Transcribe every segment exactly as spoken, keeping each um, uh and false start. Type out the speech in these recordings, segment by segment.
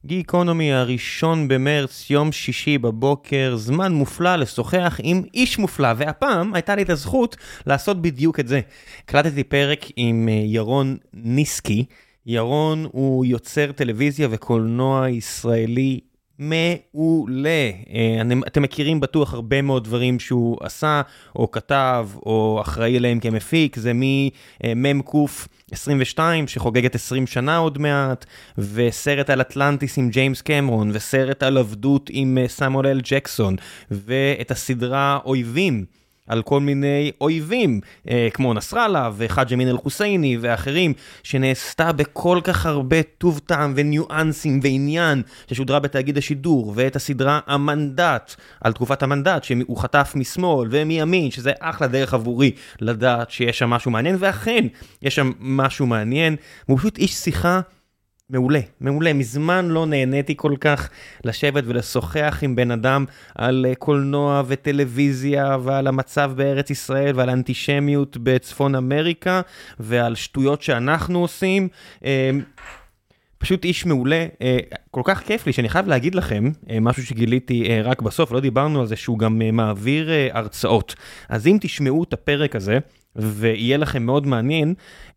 גיקונומי הראשון במרץ, יום שישי בבוקר, זמן מופלא לשוחח עם איש מופלא, והפעם הייתה לי את הזכות לעשות בדיוק את זה. הקלטתי פרק עם ירון ניסקי. ירון הוא יוצר טלוויזיה וקולנוע ישראלי מעולה. אתם מכירים בטוח הרבה מאוד דברים שהוא עשה, או כתב, או אחראי אליהם כמפיק. זה ממקוף עשרים ושתיים שחוגגת עשרים שנה עוד מעט, וסרט על אטלנטיס עם ג'יימס קמרון, וסרט על עבדות עם סמואל אל ג'קסון, ואת הסדרה אויבים על כל מיני אויבים, אה, כמו נסראללה וחאג' אמין אל-חוסייני ואחרים, שנעשתה בכל כך הרבה טוב טעם וניואנסים ועניין, ששודרה בתאגיד השידור, ואת הסדרה המנדט, על תקופת המנדט, שהוא חטף משמאל ומימין, שזה אחלה דרך עבורי לדעת שיש שם משהו מעניין, ואכן יש שם משהו מעניין. הוא פשוט איש שיחה מעולה, מעולה. מזמן לא נהניתי כל כך לשבת ולשוחח עם בן אדם על קולנוע וטלוויזיה ועל המצב בארץ ישראל ועל אנטישמיות בצפון אמריקה ועל שטויות שאנחנו עושים. פשוט איש מעולה. כל כך כיף לי שאני חייב להגיד לכם משהו שגיליתי רק בסוף, לא דיברנו על זה, שהוא גם מעביר הרצאות. אז אם תשמעו את הפרק הזה ויהיה לכם מאוד מעניין,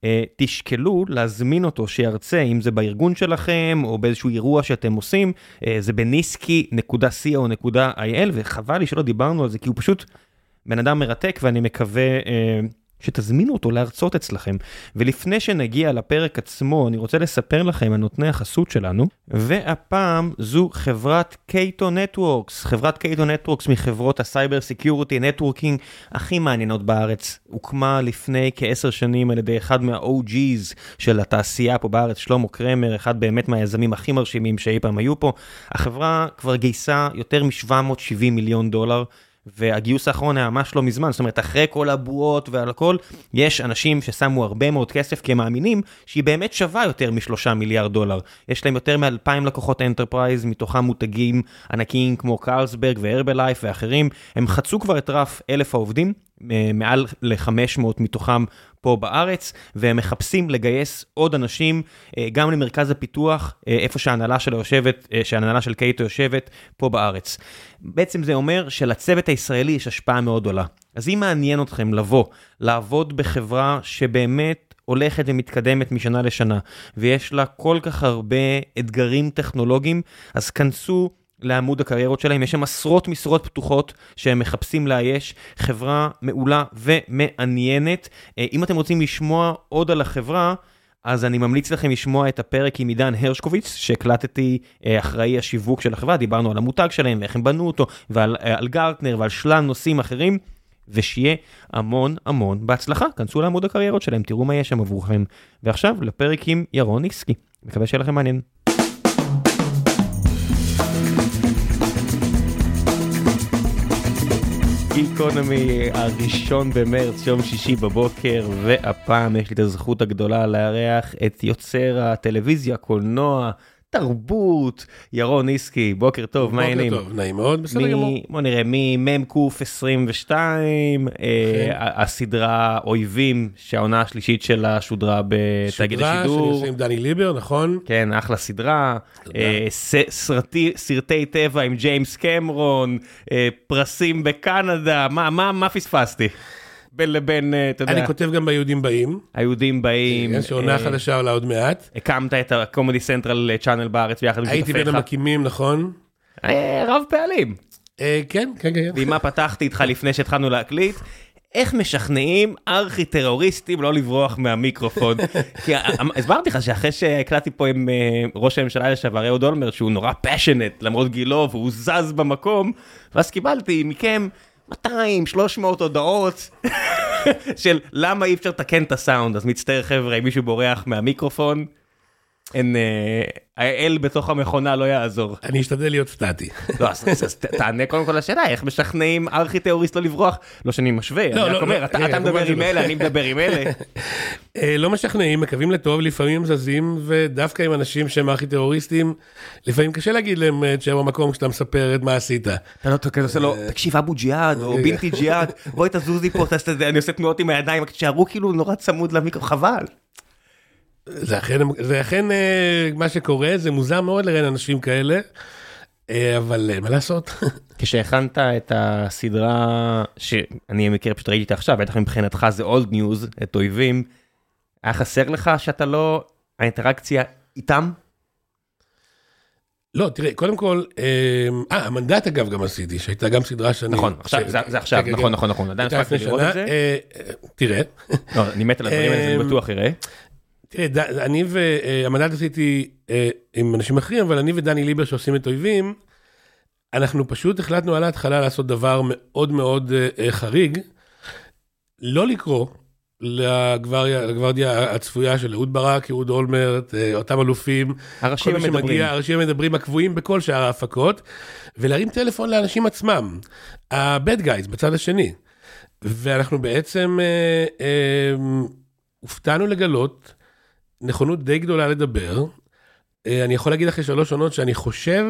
תשקלו להזמין אותו שירצה, אם זה בארגון שלכם או באיזשהו אירוע שאתם עושים. זה בניסקי נקודה סי או נקודה איי אל, וחבל לי שלא דיברנו על זה, כי הוא פשוט בן אדם מרתק, ואני מקווה שתזמינו אותו להרצות אצלכם. ולפני שנגיע לפרק עצמו, אני רוצה לספר לכם על נותני החסות שלנו, והפעם זו חברת קייטו נטוורקס. חברת קייטו נטוורקס מחברות הסייבר סקיוריטי נטוורקינג הכי מעניינות בארץ. הוקמה לפני כעשר שנים על ידי אחד מה-או ג'יז של התעשייה פה בארץ, שלמה קרמר, אחד באמת מהיזמים הכי מרשימים שאי פעם היו פה. החברה כבר גייסה יותר מ-שבע מאות ושבעים מיליון דולר, והגיוס האחרון היה ממש לא מזמן. זאת אומרת, אחרי כל הבועות ועל הכל, יש אנשים ששמו הרבה מאוד כסף, כי הם מאמינים שהיא באמת שווה יותר משלושה מיליארד דולר. יש להם יותר מאלפיים לקוחות אנטרפרייז, מתוכם מותגים ענקיים כמו קרלסברג והרבלייף ואחרים. הם חצו כבר את רף אלף העובדים, מעל ל-חמש מאות מתוכם פה בארץ, והם מחפשים לגייס עוד אנשים, גם למרכז הפיתוח, איפה שההנהלה שלה יושבת, שההנהלה של קייטו יושבת, פה בארץ. בעצם זה אומר שלצוות הישראלי יש השפעה מאוד גדולה. אז אם מעניין אתכם לבוא, לעבוד בחברה שבאמת הולכת ומתקדמת משנה לשנה, ויש לה כל כך הרבה אתגרים טכנולוגיים, אז כנסו לעמוד הקריירות שלהם. יש שם עשרות משרות פתוחות שהם מחפשים לאייש. חברה מעולה ומעניינת. אם אתם רוצים לשמוע עוד על החברה, אז אני ממליץ לכם לשמוע את הפרק עם עידן הרשקוביץ, שהקלטתי אחראי השיווק של החברה. דיברנו על המותג שלהם ואיך הם בנו אותו, ועל על גרטנר ועל שלל נושאים אחרים, ושיהיה המון המון בהצלחה. כנסו לעמוד הקריירות שלהם, תראו מה יש שם עבורכם. ועכשיו לפרק עם ירון ניסקי. מקווה שיהיה לכם מעניין. גיקונומי הראשון במרץ, יום שישי בבוקר, והפעם יש לי את הזכות הגדולה לארח את יוצר הטלוויזיה, קולנוע, תרבות, ירון ניסקי. בוקר טוב, מה העניינים? בוקר טוב, נעים מאוד, בסדר גמור. בוא נראה, ממקוף עשרים ושתיים, הסדרה אויבים, שהעונה השלישית שלה שודרה בתאגיד השידור. שודרה, שאני עושה עם דני ליבר, נכון? כן, אחלה סדרה. סרטי טבע עם ג'יימס קמרון, פרסים בקנדה, מה פספסתי? בין לבין, אתה יודע. אני כותב גם ביהודים באים. היהודים באים. יש עונה חדשה עולה עוד מעט. הקמת את הקומדי סנטרל צ'אנל בארץ ביחד עם שותפיך. הייתי בין המקימים, נכון? רב פעלים. כן, כן, כן. ועמה פתחתי איתך לפני שהתחלנו להקליט, איך משכנעים ארכי טרוריסטים לא לברוח מהמיקרופון. כי הסברתי לך שאחרי שהקלטתי פה עם ראש הממשלה לשעבר אהוד אולמרט, שהוא נורא פשנט למרות גילו, והוא זז במקום, ואז קיבלתי מכם מאתיים שלוש מאות הודעות של למה אי אפשר לתקן את הסאונד. אז מצטער חבר'ה, אם מישהו בורח מהמיקרופון, אין, האל בתוך המכונה לא יעזור. אני אשתדל להיות סטטי. לא, אז תענה קודם כל לשאלה, איך משכנעים ארכי טרוריסט לא לברוח? לא שאני משווה, אני רק אומר, אתה מדבר עם אלה, אני מדבר עם אלה. לא משכנעים, מקווים לטוב, לפעמים זזים, ודווקא עם אנשים שהם ארכי טרוריסטים, לפעמים קשה להגיד להם שהם במקום כשאתה מספר את מה עשית. אתה לא עושה לו, תקשיב, אבו ג'יהאד, או בינתי ג'יהאד, בואי תזוזי פה, אני עושה תנועות עם הידיים, שערו כאילו נורא צמוד למיקרו, חבל. זה אכן, זה אכן מה שקורה, זה מוזר מאוד לראיין אנשים כאלה, אבל מה לעשות? כשהכנת את הסדרה שאני מכיר, פשוט ראיתי אותה עכשיו, בטח מבחינתך זה אולד ניוז, את אויבים, היה חסר לך שאתה לא, האינטראקציה איתם? לא, תראה, קודם כל, אה, המנדט אגב גם עשיתי, שהייתה גם סדרה שאני... נכון, זה עכשיו, נכון, נכון, נכון, עדיין הספקתי לראות את זה. תראה. אני מת על הדברים האלה, אני בטוח יראה. תראה, אני והמנדט עשיתי עם אנשים אחרים, אבל אני ודני ליבר שעושים את אויבים, אנחנו פשוט החלטנו על ההתחלה לעשות דבר מאוד מאוד חריג, לא לקרוא לגוורדיה הצפויה של אהוד ברק, אהוד אולמרט, אותם אלופים, הראשים המדברים. הראשים המדברים הקבועים בכל שאר ההפקות, ולהרים טלפון לאנשים עצמם, ה-bad guys בצד השני. ואנחנו בעצם אה, אה, הופתענו לגלות נכונות די גדולה לדבר. אה, אני יכול להגיד אחרי שלוש עונות שאני חושב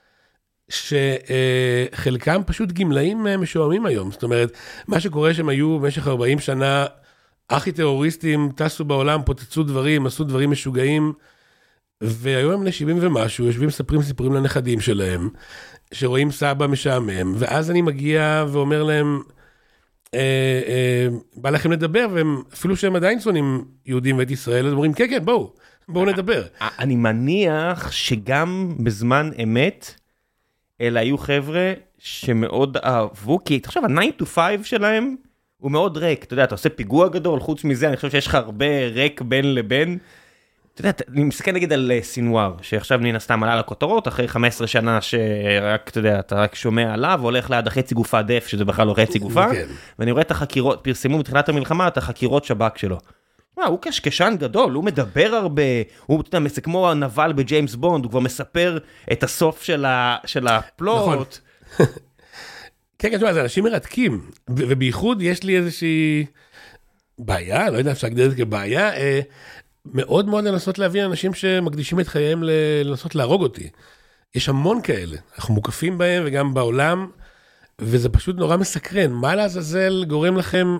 שחלקם פשוט גמלאים משועמים היום. זאת אומרת, מה שקורה שהם היו במשך ארבעים שנה, אחי טרוריסטים, טסו בעולם, פוצצו דברים, עשו דברים משוגעים, והיום הם לשבעים ומשהו, יושבים מספרים סיפורים לנכדים שלהם, שרואים סבא משעמם, ואז אני מגיע ואומר להם, אה, אה, בא לכם לדבר, והם, אפילו שהם עדיין שונאים יהודים ואת ישראל, אז אומרים, כן, כן, בואו, בואו נדבר. אני מניח שגם בזמן אמת, אלה היו חבר'ה שמאוד אהבו, כי תחשוב, ה-nine to five שלהם, הוא מאוד ריק, אתה יודע, אתה עושה פיגוע גדול, חוץ מזה, אני חושב שיש לך הרבה ריק בין לבין, אתה יודע, אני מסתכל נגיד על סינואר, שעכשיו מן הסתם עלה לכותרות, אחרי חמש עשרה שנה שרק, אתה יודע, אתה רק שומע עליו, והולך ליד החצי גופה דף, שזה בכלל לא חצי גופה, ואני רואה את החקירות, פרסמו מתחילת המלחמה, את החקירות שב"כ שלו. מה, הוא קשקשן גדול, הוא מדבר הרבה, הוא, אתה יודע, זה כמו הנבל בג'יימס בונד, הוא כבר מספר את הסוף של הפלוט. כן, כן, זה אנשים מרתקים, ובייחוד יש לי איזושהי בעיה, לא יודע, אפשר להגדיר את זה כבעיה, מאוד מאוד לנסות להביא אנשים שמקדישים את חייהם לנסות להרוג אותי. יש המון כאלה, אנחנו מוקפים בהם וגם בעולם, וזה פשוט נורא מסקרן. מה לעזאזל גורם לכם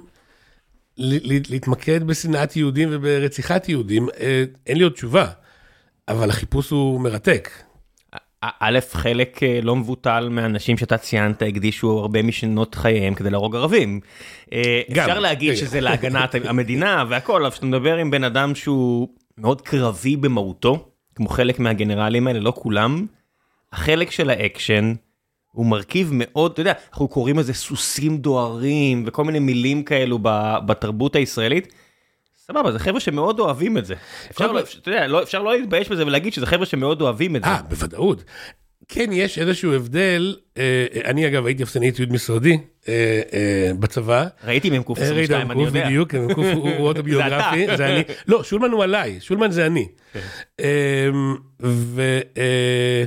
להתמקד בשנאת יהודים וברציחת יהודים? אין לי עוד תשובה, אבל החיפוש הוא מרתק. א', חלק לא מבוטל מהאנשים שאתה ציינת, הקדישו הרבה משנות חייהם כדי להרוג ערבים. אפשר להגיד שזה להגנת המדינה והכל, אבל שאתה מדבר עם בן אדם שהוא מאוד קרבי במהותו, כמו חלק מהגנרלים האלה, לא כולם, החלק של האקשן הוא מרכיב מאוד, אתה יודע, אנחנו קוראים לזה סוסים דוהרים וכל מיני מילים כאלו בתרבות הישראלית, סבבה, זה חבר'ה שמאוד אוהבים את זה. אפשר, לא, אתה יודע, לא, אפשר לא להתבייש בזה ולהגיד שזה חבר'ה שמאוד אוהבים את זה. אה, בוודאות. כן, יש איזשהו הבדל, אה, אני אגב הייתי אפסנאי ציוד משרדי אה, אה, בצבא. ראיתי ממקוף עשרים ושתיים, אני יודע. בדיוק, ממקוף הוא אוטוביוגרפי, זה, זה אני. לא, שולמן הוא עליי, שולמן זה אני. אה, ו... אה,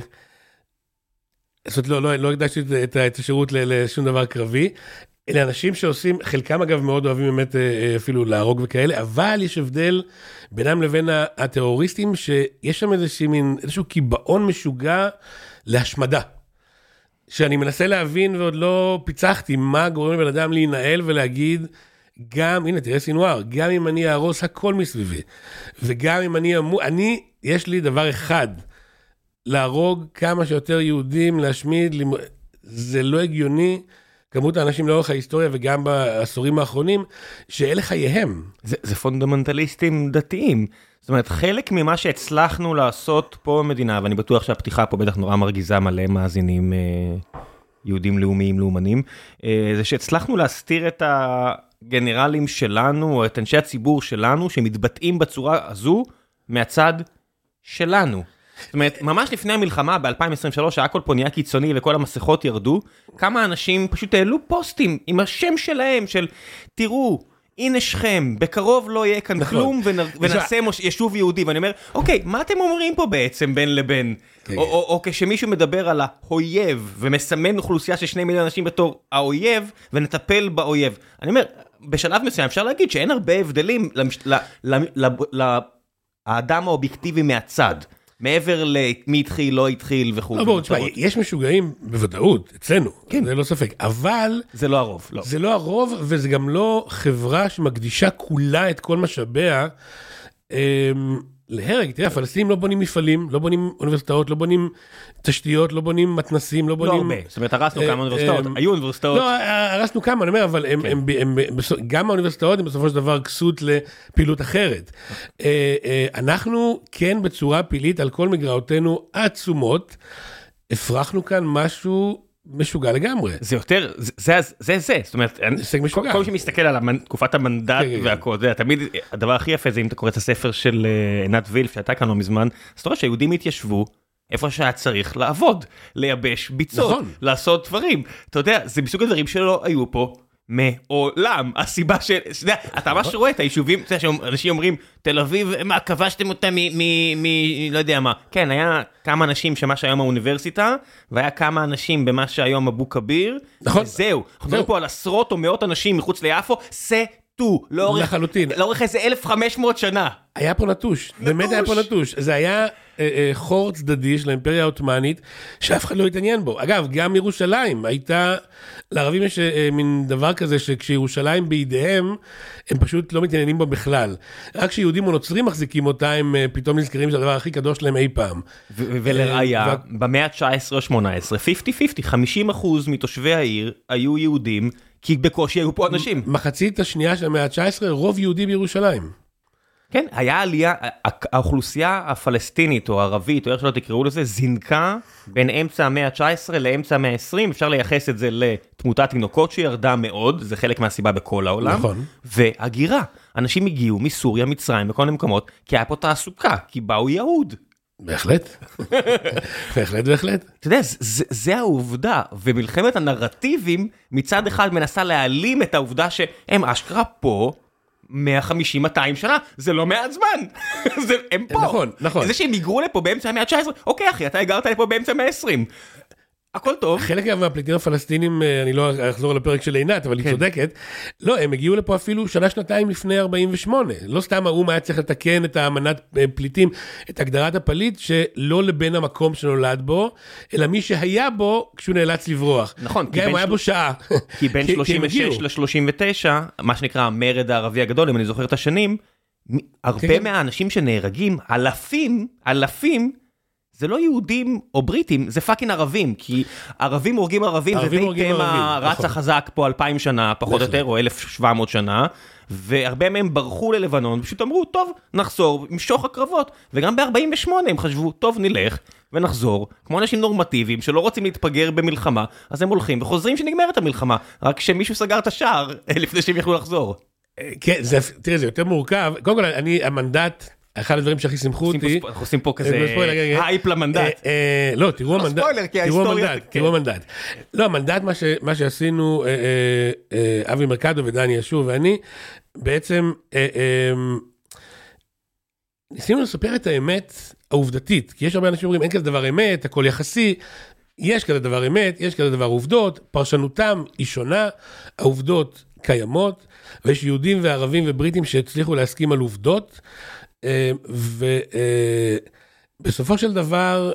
זאת אומרת, לא, לא, לא הקדשתי את, את השירות לשום דבר קרבי, אלה אנשים שעושים, חלקם אגב מאוד אוהבים באמת אפילו להרוג וכאלה, אבל יש הבדל בינם לבין הטרוריסטים, שיש שם איזשהו מין, איזשהו קיבעון משוגע להשמדה. שאני מנסה להבין ועוד לא פיצחתי מה גורם לבן אדם להינעל ולהגיד, גם, הנה תראה סינואר, גם אם אני אהרוס הכל מסביבי, וגם אם אני אמו, אני, יש לי דבר אחד, להרוג כמה שיותר יהודים, להשמיד, זה לא הגיוני, כמות האנשים לאורך ההיסטוריה וגם בעשורים האחרונים, שאלה חייהם. זה, זה פונדמנטליסטים דתיים. זאת אומרת, חלק ממה שהצלחנו לעשות פה במדינה, ואני בטוח שהפתיחה פה בטח נורא מרגיזה מלא מאזינים אה, יהודים לאומיים לאומנים, אה, זה שהצלחנו להסתיר את הגנרלים שלנו, או את אנשי הציבור שלנו, שמתבטאים בצורה הזו, מהצד שלנו. זאת אומרת, ממש לפני המלחמה, ב-אלפיים עשרים ושלוש, הכל פה נהיה קיצוני וכל המסכות ירדו, כמה אנשים פשוט העלו פוסטים עם השם שלהם, של תראו, הנה שכם, בקרוב לא יהיה כאן כלום, ונעשה ישוב יהודי, ואני אומר, אוקיי, מה אתם אומרים פה בעצם בין לבין? או כשמישהו מדבר על האויב, ומסמן אוכלוסייה של שני מיליון אנשים בתור האויב, ונטפל באויב. אני אומר, בשלב מסוים אפשר להגיד שאין הרבה הבדלים לאדם האובייקטיבי מהצד. מעבר למי התחיל, לא התחיל וכו'. לא, תשמע, יש משוגעים בוודאות, אצלנו, זה לא ספק, אבל... זה לא הרוב, לא. זה לא הרוב, וזה גם לא חברה שמקדישה כולה את כל משאביה להרג, תראה, הפלסטינים לא בונים מפעלים, לא בונים אוניברסיטאות, לא בונים תשתיות, לא בונים מתנסים, לא בונים... לא הרבה, זאת אומרת, הרסנו כמה אוניברסיטאות, היו אוניברסיטאות. לא, הרסנו כמה, אני אומר, אבל גם האוניברסיטאות הם בסופו של דבר כסות לפעילות אחרת. אנחנו כן בצורה פעילית על כל מגרעותינו עצומות, הפרחנו כאן משהו משוגע לגמרי. זה יותר, זה זה, זה, זאת אומרת, כל מי שמסתכל על תקופת המנדט והכל, זה תמיד, הדבר הכי יפה זה אם אתה קורא את הספר של עינת וילף, שהייתה כאן לא מזמן, אז אתה רואה שהיהודים התיישבו, איפה שהיה צריך לעבוד, לייבש ביצות, לעשות דברים. אתה יודע, זה מסוג הדברים שלא היו פה מעולם. הסיבה של, אתה ממש רואה את היישובים, אנשים אומרים, תל אביב, מה, כבשתם אותה מ... לא יודע מה. כן, היה כמה אנשים שמה שהיום האוניברסיטה, והיה כמה אנשים במה שהיום אבו כביר, וזהו. אנחנו מדברים פה על עשרות או מאות אנשים מחוץ ליפו, סטו, לאורך איזה אלף וחמש מאות שנה. היה פה נטוש, באמת היה פה נטוש. זה היה חור צדדי של האימפריה העות'מאנית, שאף אחד לא התעניין בו. אגב, גם ירושלים הייתה, לערבים יש מין דבר כזה, שכשירושלים בידיהם, הם פשוט לא מתעניינים בו בכלל. רק כשיהודים או נוצרים מחזיקים אותה, הם פתאום נזכרים שזה הדבר הכי קדוש להם אי פעם. ולראיה, במאה ה-תשע עשרה או שמונה עשרה, חמישים חמישים, חמישים אחוז מתושבי העיר היו יהודים, כי בקושי היו פה אנשים. מחצית השנייה של המאה ה-תשע עשרה, רוב יהודי בירושלים. כן, היה עלייה, האוכלוסייה הפלסטינית או הערבית, או איך שלא תקראו לזה, זינקה בין אמצע המאה ה-תשע עשרה לאמצע המאה ה-עשרים, אפשר לייחס את זה לתמותת תינוקות שירדה מאוד, זה חלק מהסיבה בכל העולם, נכון. והגירה, אנשים הגיעו מסוריה, מצרים, בכל מיני מקומות, כי היה פה תעסוקה, כי באו יהוד. בהחלט, בהחלט, בהחלט. אתה יודע, זה, זה העובדה, ומלחמת הנרטיבים מצד אחד מנסה להעלים את העובדה שהם אשכרה פה, מאה וחמישים מאתיים שנה, זה לא מעט זמן, הם פה. נכון, נכון. זה שהם היגרו לפה באמצע המאה ה-תשע עשרה, אוקיי אחי, אתה הגרת לפה באמצע המאה ה-עשרים. הכל טוב. חלק מהפליטים הפלסטינים, אני לא אחזור לפרק של עינת, אבל היא צודקת, לא, הם הגיעו לפה אפילו שנה, שנתיים לפני ארבעים ושמונה. לא סתם האו"ם היה צריך לתקן את האמנת פליטים, את הגדרת הפליט, שלא לבן המקום שנולד בו, אלא מי שהיה בו כשהוא נאלץ לברוח. נכון. גם הוא היה בו שעה. כי בין שלושים ושש ל-שלושים ותשע, מה שנקרא המרד הערבי הגדול, אם אני זוכר את השנים, הרבה מהאנשים שנהרגים, אלפים, אלפים, זה לא יהודים או בריטים, זה פאקינג ערבים, כי ערבים הורגים ערבים, זה די תמה רץ החזק פה אלפיים שנה, פחות או יותר, או אלף ושבע מאות שנה, והרבה מהם ברחו ללבנון, פשוט אמרו, טוב, נחזור, משוך הקרבות, וגם ב-ארבעים ושמונה הם חשבו, טוב, נלך ונחזור, כמו אנשים נורמטיביים שלא רוצים להתפגר במלחמה, אז הם הולכים וחוזרים שנגמרת המלחמה, רק שמישהו סגר את השער לפני שהם יכלו לחזור. כן, תראה, זה יותר מורכב, קודם כל, אני, המנדט, אחד הדברים שהכי שמחו אותי... אנחנו עושים פה כזה הייפ למנדט. לא, תראו המנדט. ספוילר, כי ההיסטוריה... תראו המנדט. לא, המנדט, מה שעשינו, אבי מרקדו ודני ישור ואני, בעצם ניסינו לספר את האמת העובדתית, כי יש הרבה אנשים אומרים, אין כזה דבר אמת, הכל יחסי, יש כזה דבר אמת, יש כזה דבר עובדות, פרשנותם היא שונה, העובדות קיימות, ויש יהודים וערבים ובריטים שהצליחו להסכים על עובדות, ובסופו של דבר,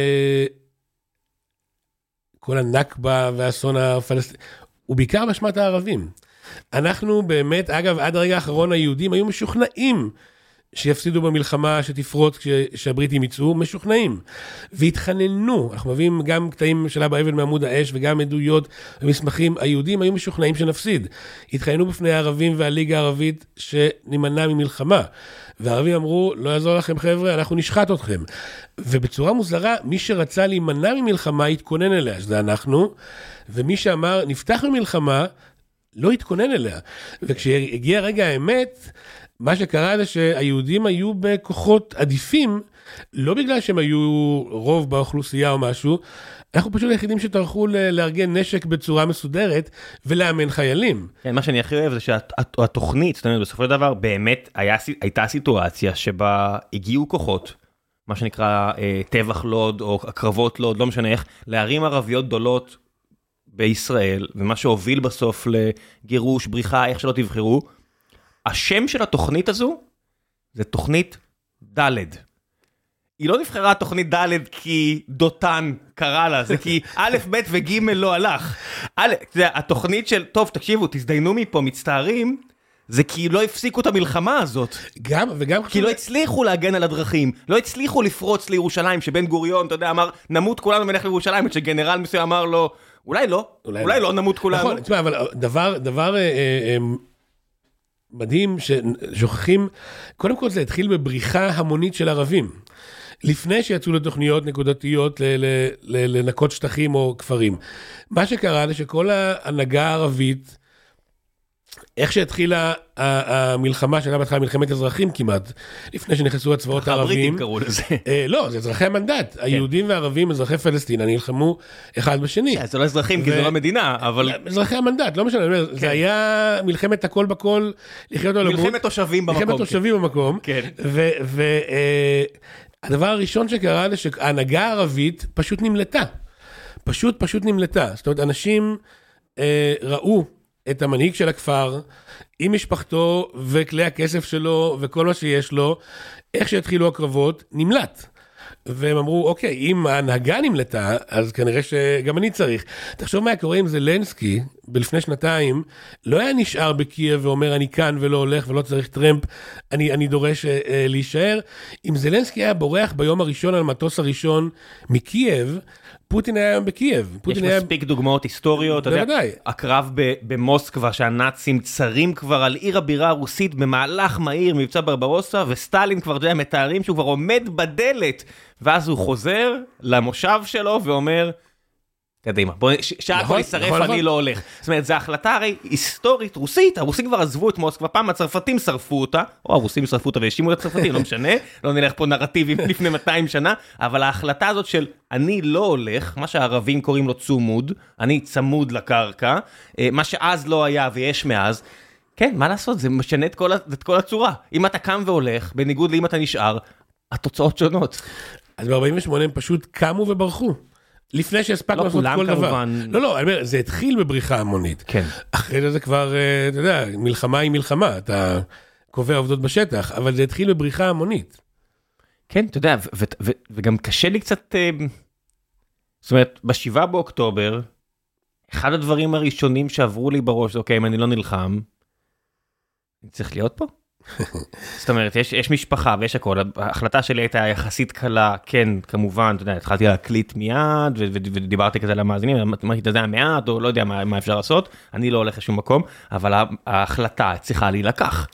כל הנכבה והאסון הפלסטיני, הוא בעיקר באשמת הערבים. אנחנו באמת, אגב, עד הרגע האחרון היהודים היו משוכנעים שיפסידו במלחמה שתפרוץ כשהבריטים יצאו, משוכנעים. והתחננו, אנחנו מביאים גם קטעים של אבא אבן מעמוד האש, וגם עדויות ומסמכים, היהודים היו משוכנעים שנפסיד. התחננו בפני הערבים והליגה הערבית שנמנע ממלחמה. והערבים אמרו, לא יעזור לכם חבר'ה, אנחנו נשחט אתכם. ובצורה מוזרה, מי שרצה להימנע ממלחמה, התכונן אליה, שזה אנחנו, ומי שאמר, נפתח ממלחמה, לא התכונן אליה. וכשהגיע רגע האמת, מה שקרה זה שהיהודים היו בכוחות עדיפים, לא בגלל שהם היו רוב באוכלוסייה או משהו, אנחנו פשוט היחידים שטרחו לארגן נשק בצורה מסודרת, ולאמן חיילים. כן, מה שאני הכי אוהב זה שהתוכנית, זאת אומרת, בסופו של דבר, באמת היה, הייתה סיטואציה שבה הגיעו כוחות, מה שנקרא טבח לוד, או הקרבות לוד, לא משנה איך, לערים ערביות גדולות בישראל, ומה שהוביל בסוף לגירוש, בריחה, איך שלא תבחרו, השם של התוכנית הזו, זה תוכנית ד'. היא לא נבחרה תוכנית ד' כי דותן קרא לה, זה כי א', ב' וג' לא הלך. א', זה התוכנית של, טוב, תקשיבו, תזדיינו מפה, מצטערים, זה כי לא הפסיקו את המלחמה הזאת. גם, וגם... כי לא הצליחו להגן על הדרכים, לא הצליחו לפרוץ לירושלים, שבן גוריון, אתה יודע, אמר, נמות כולנו ונלך לירושלים, שגנרל מסוים אמר לו, אולי לא, אולי, אולי לא. לא נמות כולנו. נכון, תשמע, אבל דבר, דבר אה, אה, מדהים ששוכחים, קודם כל זה התחיל בבריחה המונית של ערבים. לפני שיצאו לתוכניות נקודתיות לנקות שטחים או כפרים. מה שקרה זה שכל ההנהגה הערבית, איך שהתחילה המלחמה, שהייתה בהתחלה מלחמת אזרחים כמעט, לפני שנכנסו הצבאות הערבים. הבריטים קראו לזה. לא, זה אזרחי המנדט. היהודים והערבים, אזרחי פלסטינה, נלחמו אחד בשני. זה לא אזרחים, כי זה לא מדינה, אבל... אזרחי המנדט, לא משנה, זה היה מלחמת הכל בכל, לחיות על מלחמת תושבים במקום. מלחמת תושבים במקום. והדבר הראשון שקרה זה שההנהגה הערבית פשוט נמלטה. פשוט פשוט נמלטה. זאת אומרת, אנשים ראו את המנהיג של הכפר, עם משפחתו וכלי הכסף שלו וכל מה שיש לו, איך שהתחילו הקרבות, נמלט. והם אמרו, אוקיי, אם ההנהגה נמלטה, אז כנראה שגם אני צריך. תחשוב מה קורה עם זלנסקי, בלפני שנתיים, לא היה נשאר בקייב ואומר, אני כאן ולא הולך ולא צריך טרמפ, אני, אני דורש אה, להישאר. אם זלנסקי היה בורח ביום הראשון על מטוס הראשון מקייב, פוטין היה היום בקייב. יש היה... מספיק דוגמאות היסטוריות, אתה יודע, הקרב במוסקבה, שהנאצים צרים כבר על עיר הבירה הרוסית, במהלך מהיר, מבצע ברברוסה, וסטלין כבר, אתה יודע, מתארים שהוא כבר עומד בדלת, ואז הוא חוזר למושב שלו ואומר, קדימה, שהכל יישרף, אני לא הולך. זאת אומרת, זו החלטה הרי היסטורית רוסית, הרוסים כבר עזבו את מוסקבה, פעם הצרפתים שרפו אותה, או הרוסים שרפו אותה והאשימו את הצרפתים, לא משנה, לא נלך פה נרטיבים לפני מאתיים שנה, אבל ההחלטה הזאת של אני לא הולך, מה שהערבים קוראים לו צומוד, אני צמוד לקרקע, מה שאז לא היה ויש מאז, כן, מה לעשות, זה משנה את כל, את כל הצורה. אם אתה קם והולך, בניגוד לאם אתה נשאר, התוצאות שונות. אז ב-ארבעים ושמונה הם פשוט קמו וברחו. לפני שהספקנו לעשות כל דבר. לא, לא, אני אומר, זה התחיל בבריחה המונית. כן. אחרי זה זה כבר, אתה יודע, מלחמה היא מלחמה, אתה קובע עובדות בשטח, אבל זה התחיל בבריחה המונית. כן, אתה יודע, וגם קשה לי קצת, זאת אומרת, בשבעה באוקטובר, אחד הדברים הראשונים שעברו לי בראש, אוקיי, אם אני לא נלחם, אני צריך להיות פה? זאת אומרת, יש, יש משפחה ויש הכל, ההחלטה שלי הייתה יחסית קלה, כן, כמובן, אתה יודע, התחלתי להקליט מיד, ודיברתי כזה למאזינים, אמרתי, אתה יודע, מעט, או לא יודע מה, מה אפשר לעשות, אני לא הולך לשום מקום, אבל ההחלטה צריכה להילקח.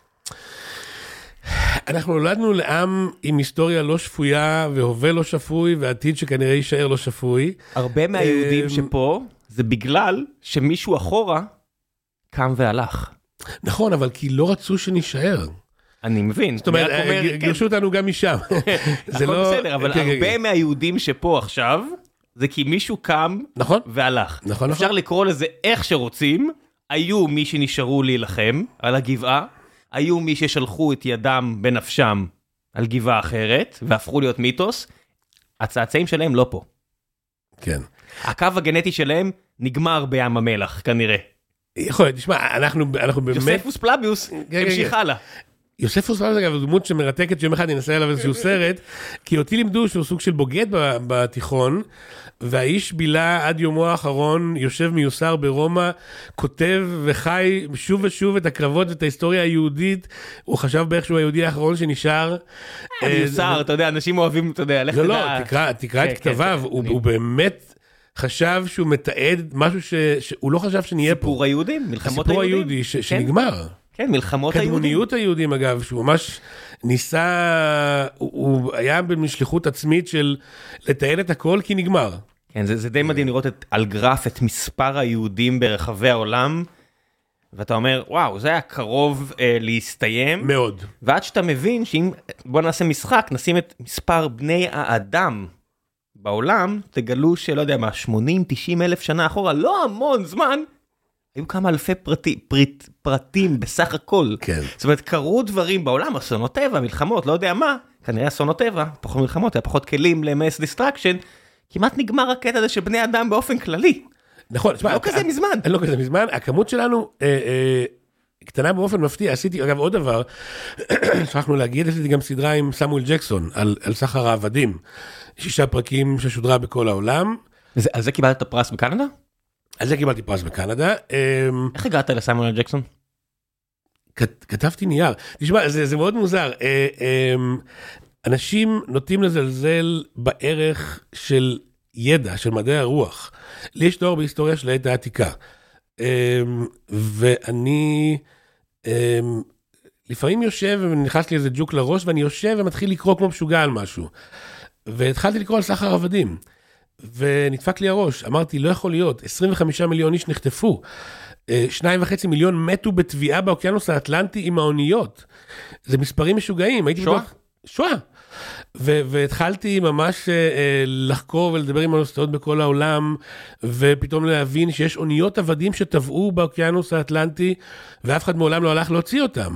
אנחנו נולדנו לעם עם היסטוריה לא שפויה, והווה לא שפוי, ועתיד שכנראה יישאר לא שפוי. הרבה מהיהודים שפה, זה בגלל שמישהו אחורה קם והלך. נכון, אבל כי לא רצו שנשאר. אני מבין. זאת אומרת, גרשו אותנו גם משם. זה לא בסדר, אבל הרבה מהיהודים שפה עכשיו, זה כי מישהו קם והלך. נכון, אפשר לקרוא לזה איך שרוצים, היו מי שנשארו להילחם על הגבעה, היו מי ששלחו את ידם בנפשם על גבעה אחרת, והפכו להיות מיתוס, הצאצאים שלהם לא פה. כן. הקו הגנטי שלהם נגמר בים המלח, כנראה. יכול להיות, תשמע, אנחנו, אנחנו באמת... יוספוס פלביוס, המשיך הלאה. יוספוס פלביוס, אגב, זו דמות שמרתקת שיום אחד ננסה עליו איזשהו סרט, כי אותי לימדו שהוא סוג של בוגד בתיכון, והאיש בילה עד יומו האחרון, יושב מיוסר ברומא, כותב וחי שוב ושוב את הקרבות ואת ההיסטוריה היהודית, הוא חשב בערך שהוא היהודי האחרון שנשאר. מיוסר, אתה יודע, אנשים אוהבים, אתה יודע, לך תדע. לא, לא, תקרא את כתביו, הוא באמת... חשב שהוא מתעד משהו ש... שהוא לא חשב שנהיה פה. סיפור היהודים, מלחמות היהודים. סיפור היהודי ש... שנגמר. כן, מלחמות היהודים. קדמוניות היהודים, אגב, שהוא ממש ניסה, הוא, הוא היה במשליחות עצמית של לתעד את הכל כי נגמר. כן, זה, זה די מדהים לראות את, על גרף את מספר היהודים ברחבי העולם, ואתה אומר, וואו, זה היה קרוב אה, להסתיים. מאוד. ועד שאתה מבין שאם, בוא נעשה משחק, נשים את מספר בני האדם, בעולם, תגלו שלא יודע מה, שמונים תשעים אלף שנה אחורה, לא המון זמן, היו כמה אלפי פרטי, פריט, פרטים בסך הכל. כן. זאת אומרת, קרו דברים בעולם, אסונות טבע, מלחמות, לא יודע מה, כנראה אסונות טבע, פחות מלחמות, היה פחות כלים ל-mass destruction, כמעט נגמר הקטע הזה של בני אדם באופן כללי. נכון, לא כזה מזמן. לא כזה מזמן, הכמות שלנו אה, אה, קטנה באופן מפתיע, עשיתי, אגב, עוד דבר, שכחנו להגיד, עשיתי גם סדרה עם סמואל ג'קסון, על, על סחר העבדים. שישה פרקים ששודרה בכל העולם. על זה קיבלת את הפרס בקנדה? על זה קיבלתי פרס בקנדה. איך הגעת לסמואל ג'קסון? כתבתי נייר. תשמע, זה, זה מאוד מוזר. אנשים נוטים לזלזל בערך של ידע, של מדעי הרוח. לי יש תואר בהיסטוריה של העת העתיקה. ואני לפעמים יושב ונכנס לי איזה ג'וק לראש, ואני יושב ומתחיל לקרוא כמו משוגע על משהו. והתחלתי לקרוא על סחר עבדים. ונדפק לי הראש. אמרתי, לא יכול להיות. עשרים וחמישה מיליון איש נחטפו. שניים וחצי מיליון מתו בתביעה באוקיינוס האטלנטי עם האוניות. זה מספרים משוגעים. שואה? שואה. והתחלתי ממש לחקור ולדבר עם האוניברסיטאות בכל העולם, ופתאום להבין שיש אוניות עבדים שטבעו באוקיינוס האטלנטי, ואף אחד מעולם לא הלך להוציא אותם.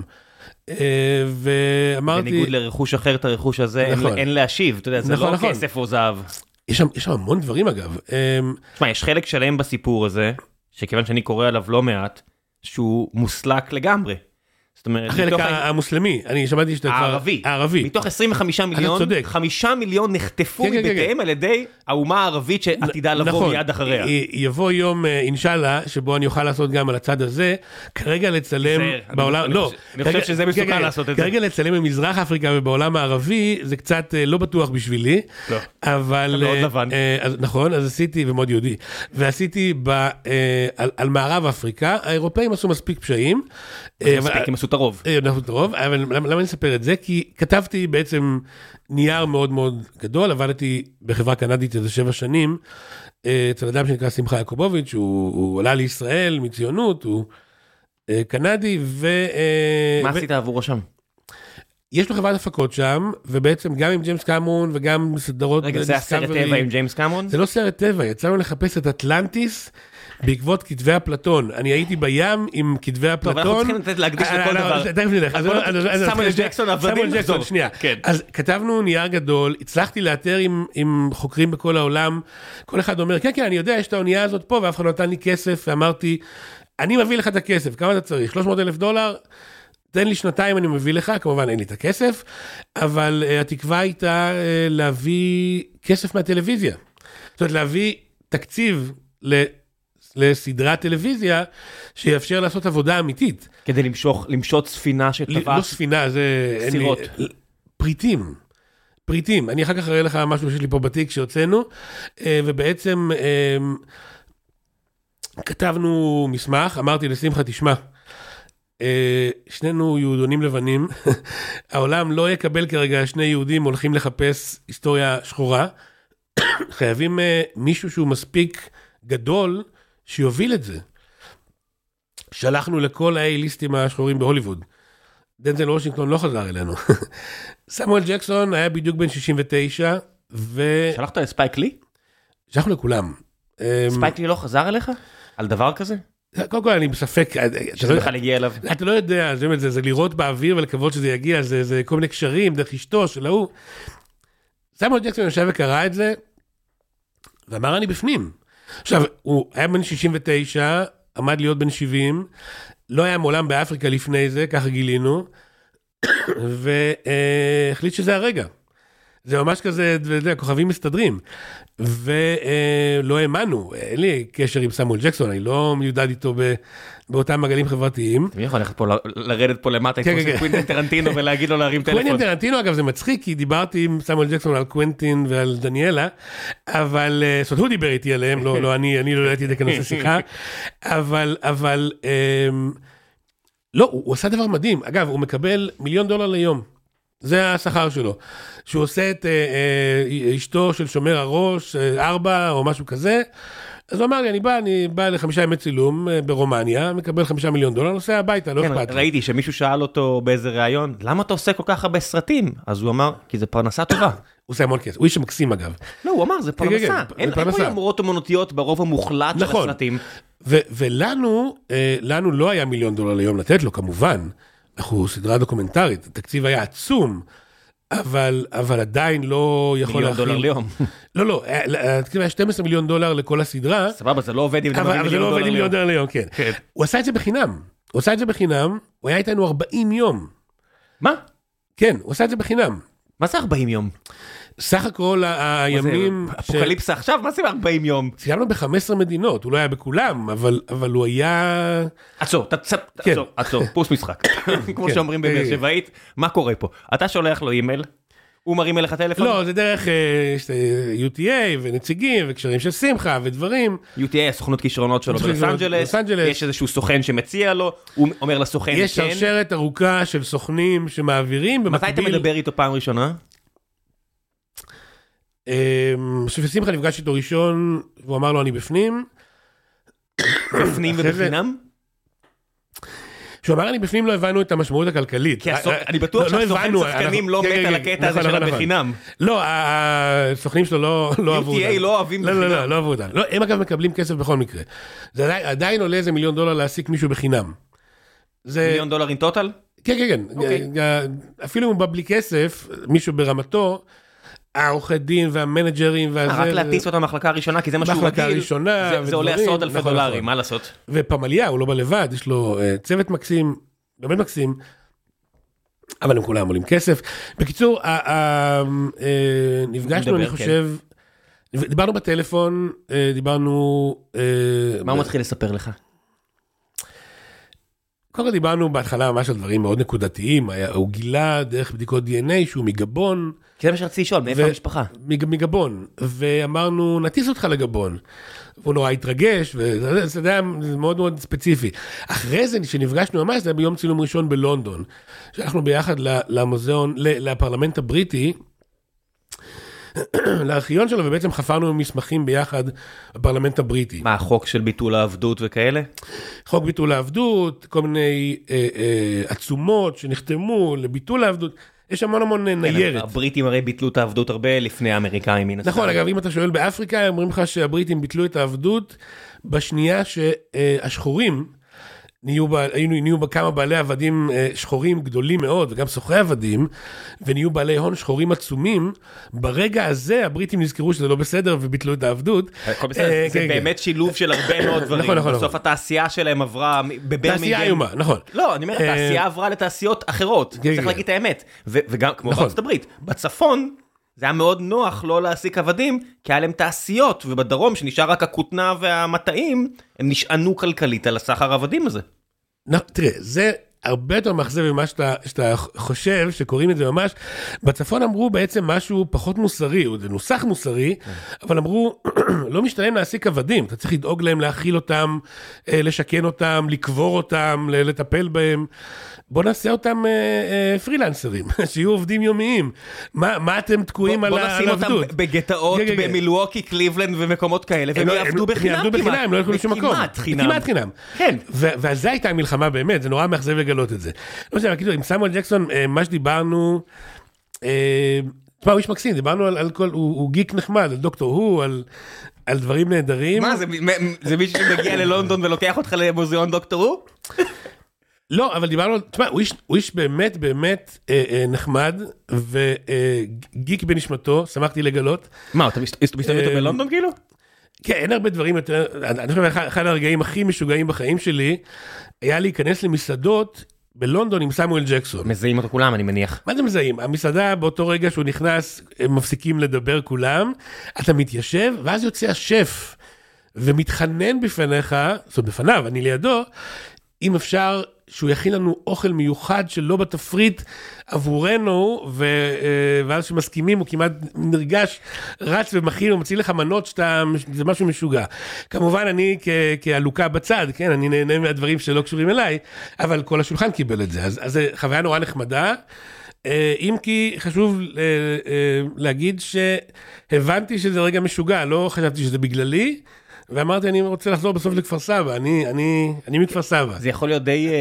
ואמרתי... בניגוד לרכוש אחר, את הרכוש הזה נכון. אין להשיב, אתה יודע, זה נכון, לא נכון. כסף או זהב. יש שם, יש שם המון דברים אגב. תשמע, יש חלק שלם בסיפור הזה, שכיוון שאני קורא עליו לא מעט, שהוא מוסלק לגמרי. זאת אומרת, החלק המוסלמי, אני שמעתי שאתה כבר... הערבי. הערבי. מתוך עשרים וחמישה מיליון, חמישה מיליון נחטפו מבתיהם על ידי האומה הערבית שעתידה לבוא מיד אחריה. יבוא יום, אינשאללה, שבו אני אוכל לעשות גם על הצד הזה, כרגע לצלם בעולם... לא. אני חושב שזה מסוכן לעשות את זה. כרגע לצלם במזרח אפריקה ובעולם הערבי, זה קצת לא בטוח בשבילי. לא. אבל... מאוד לבן. נכון, אז עשיתי, ומאוד יהודי. ועשיתי על מערב אפריקה, האירופאים עשו מספיק פשעים. מספיק, הם עשו את הרוב. עשו את הרוב, אבל למה אני אספר את זה? כי כתבתי בעצם נייר מאוד מאוד גדול, עבדתי בחברה קנדית איזה שבע שנים, אצל אדם שנקרא שמחה יעקובוביץ', הוא עלה לישראל מציונות, הוא קנדי, ו... מה עשית עבורו שם? יש לו חברת הפקות שם, ובעצם גם עם ג'יימס קמרון, וגם סדרות... רגע, זה הסרט טבע עם ג'יימס קמרון? זה לא סרט טבע, יצאנו לחפש את אטלנטיס, בעקבות כתבי אפלטון. אני הייתי בים עם כתבי אפלטון. טוב, אנחנו צריכים לתת להקדיש לכל דבר. תכף נלך. סמואל ג'קסון, עבדים לחזור. שנייה. אז כתבנו נייר גדול, הצלחתי לאתר עם חוקרים בכל העולם, כל אחד אומר, כן, כן, אני יודע, יש את האונייה הזאת פה, ואף אחד נתן לי כסף, ואמרתי, אני מביא לך את הכסף, כמה אתה צריך? שלוש מאות אלף דולר? תן לי שנתיים, אני מביא לך, כמובן אין לי את הכסף, אבל התקווה הייתה להביא כסף מהטלוויזיה. זאת אומרת, להביא תקציב ל... לסדרת טלוויזיה, שיאפשר לעשות עבודה אמיתית. כדי למשוך, למשוך ספינה שטבעה. לא ספינה, זה... סירות. פריטים. פריטים. אני אחר כך אראה לך משהו שיש לי פה בתיק שהוצאנו, ובעצם כתבנו מסמך, אמרתי לשמחה, תשמע, שנינו יהודונים לבנים, העולם לא יקבל כרגע שני יהודים הולכים לחפש היסטוריה שחורה, חייבים מישהו שהוא מספיק גדול, שיוביל את זה. שלחנו לכל האייליסטים השחורים בהוליווד. דנזל וושינגטון לא חזר אלינו. סמואל ג'קסון היה בדיוק בן שישים ותשע, ו... שלחת לספייק לי? שלחנו לכולם. ספייק לי לא חזר אליך? על דבר כזה? קודם כל אני בספק... שזה בכלל הגיע אליו. אתה לא יודע, זה, זה, זה לראות באוויר ולקוות שזה יגיע, זה, זה כל מיני קשרים, דרך אשתו של ההוא. סמואל ג'קסון יושב וקרא את זה, ואמר אני בפנים. עכשיו, הוא היה בן שישים ותשע, עמד להיות בן שבעים, לא היה מעולם באפריקה לפני זה, ככה גילינו, והחליט שזה הרגע. זה ממש כזה, הכוכבים מסתדרים, ולא האמנו, אין לי קשר עם סמואל ג'קסון, אני לא מיודד איתו באותם מגלים חברתיים. מי יכול ללכת פה, לרדת פה למטה, לתפוס את קווינטין טרנטינו ולהגיד לו להרים טלפון? קווינטין טרנטינו, אגב, זה מצחיק, כי דיברתי עם סמואל ג'קסון על קווינטין ועל דניאלה, אבל, זאת אומרת, הוא דיבר איתי עליהם, לא, אני, אני לא ידעתי את זה כנושא שיחה, אבל, אבל, לא, הוא עשה דבר מדהים, אגב, הוא מקבל מיליון דולר ליום. זה השכר שלו, שהוא עושה את אה, אה, אשתו של שומר הראש, אה, ארבע או משהו כזה, אז הוא אמר לי, אני בא, אני בא לחמישה ימי צילום אה, ברומניה, מקבל חמישה מיליון דולר, נוסע הביתה, לא כן, אכפת. ראיתי שמישהו שאל אותו באיזה ראיון, למה אתה עושה כל כך הרבה סרטים? אז הוא אמר, כי זה פרנסה טובה. הוא עושה המון כסף, הוא איש מקסים אגב. לא, הוא אמר, זה פרנסה. אין פה יומרות אומנותיות ברוב המוחלט של הסרטים. ולנו, לנו לא היה מיליון דולר ליום לתת לו, כמובן. אנחנו סדרה דוקומנטרית, התקציב היה עצום, אבל, אבל עדיין לא יכול מיליון דולר ליום. לא, לא, התקציב היה שנים עשר מיליון דולר לכל הסדרה. סבבה, זה לא עובד עם מיליון דולר ליום, כן. הוא עשה את זה בחינם, הוא עשה את זה בחינם, הוא היה איתנו ארבעים יום. מה? כן, הוא עשה את זה בחינם. מה זה ארבעים יום? סך הכל הימים... אפוקליפסה עכשיו? מה זה ארבעים יום? סיימנו ב-חמש עשרה מדינות, הוא לא היה בכולם, אבל הוא היה... עצור, עצור, עצור, פוס משחק. כמו שאומרים בבאר שבעית, מה קורה פה? אתה שולח לו אימייל, הוא מרים אליך טלפון? לא, זה דרך יו טי איי ונציגים וקשרים של שמחה ודברים. יו טי איי, הסוכנות כישרונות שלו בלוס אנג'לס, יש איזשהו סוכן שמציע לו, הוא אומר לסוכן כן. יש שרשרת ארוכה של סוכנים שמעבירים. מתי אתה מדבר איתו פעם ראשונה? שפשמחה נפגש איתו ראשון, והוא אמר לו אני בפנים. בפנים ובחינם? כשהוא אמר אני בפנים לא הבנו את המשמעות הכלכלית. אני בטוח שהסוכן שחקנים לא מת על הקטע הזה של הבחינם. לא, הסוכנים שלו לא אהבו אותם. יו טי איי לא אוהבים בחינם. לא, לא, לא אהבו אותם. הם אגב מקבלים כסף בכל מקרה. זה עדיין עולה איזה מיליון דולר להעסיק מישהו בחינם. מיליון דולר אין טוטל? כן, כן, כן. אפילו אם הוא בא בלי כסף, מישהו ברמתו, העורכי דין והמנג'רים והזה... רק להטיס אותה מחלקה הראשונה, כי זה משהו רגיל. מחלקה ראשונה. זה עולה עשרות אלפי דולרים, מה לעשות? ופמליה, הוא לא בא לבד, יש לו צוות מקסים, באמת מקסים, אבל הם כולם עולים כסף. בקיצור, נפגשנו, אני חושב, דיברנו בטלפון, דיברנו... מה הוא מתחיל לספר לך? קודם כל דיברנו בהתחלה ממש על דברים מאוד נקודתיים, הוא גילה דרך בדיקות די אן איי שהוא מגבון. כי זה מה שרציתי לשאול, מאיפה המשפחה? מגבון, ואמרנו נטיס אותך לגבון, והוא נורא התרגש, וזה היה מאוד מאוד ספציפי. אחרי זה שנפגשנו ממש, זה היה ביום צילום ראשון בלונדון, שהלכנו ביחד למוזיאון, לפרלמנט הבריטי, לארכיון שלו, ובעצם חפרנו מסמכים ביחד בפרלמנט הבריטי. מה, החוק של ביטול העבדות וכאלה? חוק ביטול העבדות, כל מיני אה, אה, עצומות שנחתמו לביטול העבדות, יש המון המון ניירת. הבריטים הרי ביטלו את העבדות הרבה לפני האמריקאים. נכון, אגב, אם אתה שואל באפריקה, אומרים לך שהבריטים ביטלו את העבדות, בשנייה שהשחורים, נהיו בה, נהיו בה כמה בעלי עבדים שחורים גדולים מאוד, וגם סוחרי עבדים, ונהיו בעלי הון שחורים עצומים, ברגע הזה הבריטים נזכרו שזה לא בסדר, וביטלו את העבדות. זה באמת שילוב של הרבה מאוד דברים. בסוף התעשייה שלהם עברה בברמינגהם. תעשייה איומה, נכון. לא, אני אומר, התעשייה עברה לתעשיות אחרות, צריך להגיד את האמת. וגם, כמו בארצות הברית, בצפון, זה היה מאוד נוח לא להעסיק עבדים, כי היה להם תעשיות, ובדרום שנשאר רק הכותנה והמטעים, הם נשענו כלכלית על הסחר העבדים הזה. תראה, זה הרבה יותר מחזב ממה שאתה, שאתה חושב, שקוראים את זה ממש. בצפון אמרו בעצם משהו פחות מוסרי, זה נוסח מוסרי, אבל אמרו, לא משתלם להעסיק עבדים, אתה צריך לדאוג להם, להאכיל אותם, לשכן אותם, לקבור אותם, לטפל בהם. בוא נעשה אותם פרילנסרים, שיהיו עובדים יומיים. מה, מה אתם תקועים על העבדות? בוא נשים אותם בגטאות, במילווקי, קליבלנד ומקומות כאלה, והם יעבדו בחינם כמעט. בחינם, לא ילכו לשום מקום. כמעט חינם. כמעט חינם. כן. ועל זה הייתה המלחמה באמת, זה נורא מאכזב לגלות את זה. לא יודע, עם סמואל ג'קסון, מה שדיברנו, תשמע, הוא איש מקסים, דיברנו על כל, הוא גיק נחמד, על דוקטור הו, על דברים נהדרים. מה, זה מישהו שמגיע ללונדון ולוקח אותך למוזיאון דוקטור הו? לא, אבל דיברנו, תשמע, הוא איש, הוא איש באמת, באמת אה, אה, נחמד, וגיק אה, בנשמתו, שמחתי לגלות. מה, אתה מסתובב איתו בלונדון כאילו? כן, אין הרבה דברים יותר, אני חושב, אחד הרגעים הכי משוגעים בחיים שלי, היה להיכנס למסעדות בלונדון עם סמואל ג'קסון. מזהים אותו כולם, אני מניח. מה זה מזהים? המסעדה, באותו רגע שהוא נכנס, הם מפסיקים לדבר כולם, אתה מתיישב, ואז יוצא השף, ומתחנן בפניך, זאת אומרת, בפניו, אני לידו, אם אפשר שהוא יכין לנו אוכל מיוחד שלא בתפריט עבורנו, ו... ואז שמסכימים, הוא כמעט נרגש, רץ ומכין, הוא מציא לך מנות שאתה, זה משהו משוגע. כמובן, אני כ... כהלוקה בצד, כן, אני נהנה מהדברים שלא קשורים אליי, אבל כל השולחן קיבל את זה, אז, אז זה חוויה נורא נחמדה, אם כי חשוב להגיד שהבנתי שזה רגע משוגע, לא חשבתי שזה בגללי, ואמרתי, אני רוצה לחזור בסוף לכפר סבא, אני, אני, אני מכפר סבא. זה יכול להיות די,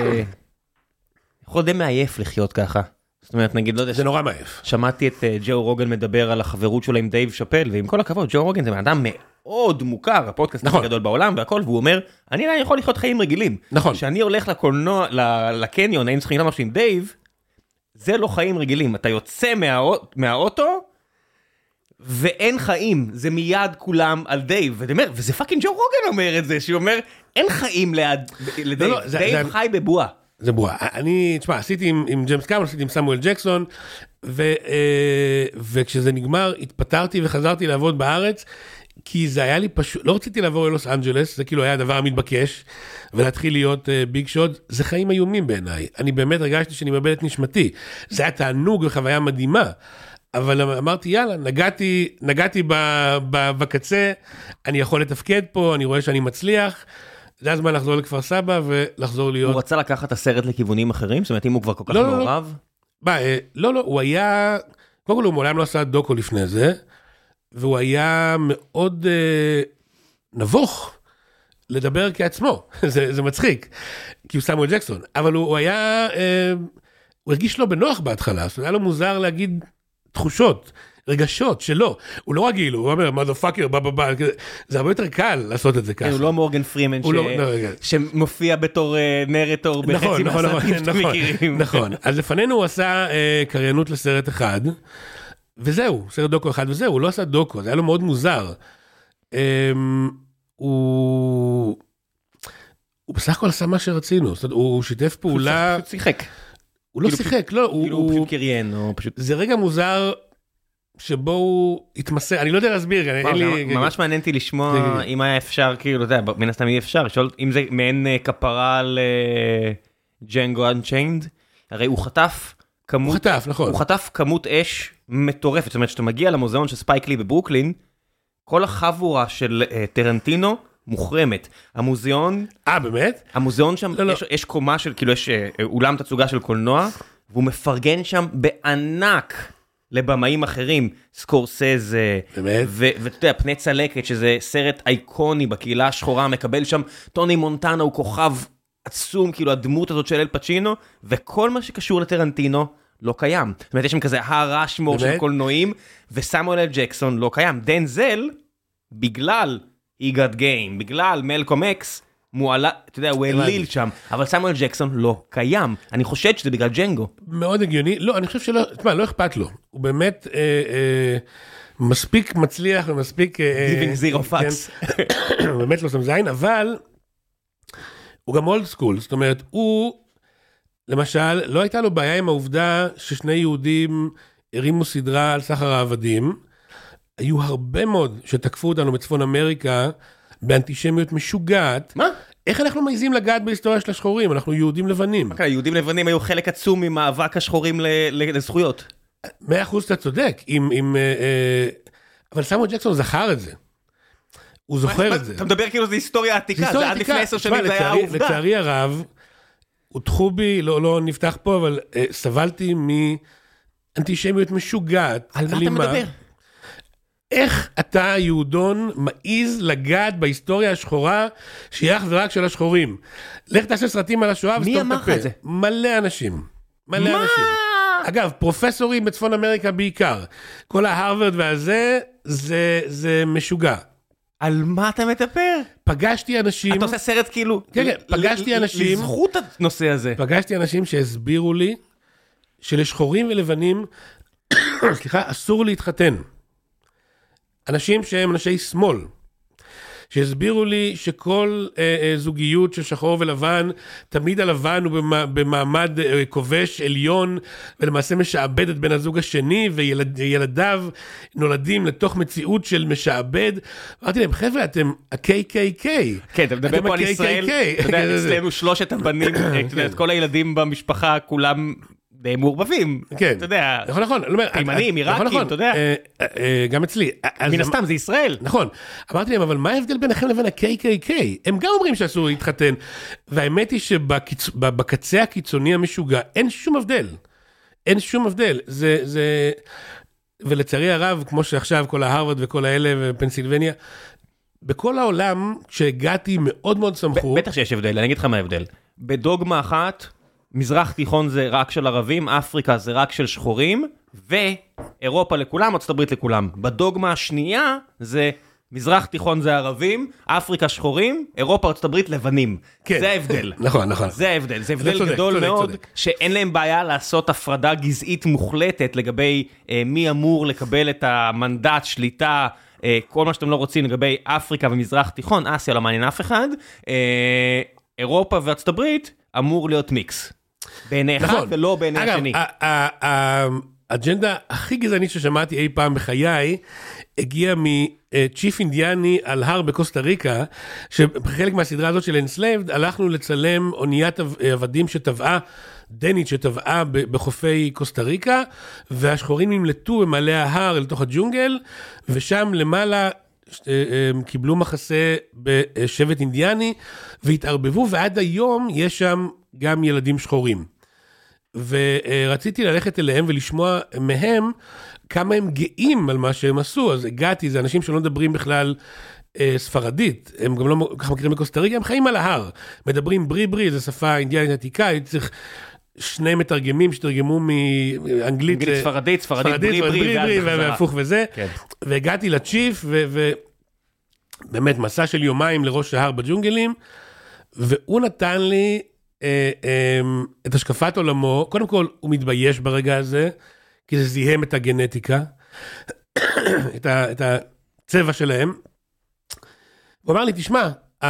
יכול להיות די מעייף לחיות ככה. זאת אומרת, נגיד, לא יודע. זה נורא מעייף. שמעתי את ג'ו רוגן מדבר על החברות שלו עם דייב שאפל, ועם כל הכבוד, ג'ו רוגן זה בן אדם מאוד מוכר, הפודקאסט הכי גדול בעולם והכל, והוא אומר, אני יכול לחיות חיים רגילים. נכון. כשאני הולך לקולנוע, לקניון, היינו צריכים משהו עם דייב, זה לא חיים רגילים. אתה יוצא מהאוטו, ואין חיים, זה מיד כולם על דייב, ואתה אומר, וזה פאקינג ג'ו רוגן אומר את זה, שהוא אומר, אין חיים ליד, לדייב, דייב חי בבועה. זה בועה. אני, תשמע, עשיתי עם, עם ג'יימס קמרון, עשיתי עם סמואל ג'קסון, ו, וכשזה נגמר, התפטרתי וחזרתי לעבוד בארץ, כי זה היה לי פשוט, לא רציתי לעבור ללוס אנג'לס, זה כאילו היה הדבר המתבקש, ולהתחיל להיות uh, ביג שוט, זה חיים איומים בעיניי. אני באמת הרגשתי שאני מאבד את נשמתי. זה היה תענוג וחוויה מדהימה, אבל אמרתי, יאללה, נגעתי, נגעתי ב, ב, בקצה, אני יכול לתפקד פה, אני רואה שאני מצליח, זה הזמן לחזור לכפר סבא ולחזור להיות... הוא רצה לקחת את הסרט לכיוונים אחרים? זאת אומרת, אם הוא כבר כל כך לא, מעורב? לא, לא. לא, לא, הוא היה... קודם כל, הוא מעולם לא עשה דוקו לפני זה, והוא היה מאוד אה, נבוך לדבר כעצמו. זה, זה מצחיק, כי הוא סמואל ג'קסון. אבל הוא, הוא היה... אה, הוא הרגיש לא בנוח בהתחלה, זאת אומרת, היה לו מוזר להגיד תחושות, רגשות שלו. הוא לא רגיל, הוא אומר, motherfucker, בא בא בא, זה הרבה יותר קל לעשות את זה ככה. הוא לא מורגן פרימן שמופיע בתור נרטור בחצי מהסרטים שאתם מכירים. נכון, אז לפנינו הוא עשה קריינות לסרט אחד, וזהו, סרט דוקו אחד וזהו, הוא לא עשה דוקו, זה היה לו מאוד מוזר. הוא... הוא בסך הכל עשה מה שרצינו, הוא שיתף פעולה... הוא פשוט שיחק. הוא לא שיחק, לא, הוא פשוט קריין, או פשוט... זה רגע מוזר... שבו הוא התמסר, אני לא יודע להסביר, אין לי... ממש מעניינתי לשמוע אם היה אפשר, כאילו, אתה יודע, מן הסתם אי אפשר, לשאול אם זה מעין כפרה על ג'נגו אנצ'יינד, הרי הוא חטף כמות... הוא חטף, נכון. הוא חטף כמות אש מטורפת, זאת אומרת, שאתה מגיע למוזיאון של ספייק לי בברוקלין, כל החבורה של טרנטינו מוחרמת. המוזיאון... אה, באמת? המוזיאון שם, יש קומה של, כאילו, יש אולם תצוגה של קולנוע, והוא מפרגן שם בענק. לבמאים אחרים, סקורסזה, ואתה יודע, פני צלקת, שזה סרט אייקוני בקהילה השחורה, מקבל שם, טוני מונטנה הוא כוכב עצום, כאילו הדמות הזאת של אל פצ'ינו, וכל מה שקשור לטרנטינו לא קיים. זאת אומרת, יש שם כזה הר אשמור של קולנועים, וסמואל אל ג'קסון לא קיים. דנזל, בגלל He Got Game, בגלל מלקום אקס, מועלה, אתה יודע, הוא אליל שם, אבל סמואל ג'קסון לא קיים. אני חושד שזה בגלל ג'נגו. מאוד הגיוני. לא, אני חושב שלא, תשמע, לא אכפת לו. הוא באמת אה, אה, מספיק מצליח ומספיק... Giving zero fucks. באמת לא שם זין, אבל הוא גם אולד סקול. זאת אומרת, הוא, למשל, לא הייתה לו בעיה עם העובדה ששני יהודים הרימו סדרה על סחר העבדים. היו הרבה מאוד שתקפו אותנו בצפון אמריקה, באנטישמיות משוגעת. מה? איך אנחנו מעיזים לגעת בהיסטוריה של השחורים? אנחנו יהודים לבנים. אוקיי, יהודים לבנים היו חלק עצום ממאבק השחורים לזכויות. מאה אחוז אתה צודק. אבל סמואל ג'קסון זכר את זה. הוא זוכר את זה. אתה מדבר כאילו זה היסטוריה עתיקה, זה עד לפני עשר שנים זה היה העובדה. לצערי הרב, הותחו בי, לא נפתח פה, אבל סבלתי מאנטישמיות משוגעת. על מה אתה מדבר? איך אתה, יהודון, מעיז לגעת בהיסטוריה השחורה, שהיא אך ורק של השחורים? לך תעשה סרטים על השואה וסתום את הפה. מי אמר לך את זה? מלא אנשים. מלא מה? אנשים. אגב, פרופסורים בצפון אמריקה בעיקר. כל ההרווארד והזה, זה, זה משוגע. על מה אתה מטפר? פגשתי אנשים... אתה עושה סרט כאילו... כן, כן, פגשתי אנשים... לזכות הנושא הזה. פגשתי אנשים שהסבירו לי, שלשחורים ולבנים, סליחה, אסור להתחתן. אנשים שהם אנשי שמאל, שהסבירו לי שכל אה, אה, זוגיות של שחור ולבן, תמיד הלבן הוא במע, במעמד אה, כובש עליון, ולמעשה משעבד את בן הזוג השני, וילדיו נולדים לתוך מציאות של משעבד. אמרתי להם, חבר'ה, אתם ה-קיי קיי קיי. כן, אתה מדבר פה על ישראל, אתה יודע, אצלנו שלושת הבנים, את כל הילדים במשפחה, כולם... די מעורבבים, אתה יודע, נכון, נכון, תימנים, עיראקים, אתה יודע. גם אצלי. מן הסתם, זה ישראל. נכון. אמרתי להם, אבל מה ההבדל ביניכם לבין ה-קיי קיי קיי? הם גם אומרים שאסור להתחתן. והאמת היא שבקצה הקיצוני המשוגע, אין שום הבדל. אין שום הבדל. זה, זה... ולצערי הרב, כמו שעכשיו, כל ההרווארד וכל האלה ופנסילבניה, בכל העולם, כשהגעתי מאוד מאוד סמכו... בטח שיש הבדל, אני אגיד לך מה ההבדל. בדוגמה אחת... מזרח תיכון זה רק של ערבים, אפריקה זה רק של שחורים, ואירופה לכולם, ארצות הברית לכולם. בדוגמה השנייה זה מזרח תיכון זה ערבים, אפריקה שחורים, אירופה, ארצות הברית לבנים. כן. זה ההבדל. נכון, נכון. זה ההבדל. זה הבדל צודק, גדול צודק, מאוד, צודק. שאין להם בעיה לעשות הפרדה גזעית מוחלטת לגבי אה, מי אמור לקבל את המנדט, שליטה, אה, כל מה שאתם לא רוצים לגבי אפריקה ומזרח תיכון, אסיה לא מעניין אף אחד, אה, אירופה וארצות הברית אמור להיות מיקס. בעיני אחד ולא בעיני השני. האג'נדה הכי גזענית ששמעתי אי פעם בחיי, הגיעה מצ'יף אינדיאני על הר בקוסטה ריקה, שבחלק מהסדרה הזאת של Enslaved, הלכנו לצלם אוניית עבדים שטבעה, דנית שטבעה בחופי קוסטה ריקה, והשחורים נמלטו במעלה ההר לתוך הג'ונגל, ושם למעלה קיבלו מחסה בשבט אינדיאני, והתערבבו, ועד היום יש שם גם ילדים שחורים. ורציתי ללכת אליהם ולשמוע מהם כמה הם גאים על מה שהם עשו. אז הגעתי, זה אנשים שלא מדברים בכלל אה, ספרדית, הם גם לא ככה מכירים בקוסטה ריקה, הם חיים על ההר, מדברים ברי ברי, זו שפה אינדיאנית עתיקה, הייתי צריך שני מתרגמים שתרגמו מאנגלית ספרדית, ספרדית, ברי ברי, והפוך וזה, והגעתי לצ'יף, ובאמת מסע של יומיים לראש ההר בג'ונגלים, והוא נתן לי את השקפת עולמו. קודם כל הוא מתבייש ברגע הזה, כי זה זיהם את הגנטיקה, את הצבע שלהם. הוא אמר לי, תשמע,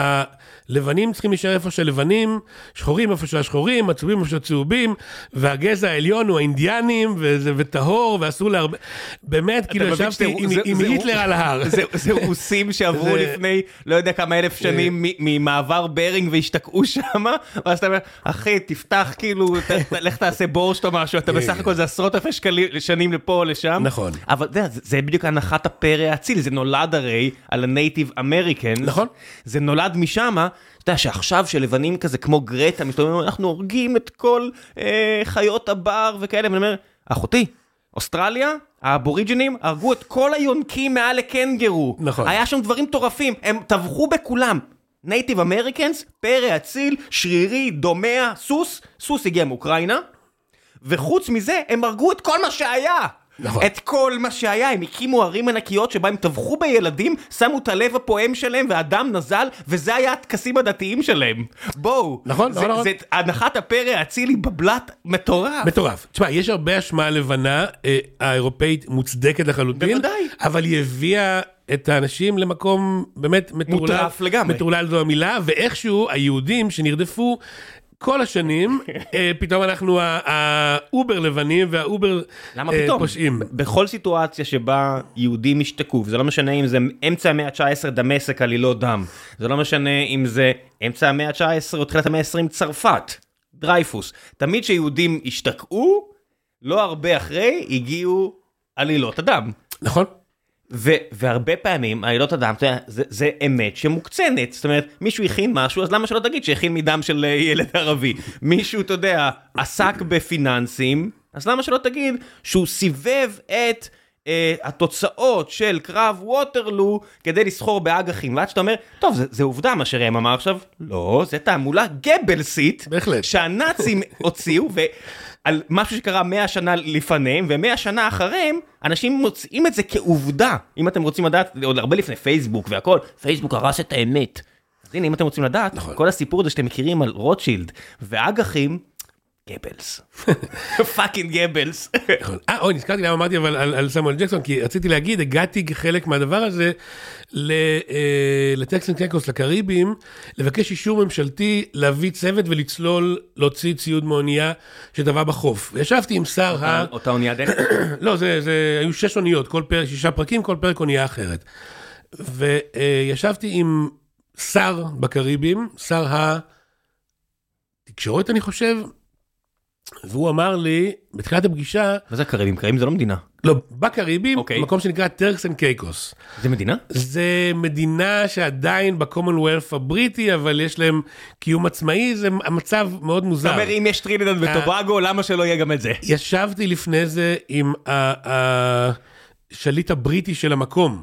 הלבנים צריכים להישאר איפה שלבנים, שחורים איפה שהשחורים, עצובים איפה שהצהובים, והגזע העליון הוא האינדיאנים, וטהור, ואסור להרבה, באמת, כאילו ישבתי עם היטלר על ההר. זה רוסים שעברו לפני, לא יודע כמה אלף שנים, ממעבר ברינג והשתקעו שם, ואז אתה אומר, אחי, תפתח כאילו, לך תעשה בורשט או משהו, אתה בסך הכל זה עשרות אלפי שנים לפה או לשם. נכון. אבל זה בדיוק הנחת הפרא האציל, זה נולד הרי על הנייטיב אמריקן. נכון. זה נולד משם, אתה יודע שעכשיו שלבנים כזה כמו גרטה, מסתובבים, אנחנו הורגים את כל אה, חיות הבר וכאלה, ואני אומר, אחותי, אוסטרליה, האבוריג'ינים, הרגו את כל היונקים מעל לקנגרו. נכון. היה שם דברים טורפים, הם טבחו בכולם. נייטיב אמריקנס, פרא אציל, שרירי, דומע, סוס, סוס הגיע מאוקראינה, וחוץ מזה, הם הרגו את כל מה שהיה. נכון. את כל מה שהיה, הם הקימו ערים ענקיות שבה הם טבחו בילדים, שמו את הלב הפועם שלהם והדם נזל, וזה היה התקסים הדתיים שלהם. בואו. נכון, זה, נכון, נכון. זה, הנחת הפרא האצילי בבלט מטורף. מטורף. תשמע, יש הרבה אשמה לבנה, אה, האירופאית מוצדקת לחלוטין. בוודאי. אבל היא הביאה את האנשים למקום באמת מטורלל. מוטרף לגמרי. מטורלל זו המילה, ואיכשהו היהודים שנרדפו, כל השנים, פתאום אנחנו האובר לבנים והאובר פושעים. בכל סיטואציה שבה יהודים השתקו, וזה לא משנה אם זה אמצע המאה ה-תשע עשרה דמשק עלילות דם, זה לא משנה אם זה אמצע המאה ה-תשע עשרה או תחילת המאה ה-עשרים צרפת, דרייפוס. תמיד שיהודים השתקעו, לא הרבה אחרי הגיעו עלילות הדם. נכון. ו- והרבה פעמים, העלילות הדם, זה, זה אמת שמוקצנת, זאת אומרת, מישהו הכין משהו, אז למה שלא תגיד שהכין מדם של ילד ערבי? מישהו, אתה יודע, עסק בפיננסים, אז למה שלא תגיד שהוא סיבב את אה, התוצאות של קרב ווטרלו כדי לסחור באג"חים, ועד שאתה אומר, טוב, זה, זה עובדה מה שראם אמר עכשיו, לא, זה תעמולה גבלסית, בהחלט. שהנאצים הוציאו, ו... על משהו שקרה מאה שנה לפניהם, ומאה שנה אחריהם, אנשים מוצאים את זה כעובדה. אם אתם רוצים לדעת, עוד הרבה לפני פייסבוק והכל, פייסבוק הרס את האמת. אז הנה, אם אתם רוצים לדעת, נכון. כל הסיפור הזה שאתם מכירים על רוטשילד, ואג"חים, גבלס. פאקינג גבלס. אה, אוי, נזכרתי למה אמרתי אבל על, על סמואל ג'קסון, כי רציתי להגיד, הגעתי חלק מהדבר הזה לטקסס אנד קנקוס, לקריבים, לבקש אישור ממשלתי, להביא צוות ולצלול, להוציא ציוד מאונייה שטבע בחוף. וישבתי עם שר ה... אותה אונייה דרך? לא, זה, זה, היו שש אוניות, כל פרק, שישה פרקים, כל פרק אונייה אחרת. וישבתי עם שר בקריבים, שר התקשורת, אני חושב, והוא אמר לי, בתחילת הפגישה... מה זה הקריבים? קריבים זה לא מדינה. לא, בקריבים, okay. מקום שנקרא טרקס אנד קייקוס. זה מדינה? זה מדינה שעדיין בקומונוולף הבריטי, אבל יש להם קיום עצמאי, זה המצב מאוד מוזר. זאת אומרת, אם יש טרינדד וטובגו, למה שלא יהיה גם את זה? ישבתי לפני זה עם השליט הבריטי של המקום.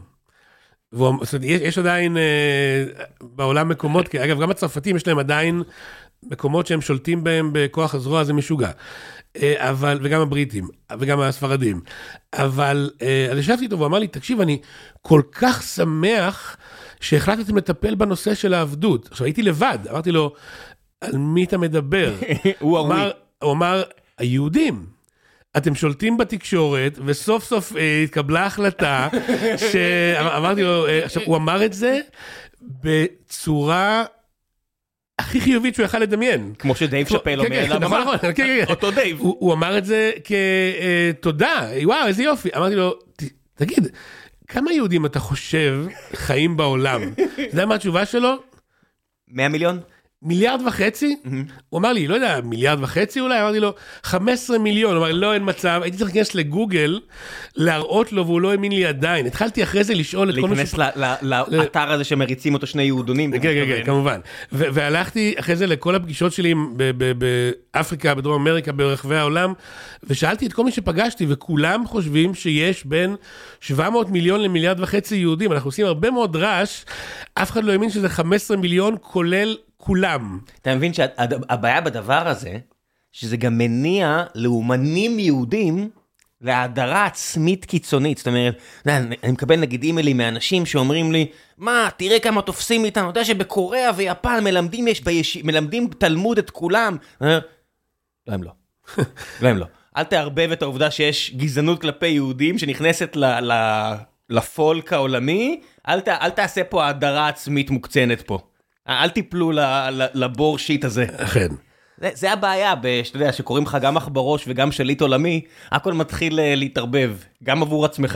יש עדיין בעולם מקומות, אגב, גם הצרפתים יש להם עדיין... מקומות שהם שולטים בהם בכוח הזרוע, זה משוגע. אבל, וגם הבריטים, וגם הספרדים. אבל, אז ישבתי איתו, והוא אמר לי, תקשיב, אני כל כך שמח שהחלטתם לטפל בנושא של העבדות. עכשיו, הייתי לבד, אמרתי לו, על מי אתה מדבר? הוא אמר, הוא אמר, היהודים. אתם שולטים בתקשורת, וסוף סוף התקבלה החלטה, שאמרתי לו, עכשיו, הוא אמר את זה בצורה... הכי חיובית שהוא יכל לדמיין. כמו שדייב שאפל אומר, נכון, נכון, אותו דייב. הוא אמר את זה כתודה, וואו, איזה יופי. אמרתי לו, תגיד, כמה יהודים אתה חושב חיים בעולם? אתה יודע מה התשובה שלו? מאה מיליון? מיליארד וחצי? הוא אמר לי, לא יודע, מיליארד וחצי אולי? אמרתי לו, חמישה עשר מיליון. הוא אמר, לא, אין מצב. הייתי צריך להיכנס לגוגל, להראות לו, והוא לא האמין לי עדיין. התחלתי אחרי זה לשאול את כל מה להיכנס לאתר הזה שמריצים אותו שני יהודונים. כן, כן, כן, כמובן. והלכתי אחרי זה לכל הפגישות שלי באפריקה, בדרום אמריקה, ברחבי העולם, ושאלתי את כל מי שפגשתי, וכולם חושבים שיש בין שבע מאות מיליון למיליארד וחצי יהודים. אנחנו עושים הרבה מאוד רעש, אף אחד לא האמין שזה חמישה עשר מיליון, כולל כולם. אתה מבין שהבעיה בדבר הזה, שזה גם מניע לאומנים יהודים להדרה עצמית קיצונית. זאת אומרת, אני מקבל נגיד אימיילים מאנשים שאומרים לי, מה, תראה כמה תופסים איתנו, אתה יודע שבקוריאה ויפן מלמדים, יש ביש... מלמדים תלמוד את כולם. לא, הם לא. לא, הם לא. אל תערבב את העובדה שיש גזענות כלפי יהודים שנכנסת ל... ל... לפולק העולמי, אל, ת... אל תעשה פה הדרה עצמית מוקצנת פה. אל תיפלו לבור שיט הזה. אכן. זה, זה הבעיה, שאתה יודע, שקוראים לך גם אח בראש וגם שליט עולמי, הכל מתחיל להתערבב, גם עבור עצמך.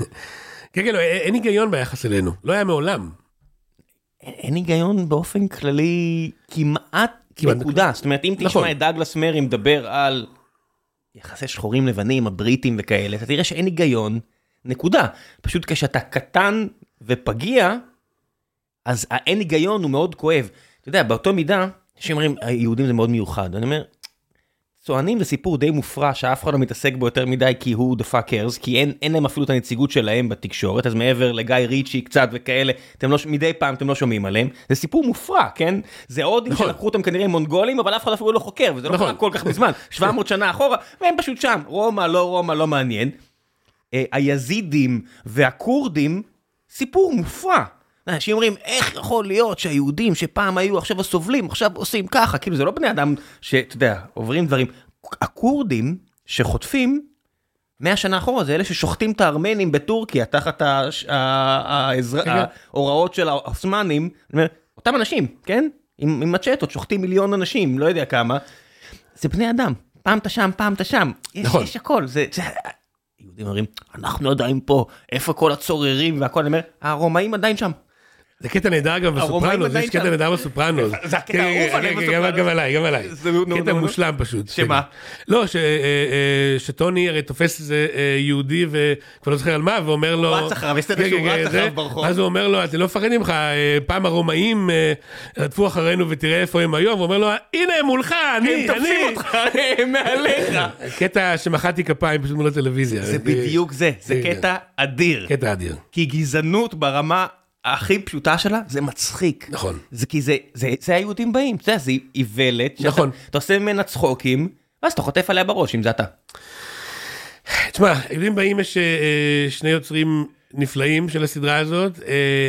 כן, כן, אין היגיון ביחס אלינו, לא היה מעולם. אין, אין היגיון באופן כללי כמעט נקודה, זאת אומרת, אם תשמע את דאגלס מרי מדבר על יחסי שחורים לבנים, הבריטים וכאלה, אתה תראה שאין היגיון, נקודה. פשוט כשאתה קטן ופגיע, אז האין היגיון הוא מאוד כואב. אתה יודע, באותו מידה, שאומרים, היהודים זה מאוד מיוחד. אני אומר, צוענים זה סיפור די מופרע, שאף אחד לא מתעסק בו יותר מדי, כי הוא the fuckers, כי אין, אין להם אפילו את הנציגות שלהם בתקשורת, אז מעבר לגיא ריצ'י קצת וכאלה, אתם לא, מדי פעם אתם לא שומעים עליהם. זה סיפור מופרע, כן? זה הודים נכון. שלקחו אותם כנראה מונגולים, אבל אף אחד אפילו לא חוקר, וזה נכון. לא קרה כל כך בזמן, שבע מאות שנה אחורה, והם פשוט שם. רומא, לא רומא, לא מעניין. היזידים והקורדים, סיפור מופרע. אנשים אומרים, איך יכול להיות שהיהודים שפעם היו עכשיו הסובלים, עכשיו עושים ככה, כאילו זה לא בני אדם שאתה יודע, עוברים דברים. הקורדים שחוטפים, מאה שנה אחורה, זה אלה ששוחטים את הארמנים בטורקיה, תחת ההוראות של האוסמנים, אותם אנשים, כן? עם מצ'טות, שוחטים מיליון אנשים, לא יודע כמה. זה בני אדם, פעם אתה שם, פעם אתה שם. יש הכל, זה... יהודים אומרים, אנחנו עדיין פה, איפה כל הצוררים והכל, אני אומר, הרומאים עדיין שם. זה קטע נהדר גם בסופרנוס, יש קטע נהדר בסופרנוס. זה הקטע האהוב עליהם בסופרנוס. גם עליי, גם עליי. קטע מושלם פשוט. שמה? לא, שטוני הרי תופס איזה יהודי וכבר לא זוכר על מה, ואומר לו... הוא רץ אחריו, יש את זה שהוא רץ אחריו ברחוב. אז הוא אומר לו, אתם לא מפחדים לך, פעם הרומאים רדפו אחרינו ותראה איפה הם היום, ואומר לו, הנה הם מולך, אני, אני. הם תופסים אותך, הם מעליך. קטע שמחאתי כפיים פשוט מול הטלוויזיה. זה בדיוק זה, זה קטע אדיר. קטע אדיר. כי גזענות ברמה הכי פשוטה שלה, זה מצחיק. נכון. זה כי זה, זה, זה היהודים באים, זה, זה איוולת, נכון. אתה עושה ממנה צחוקים, ואז אתה חוטף עליה בראש, אם זה אתה. תשמע, היהודים באים, יש שני יוצרים נפלאים של הסדרה הזאת,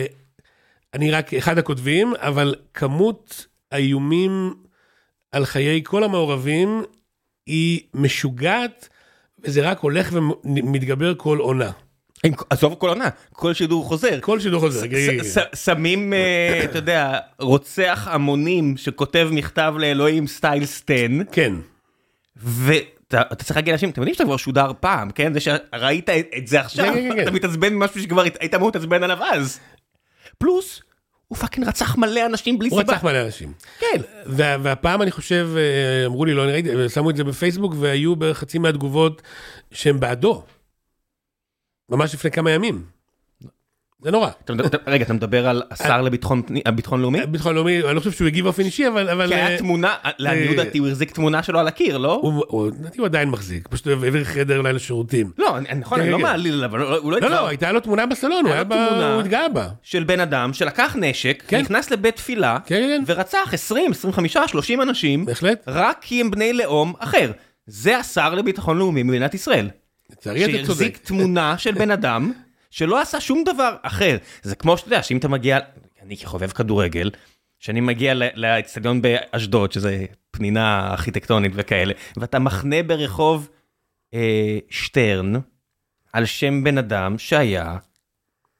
אני רק אחד הכותבים, אבל כמות האיומים על חיי כל המעורבים, היא משוגעת, וזה רק הולך ומתגבר כל עונה. עזוב כל עונה, כל שידור חוזר. כל שידור חוזר. שמים, אתה יודע, רוצח המונים שכותב מכתב לאלוהים סטייל סטן. כן. ואתה צריך להגיע לאנשים, אתם יודעים שאתה כבר שודר פעם, כן? זה שראית את זה עכשיו, אתה מתעצבן ממשהו שכבר היית אמור להתעצבן עליו אז. פלוס, הוא פאקינג רצח מלא אנשים בלי סיבה. הוא רצח מלא אנשים. כן. והפעם אני חושב, אמרו לי, לא, אני ראיתי, שמו את זה בפייסבוק, והיו בחצי מהתגובות שהם בעדו. ממש לפני כמה ימים. זה נורא. רגע, אתה מדבר על השר לביטחון לאומי? ביטחון לאומי, אני לא חושב שהוא הגיב באופן אישי, אבל... כי היה תמונה, לעניות דעתי, הוא החזיק תמונה שלו על הקיר, לא? הוא עדיין מחזיק, פשוט הוא העביר חדר אולי לשירותים. לא, נכון, אני לא מעליל, אבל הוא לא התגאה. לא, לא, הייתה לו תמונה בסלון, הוא התגאה בה. של בן אדם שלקח נשק, נכנס לבית תפילה, ורצח עשרים, עשרים וחמישה, שלושים אנשים, רק כי הם בני לאום אחר. זה השר לביטחון לאומי במדינת ישראל. שהחזיק תמונה של בן אדם, שלא עשה שום דבר אחר. זה כמו שאתה יודע, שאם אתה מגיע, אני כחובב כדורגל, שאני מגיע לאצטדיון באשדוד, שזה פנינה ארכיטקטונית וכאלה, ואתה מחנה ברחוב אה, שטרן, על שם בן אדם שהיה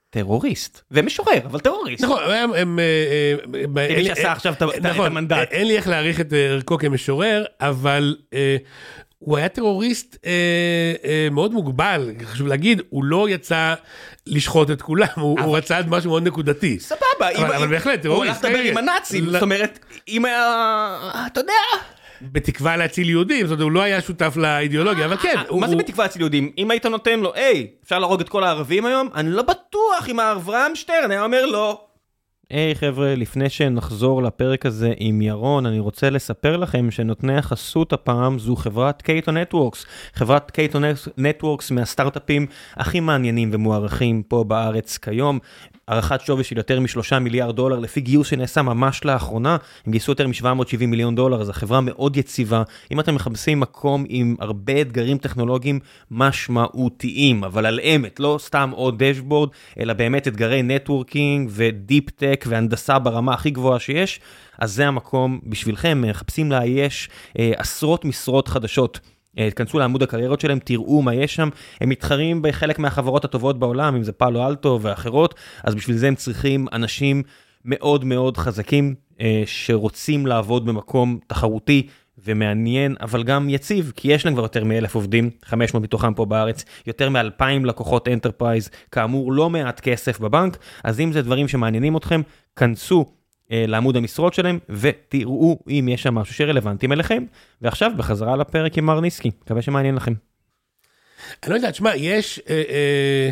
טרוריסט, ומשורר, אבל טרוריסט. נכון, הם... מי שעשה עכשיו את המנדט. אין לי איך להעריך את ערכו כמשורר, אבל הוא היה טרוריסט מאוד מוגבל, חשוב להגיד, הוא לא יצא לשחוט את כולם, הוא רצה עד משהו מאוד נקודתי. סבבה, אבל בהחלט, הוא הלך לדבר עם הנאצים, זאת אומרת, אם היה, אתה יודע... בתקווה להציל יהודים, זאת אומרת, הוא לא היה שותף לאידיאולוגיה, אבל כן. מה זה בתקווה להציל יהודים? אם היית נותן לו, היי, אפשר להרוג את כל הערבים היום? אני לא בטוח אם אברהם שטרן היה אומר לא. היי חבר'ה, לפני שנחזור לפרק הזה עם ירון, אני רוצה לספר לכם שנותני החסות הפעם זו חברת קייטו נטוורקס. חברת קייטו נטוורקס מהסטארט-אפים הכי מעניינים ומוערכים פה בארץ כיום. הערכת שווי של יותר משלושה מיליארד דולר, לפי גיוס שנעשה ממש לאחרונה, הם גייסו יותר מ-שבע מאות שבעים מיליון דולר, אז החברה מאוד יציבה. אם אתם מחפשים מקום עם הרבה אתגרים טכנולוגיים משמעותיים, אבל על אמת, לא סתם עוד דשבורד, אלא באמת אתגרי נטוורקינג ודיפ טק והנדסה ברמה הכי גבוהה שיש, אז זה המקום בשבילכם, מחפשים לאייש אה, עשרות משרות חדשות. תכנסו לעמוד הקריירות שלהם, תראו מה יש שם, הם מתחרים בחלק מהחברות הטובות בעולם, אם זה פאלו אלטו ואחרות, אז בשביל זה הם צריכים אנשים מאוד מאוד חזקים, שרוצים לעבוד במקום תחרותי ומעניין, אבל גם יציב, כי יש להם כבר יותר מאלף עובדים, חמש מאות מתוכם פה בארץ, יותר מאלפיים לקוחות אנטרפרייז, כאמור לא מעט כסף בבנק, אז אם זה דברים שמעניינים אתכם, כנסו, לעמוד המשרות שלהם, ותראו אם יש שם משהו שרלוונטי אליכם. ועכשיו, בחזרה לפרק עם מר ניסקי. מקווה שמעניין לכם. אני לא יודע, תשמע, יש... אה, אה,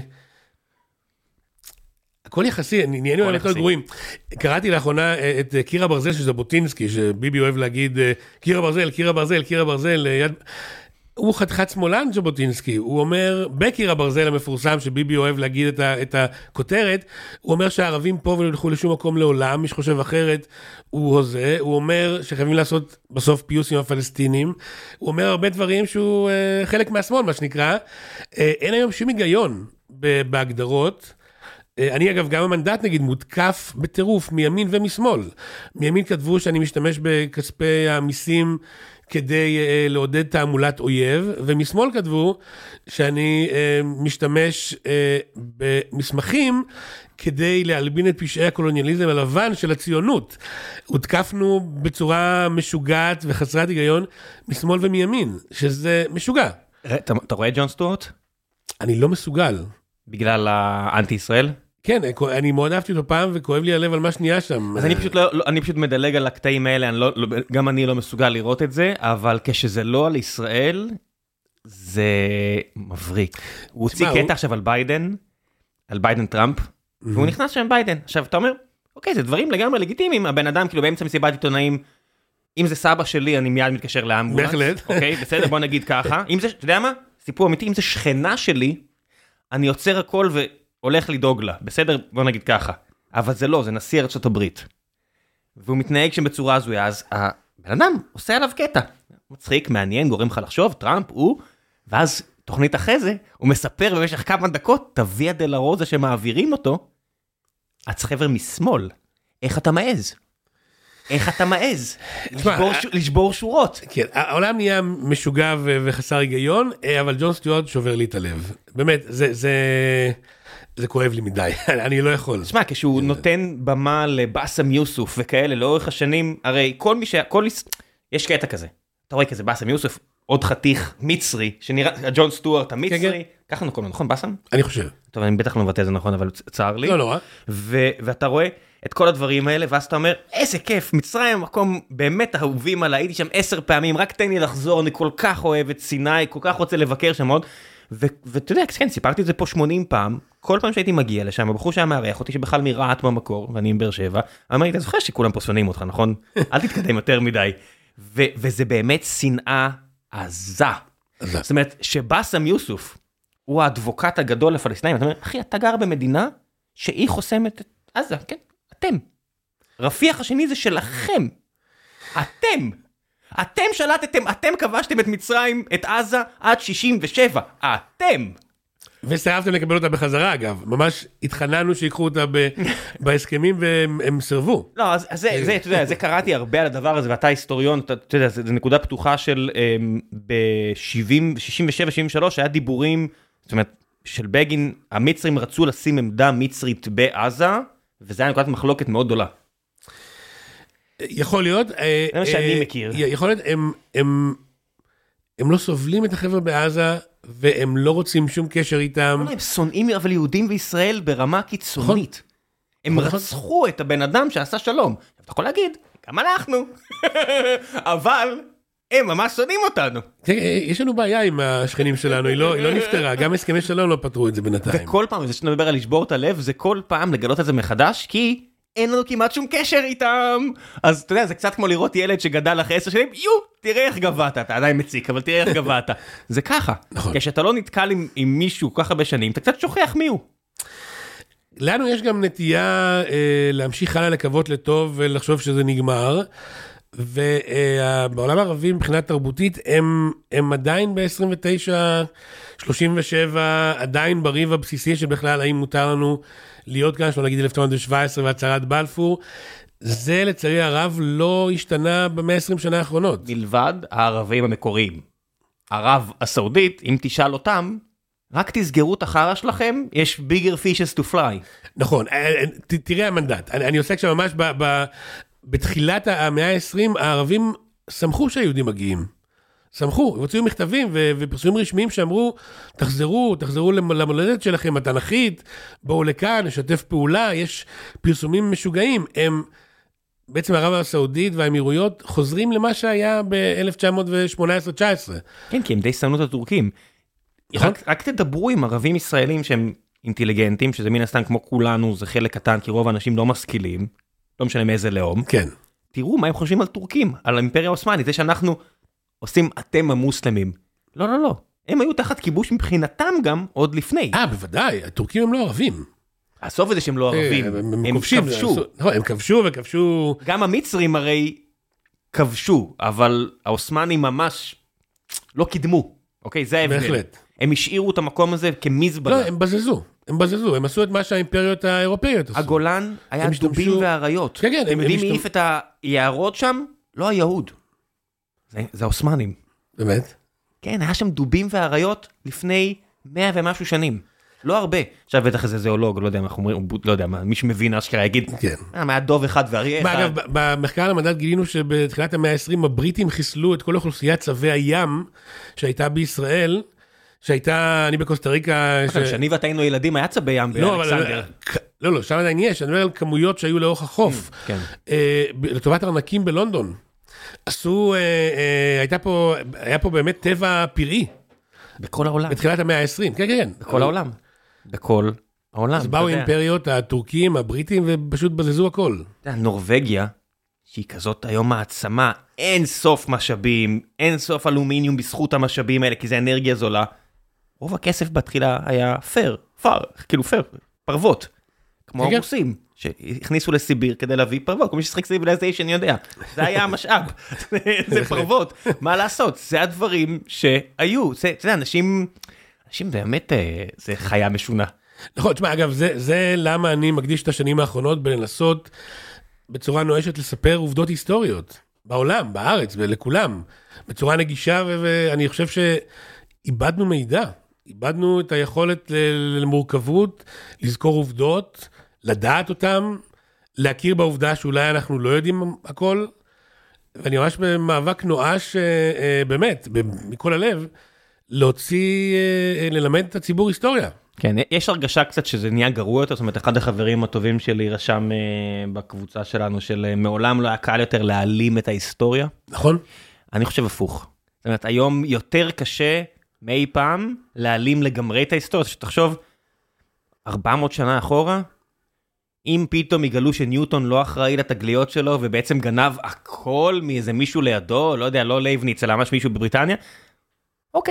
הכל יחסי, נהיינו על הכל גרועים. קראתי לאחרונה את קיר הברזל של ז'בוטינסקי, שביבי אוהב להגיד, קיר הברזל, קיר הברזל, קיר הברזל, יד... הוא חתיכת שמאלן ז'בוטינסקי, הוא אומר, בקיר הברזל המפורסם, שביבי אוהב להגיד את, ה, את הכותרת, הוא אומר שהערבים פה ולא ילכו לשום מקום לעולם, מי שחושב אחרת הוא הוזה, הוא אומר שחייבים לעשות בסוף פיוס עם הפלסטינים, הוא אומר הרבה דברים שהוא אה, חלק מהשמאל, מה שנקרא, אה, אין היום שום היגיון בהגדרות, אה, אני אגב גם המנדט נגיד מותקף בטירוף מימין ומשמאל, מימין כתבו שאני משתמש בכספי המיסים, כדי uh, לעודד תעמולת אויב, ומשמאל כתבו שאני uh, משתמש uh, במסמכים כדי להלבין את פשעי הקולוניאליזם הלבן של הציונות. הותקפנו בצורה משוגעת וחסרת היגיון משמאל ומימין, שזה משוגע. אתה, אתה רואה ג'ון סטוארט? אני לא מסוגל. בגלל האנטי ישראל? כן, אני מאוד אהבתי אותו פעם, וכואב לי הלב על מה שנייה שם. אז אני פשוט, לא, אני פשוט מדלג על הקטעים האלה, אני לא, גם אני לא מסוגל לראות את זה, אבל כשזה לא על ישראל, זה מבריק. הוא הוציא קטע עכשיו על ביידן, על ביידן טראמפ, והוא נכנס שם ביידן. עכשיו, אתה אומר, אוקיי, זה דברים לגמרי לגיטימיים, הבן אדם כאילו באמצע מסיבת עיתונאים, אם זה סבא שלי, אני מיד מתקשר לאמבולנס. בהחלט. אוקיי, בסדר, בוא נגיד ככה. אם זה, אתה יודע מה? סיפור אמיתי, אם זה שכנה שלי, אני עוצר הכל ו... הולך לדאוג לה, בסדר? בוא נגיד ככה. אבל זה לא, זה נשיא ארצות הברית. והוא מתנהג שם בצורה הזויה, אז הבן אדם עושה עליו קטע. מצחיק, מעניין, גורם לך לחשוב, טראמפ, הוא, ואז תוכנית אחרי זה, הוא מספר במשך כמה דקות, תביא הדלה רוזה שמעבירים אותו, אז חבר משמאל, איך אתה מעז? איך אתה מעז? לשבור, לשבור שורות. כן, העולם נהיה משוגע וחסר היגיון, אבל ג'ון סטיוארט שובר לי את הלב. באמת, זה... זה... זה כואב לי מדי, אני לא יכול. תשמע, כשהוא נותן במה לבאסם יוסוף וכאלה, לאורך השנים, הרי כל מי ש... כל... יש קטע כזה. אתה רואה כזה באסם יוסוף, עוד חתיך מצרי, שנראה, ג'ון סטוארט המצרי, ככה נקום לו, נכון, באסם? אני חושב. טוב, אני בטח לא מבטא את זה נכון, אבל צער לי. לא, לא. ו... ואתה רואה את כל הדברים האלה, ואז אתה אומר, איזה כיף, מצרים, מקום באמת אהובים עליי, הייתי שם עשר פעמים, רק תן לי לחזור, אני כל כך אוהב את סיני, כל כך רוצה לבקר שם עוד. ואתה יודע, כן, סיפרתי את זה פה שמונים פעם, כל פעם שהייתי מגיע לשם, הבחור שהיה מארח אותי שבכלל מרעת במקור, ואני עם באר שבע, אמר לי, אתה זוכר שכולם פה שונאים אותך, נכון? אל תתקדם יותר מדי. וזה באמת שנאה עזה. זאת אומרת, שבאסם יוסוף, הוא האדבוקט הגדול לפלסטינאים, אתה אומר, אחי, אתה גר במדינה שהיא חוסמת את עזה, כן? אתם. רפיח השני זה שלכם. אתם. אתם שלטתם, אתם כבשתם את מצרים, את עזה, עד שישים ושבע. אתם. וסרבתם לקבל אותה בחזרה, אגב. ממש התחננו שיקחו אותה בהסכמים והם סרבו. לא, אז זה, אתה יודע, זה קראתי הרבה על הדבר הזה, ואתה היסטוריון, אתה יודע, זו נקודה פתוחה של ב-שישים ושבע, שישים ושלוש, היה דיבורים, זאת אומרת, של בגין, המצרים רצו לשים עמדה מצרית בעזה, וזה היה נקודת מחלוקת מאוד גדולה. יכול להיות. זה מה שאני מכיר. יכול להיות, הם, הם, הם לא סובלים את החבר'ה בעזה, והם לא רוצים שום קשר איתם. הם שונאים אבל יהודים וישראל ברמה קיצונית. הם רצחו את הבן אדם שעשה שלום. אתה יכול להגיד, גם אנחנו. אבל הם ממש שונאים אותנו. יש לנו בעיה עם השכנים שלנו, היא לא נפתרה. גם הסכמי שלום לא פתרו את זה בינתיים. וכל פעם, זה שנדבר על לשבור את הלב, זה כל פעם לגלות את זה מחדש, כי אין לנו כמעט שום קשר איתם. אז אתה יודע, זה קצת כמו לראות ילד שגדל אחרי עשר שנים, יו, תראה איך גבעת, אתה עדיין מציק, אבל תראה איך גבעת. זה ככה. כשאתה לא נתקל עם, עם מישהו כל כך הרבה שנים, אתה קצת שוכח מי הוא. לנו יש גם נטייה אה, להמשיך הלאה לקוות לטוב ולחשוב שזה נגמר, ובעולם הערבי מבחינת תרבותית, הם, הם עדיין ב-עשרים ותשע שלושים ושבע, עדיין בריב הבסיסי שבכלל האם מותר לנו להיות כאן, שלא נגיד אלף תשע מאות שבע עשרה והצהרת בלפור, זה לצערי הרב לא השתנה במאה עשרים שנה האחרונות. מלבד הערבים המקוריים. ערב הסעודית, אם תשאל אותם, רק תסגרו את החרה שלכם, יש bigger fishes to fly. נכון, ת, תראה המנדט, אני, אני עוסק שם ממש ב, ב, בתחילת המאה ה-עשרים, הערבים שמחו שהיהודים מגיעים. שמחו, הוציאו מכתבים ו- ופרסומים רשמיים שאמרו, תחזרו, תחזרו למולדת שלכם התנ"כית, בואו לכאן, נשתף פעולה, יש פרסומים משוגעים, הם בעצם ערב הסעודית והאמירויות חוזרים למה שהיה ב-אלף תשע מאות שמונה עשרה תשע עשרה. כן, כי הם די שנאו את הטורקים. רק, רק תדברו עם ערבים ישראלים שהם אינטליגנטים, שזה מן הסתם כמו כולנו, זה חלק קטן, כי רוב האנשים לא משכילים, לא משנה מאיזה לאום. כן. תראו מה הם חושבים על טורקים, על האימפריה העות'מאנית, זה שאנחנו עושים אתם המוסלמים. לא, לא, לא. הם היו תחת כיבוש מבחינתם גם עוד לפני. אה, בוודאי, הטורקים הם לא ערבים. הסוף הזה שהם לא ערבים, הם כבשו. נכון, הם כבשו וכבשו. גם המצרים הרי כבשו, אבל העות'מאנים ממש לא קידמו. אוקיי, זה ההבדל. בהחלט. הם השאירו את המקום הזה כמזבלה. לא, הם בזזו. הם בזזו, הם עשו את מה שהאימפריות האירופאיות עשו. הגולן היה דובים ואריות. כן, כן. אתם יודעים מי העיף את היערות שם? לא היהוד. זה העות'מאנים. באמת? כן, היה שם דובים ואריות לפני מאה ומשהו שנים. לא הרבה. עכשיו בטח איזה זואולוג, לא יודע מה, לא יודע מה, מי שמבין אשכרה יגיד, כן. היה דוב אחד ואריה אחד. אגב, במחקר על המדע גילינו שבתחילת המאה ה-עשרים הבריטים חיסלו את כל אוכלוסיית צבי הים שהייתה בישראל, שהייתה, אני בקוסטה ריקה... שאני ואתה היינו ילדים, היה צבי ים באלכסנדר. לא, לא, שם עדיין יש, אני מדבר על כמויות שהיו לאורך החוף. לטובת ארנקים בלונדון. עשו, הייתה פה, היה פה באמת טבע פראי. בכל העולם. בתחילת המאה ה-עשרים, כן, כן. בכל העולם. בכל העולם. אז באו אימפריות, הטורקים, הבריטים, ופשוט בזזו הכל. נורווגיה, שהיא כזאת היום מעצמה, אין סוף משאבים, אין סוף אלומיניום בזכות המשאבים האלה, כי זה אנרגיה זולה. רוב הכסף בתחילה היה פר, פר, כאילו פר, פרוות. כמו הרוסים, שהכניסו לסיביר כדי להביא פרוות, כמו ששחק סיביליזיישן יודע. זה היה המשאב, זה פרוות. מה לעשות? זה הדברים שהיו. זה, זה אנשים, אנשים באמת, זה חיה משונה. נכון, תשמע, אגב, זה, זה למה אני מקדיש את השנים האחרונות בלנסות בצורה נואשת לספר עובדות היסטוריות. בעולם, בארץ, ולכולם. בצורה נגישה, ואני חושב שאיבדנו מידע. איבדנו את היכולת למורכבות, לזכור עובדות, לדעת אותם, להכיר בעובדה שאולי אנחנו לא יודעים הכל, ואני ממש במאבק נואש, באמת, מכל הלב, להוציא, ללמד את הציבור היסטוריה. כן, יש הרגשה קצת שזה נהיה גרוע יותר, זאת אומרת, אחד החברים הטובים שלי רשם בקבוצה שלנו, של מעולם לא היה קל יותר להעלים את ההיסטוריה. נכון. אני חושב הפוך. זאת אומרת, היום יותר קשה מאי פעם להעלים לגמרי את ההיסטוריה, שתחשוב, ארבע מאות שנה אחורה, אם פתאום יגלו שניוטון לא אחראי לתגליות שלו, ובעצם גנב הכל מאיזה מישהו לידו, לא יודע, לא לייבניץ, אלא ממש מישהו בבריטניה, אוקיי.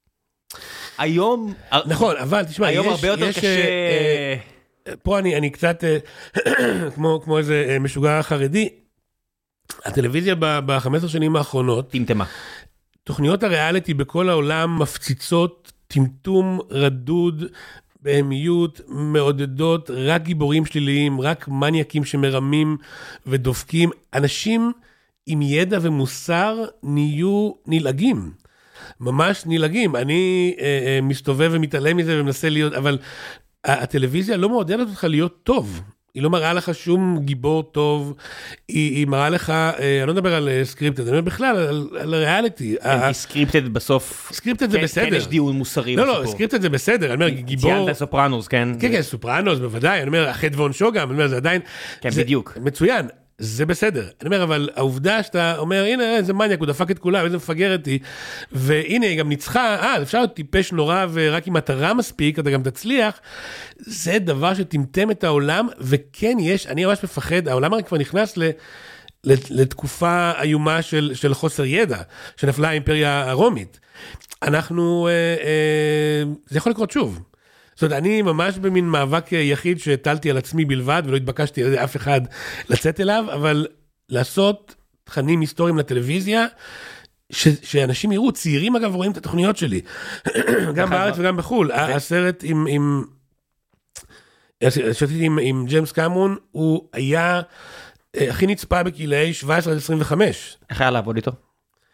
היום... נכון, אבל תשמע, היום יש, הרבה יותר יש, קשה... אה, אה, פה אני, אני קצת, אה, כמו, כמו איזה אה, משוגע חרדי, הטלוויזיה ב-חמש עשרה שנים האחרונות, טמטמה. תוכניות הריאליטי בכל העולם מפציצות, טמטום רדוד, בהמיות, מעודדות, רק גיבורים שליליים, רק מניאקים שמרמים ודופקים. אנשים עם ידע ומוסר נהיו נלעגים. ממש נילגים, אני אה, אה, מסתובב ומתעלם מזה ומנסה להיות, אבל הטלוויזיה לא מעודדת אותך להיות טוב, היא לא מראה לך שום גיבור טוב, היא, היא מראה לך, אה, אני לא מדבר על סקריפטד, אני מדבר בכלל על, על ריאליטי. כן, סקריפטד בסוף, סקריפטד זה בסדר. כן, יש דיון מוסרי לא, בסיפור. לא, סקריפטד זה בסדר, אני אומר, גיבור... ציינת סופרנוס, כן? כן, כן, סופרנוס, בוודאי, אני אומר, החטא ועונשו גם, אני אומר, זה עדיין... כן, זה בדיוק. מצוין. זה בסדר. אני אומר, אבל העובדה שאתה אומר, הנה, איזה מניאק, הוא דפק את כולם, איזה מפגרת היא, והנה, היא גם ניצחה, אה, אפשר להיות טיפש נורא, ורק אם אתה רע מספיק, אתה גם תצליח, זה דבר שטמטם את העולם, וכן יש, אני ממש מפחד, העולם הרי כבר נכנס ל... לתקופה איומה של, של חוסר ידע, שנפלה האימפריה הרומית. אנחנו, אה, אה, זה יכול לקרות שוב. זאת אומרת, אני ממש במין מאבק יחיד שטלתי על עצמי בלבד, ולא התבקשתי על ידי אף אחד לצאת אליו, אבל לעשות תכנים היסטוריים לטלוויזיה, ש, שאנשים יראו, צעירים אגב רואים את התוכניות שלי, גם בארץ וגם בחול. הסרט עם, עם, שעשיתי עם, עם ג'יימס קמרון, הוא היה הכי נצפה בגילאי שבע עשרה עד עשרים וחמש. איך היה לעבוד איתו?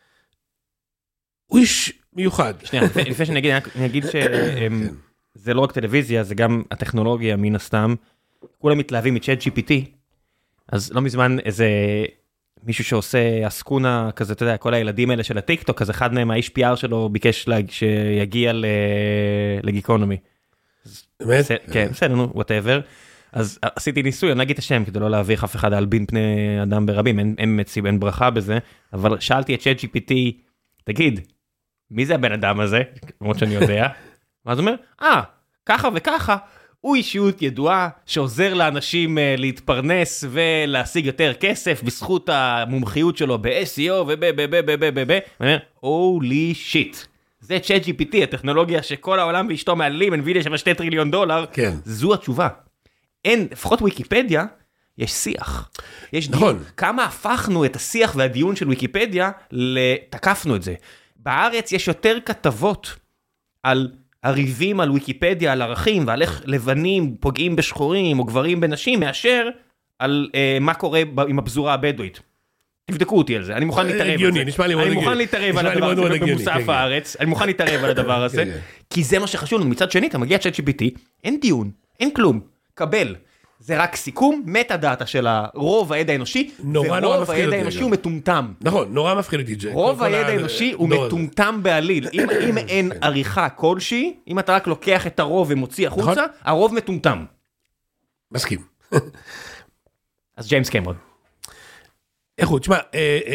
הוא איש מיוחד. שנייה, לפני שאני אגיד ש... זה לא רק טלוויזיה, זה גם הטכנולוגיה מן הסתם. כולם מתלהבים מצ'אט ג'י פי טי, אז לא מזמן איזה מישהו שעושה אסקונה כזה, אתה יודע, כל הילדים האלה של הטיקטוק, אז אחד מהם, האיש פי אר שלו ביקש שיגיע לגיקונומי. באמת? כן, בסדר, נו, whatever. אז עשיתי ניסוי, אני לא אגיד את השם, כדי לא להביך אף אחד על בין פני אדם ברבים, אין מציב, אין ברכה בזה, אבל שאלתי את צ'אט ג'י פי טי, תגיד, מי זה הבן אדם הזה? למרות שאני יודע. ואז הוא אומר, אה, ככה וככה, הוא אישיות ידועה שעוזר לאנשים להתפרנס ולהשיג יותר כסף בזכות המומחיות שלו ב-אס אי או וב ב ב ב ב ב ב אומר, הולי שיט. זה צ'אט ג'י פי טי, הטכנולוגיה שכל העולם ואשתו מעלים, NVIDIA שווה שתי טריליון דולר. כן. זו התשובה. אין, לפחות ויקיפדיה, יש שיח. יש נכון. דיון. כמה הפכנו את השיח והדיון של ויקיפדיה, לתקפנו את זה. בארץ יש יותר כתבות על הריבים על ויקיפדיה, על ערכים, ועל איך לבנים פוגעים בשחורים, או גברים בנשים, מאשר על אה, מה קורה עם הפזורה הבדואית. תבדקו אותי על זה, אני מוכן להתערב על זה. נשמע לי מאוד אני הגיוני. מוכן להתערב על הדבר הזה במוסף הארץ, אני מוכן להתערב על הדבר הזה, כי זה מה שחשוב לנו. מצד שני, אתה מגיע צ'אט ג'י פי טי, אין דיון, אין כלום, קבל. זה רק סיכום, מטה דאטה של הרוב הידע האנושי, ורוב הידע האנושי הוא מטומטם. נכון, נורא מפחיד אותי ג'ק. רוב הידע האנושי הוא מטומטם בעליל. אם אין עריכה כלשהי, אם אתה רק לוקח את הרוב ומוציא החוצה, הרוב מטומטם. מסכים. אז ג'יימס קמרון. איך הוא, תשמע,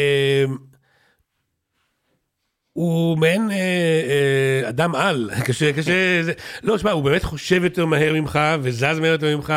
הוא מעין אדם על, קשה, קשה, לא, תשמע, הוא באמת חושב יותר מהר ממך, וזז מהר יותר ממך,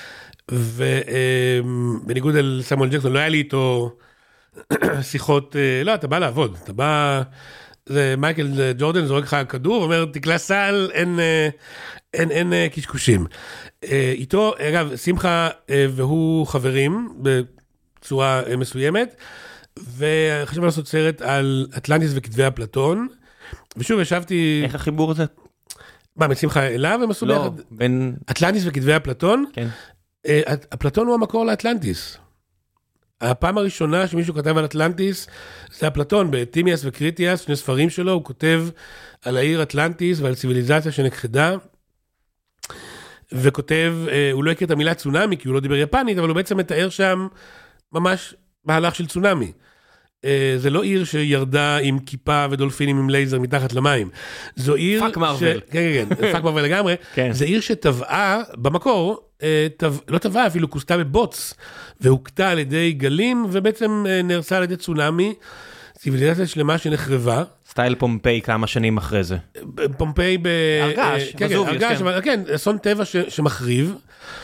ובניגוד אל סמואל ג'קסון, לא היה לי איתו שיחות, לא, אתה בא לעבוד, אתה בא, זה מייקל ג'ורדן זורק לך כדור, אומר, תקלה סל, אין, אין, אין קשקושים. איתו, אגב, שמחה והוא חברים, בצורה מסוימת, וחשבנו לעשות סרט על אטלנטיס וכתבי אפלטון, ושוב ישבתי... איך החיבור הזה? מה, מצimחה אליו הם עשו ביחד? לא, בין... אטלנטיס וכתבי אפלטון? כן. אפלטון הוא המקור לאטלנטיס. הפעם הראשונה שמישהו כתב על אטלנטיס, זה אפלטון, בטימיאס וקריטיאס, שני ספרים שלו, הוא כותב על העיר אטלנטיס ועל ציוויליזציה שנכחדה, וכותב, הוא לא הכיר את המילה צונמי, כי הוא לא דיבר יפנית, אבל הוא בעצם מתאר שם ממש מהלך של צונמי. זה לא עיר שירדה עם כיפה ודולפינים עם לייזר מתחת למים. זו עיר... פאק מרוול. כן, כן, פאק מרוול לגמרי. זה עיר שטבעה במקור, לא טבעה, אפילו כוסתה בבוץ, והוקטה על ידי גלים, ובעצם נהרסה על ידי צונמי, ציוויליזציה שלמה שנחרבה. סטייל פומפיי כמה שנים אחרי זה. פומפיי ב... הרגש, הרגש, כן, אסון טבע שמחריב,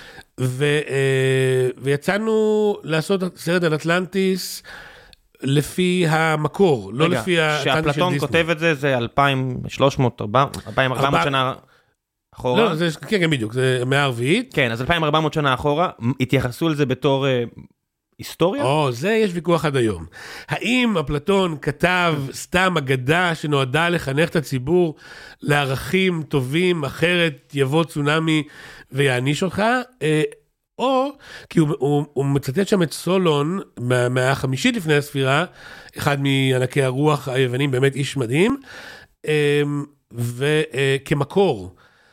ויצאנו לעשות סרט על אטלנטיס, לפי המקור, לא לפי האטלנטיס של דיסני. כשאפלטון כותב את זה, זה אלפיים ושלוש מאות, אלפיים וארבע מאות שנה אחורה? לא, זה, כן, כן, בדיוק, זה מאה הרביעית. כן, אז אלפיים וארבע מאות שנה אחורה, התייחסו לזה בתור היסטוריה? או, זה יש ויכוח עד היום. האם אפלטון כתב סתם אגדה שנועדה לחנך את הציבור לערכים טובים, אחרת יבוא צונמי ויעניש אותך? או, כי הוא, הוא, הוא מצטט שם את סולון, מהחמישית לפני הספירה, אחד מענקי הרוח היוונים, באמת איש מדהים, וכמקור,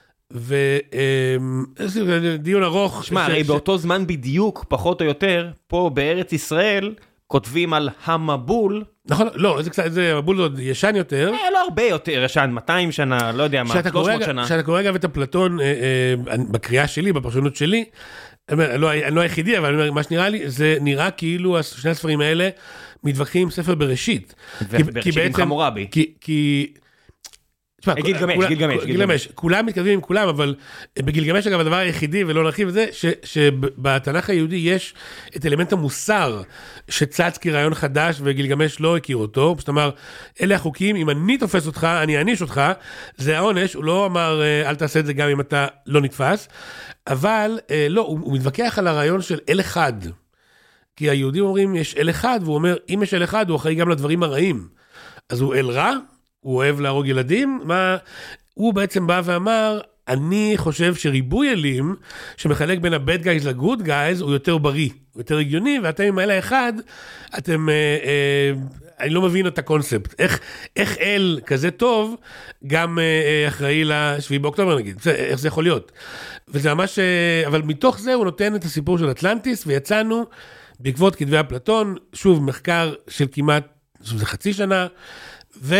ודיון ארוך. שמע, הרי באותו זמן בדיוק, פחות או יותר, פה בארץ ישראל, כותבים על המבול. נכון, לא, זה קצת, זה מבול עוד ישן יותר. לא הרבה יותר ישן, מאתיים שנה, לא יודע מה, שלוש מאות שנה. כשאתה קורא אגב את אפלטון, בקריאה שלי, בפרשנות שלי, אני לא היחידי, אבל מה שנראה לי, זה נראה כאילו שני הספרים האלה מתווכחים ספר בראשית. ובראשית עם חמורבי. כי... גילגמש, גילגמש, גילגמש, כולם מתכתבים עם כולם, אבל בגילגמש אגב הדבר היחידי ולא נרחיב זה, שבתנ"ך היהודי יש את אלמנט המוסר שצץ כרעיון חדש וגילגמש לא הכיר אותו, פשוט אמר, אלה החוקים, אם אני תופס אותך, אני אעניש אותך, זה העונש, הוא לא אמר, אל תעשה את זה גם אם אתה לא נתפס, אבל לא, הוא מתווכח על הרעיון של אל אחד, כי היהודים אומרים, יש אל אחד, והוא אומר, אם יש אל אחד, הוא אחראי גם לדברים הרעים, אז הוא אל רע, הוא אוהב להרוג ילדים, מה, הוא בעצם בא ואמר, אני חושב שריבוי אלים, שמחלק בין ה-bad guys ל-good guys, הוא יותר בריא, הוא יותר הגיוני, ואתם עם האלה אחד, אתם, אה, אה, אני לא מבין את הקונספט, איך, איך אל כזה טוב, גם אה, אחראי לשביעי באוקטובר נגיד, זה, איך זה יכול להיות? וזה ממש, אה, אבל מתוך זה הוא נותן את הסיפור של אטלנטיס, ויצאנו בעקבות כתבי אפלטון, שוב מחקר של כמעט, זה חצי שנה, ו,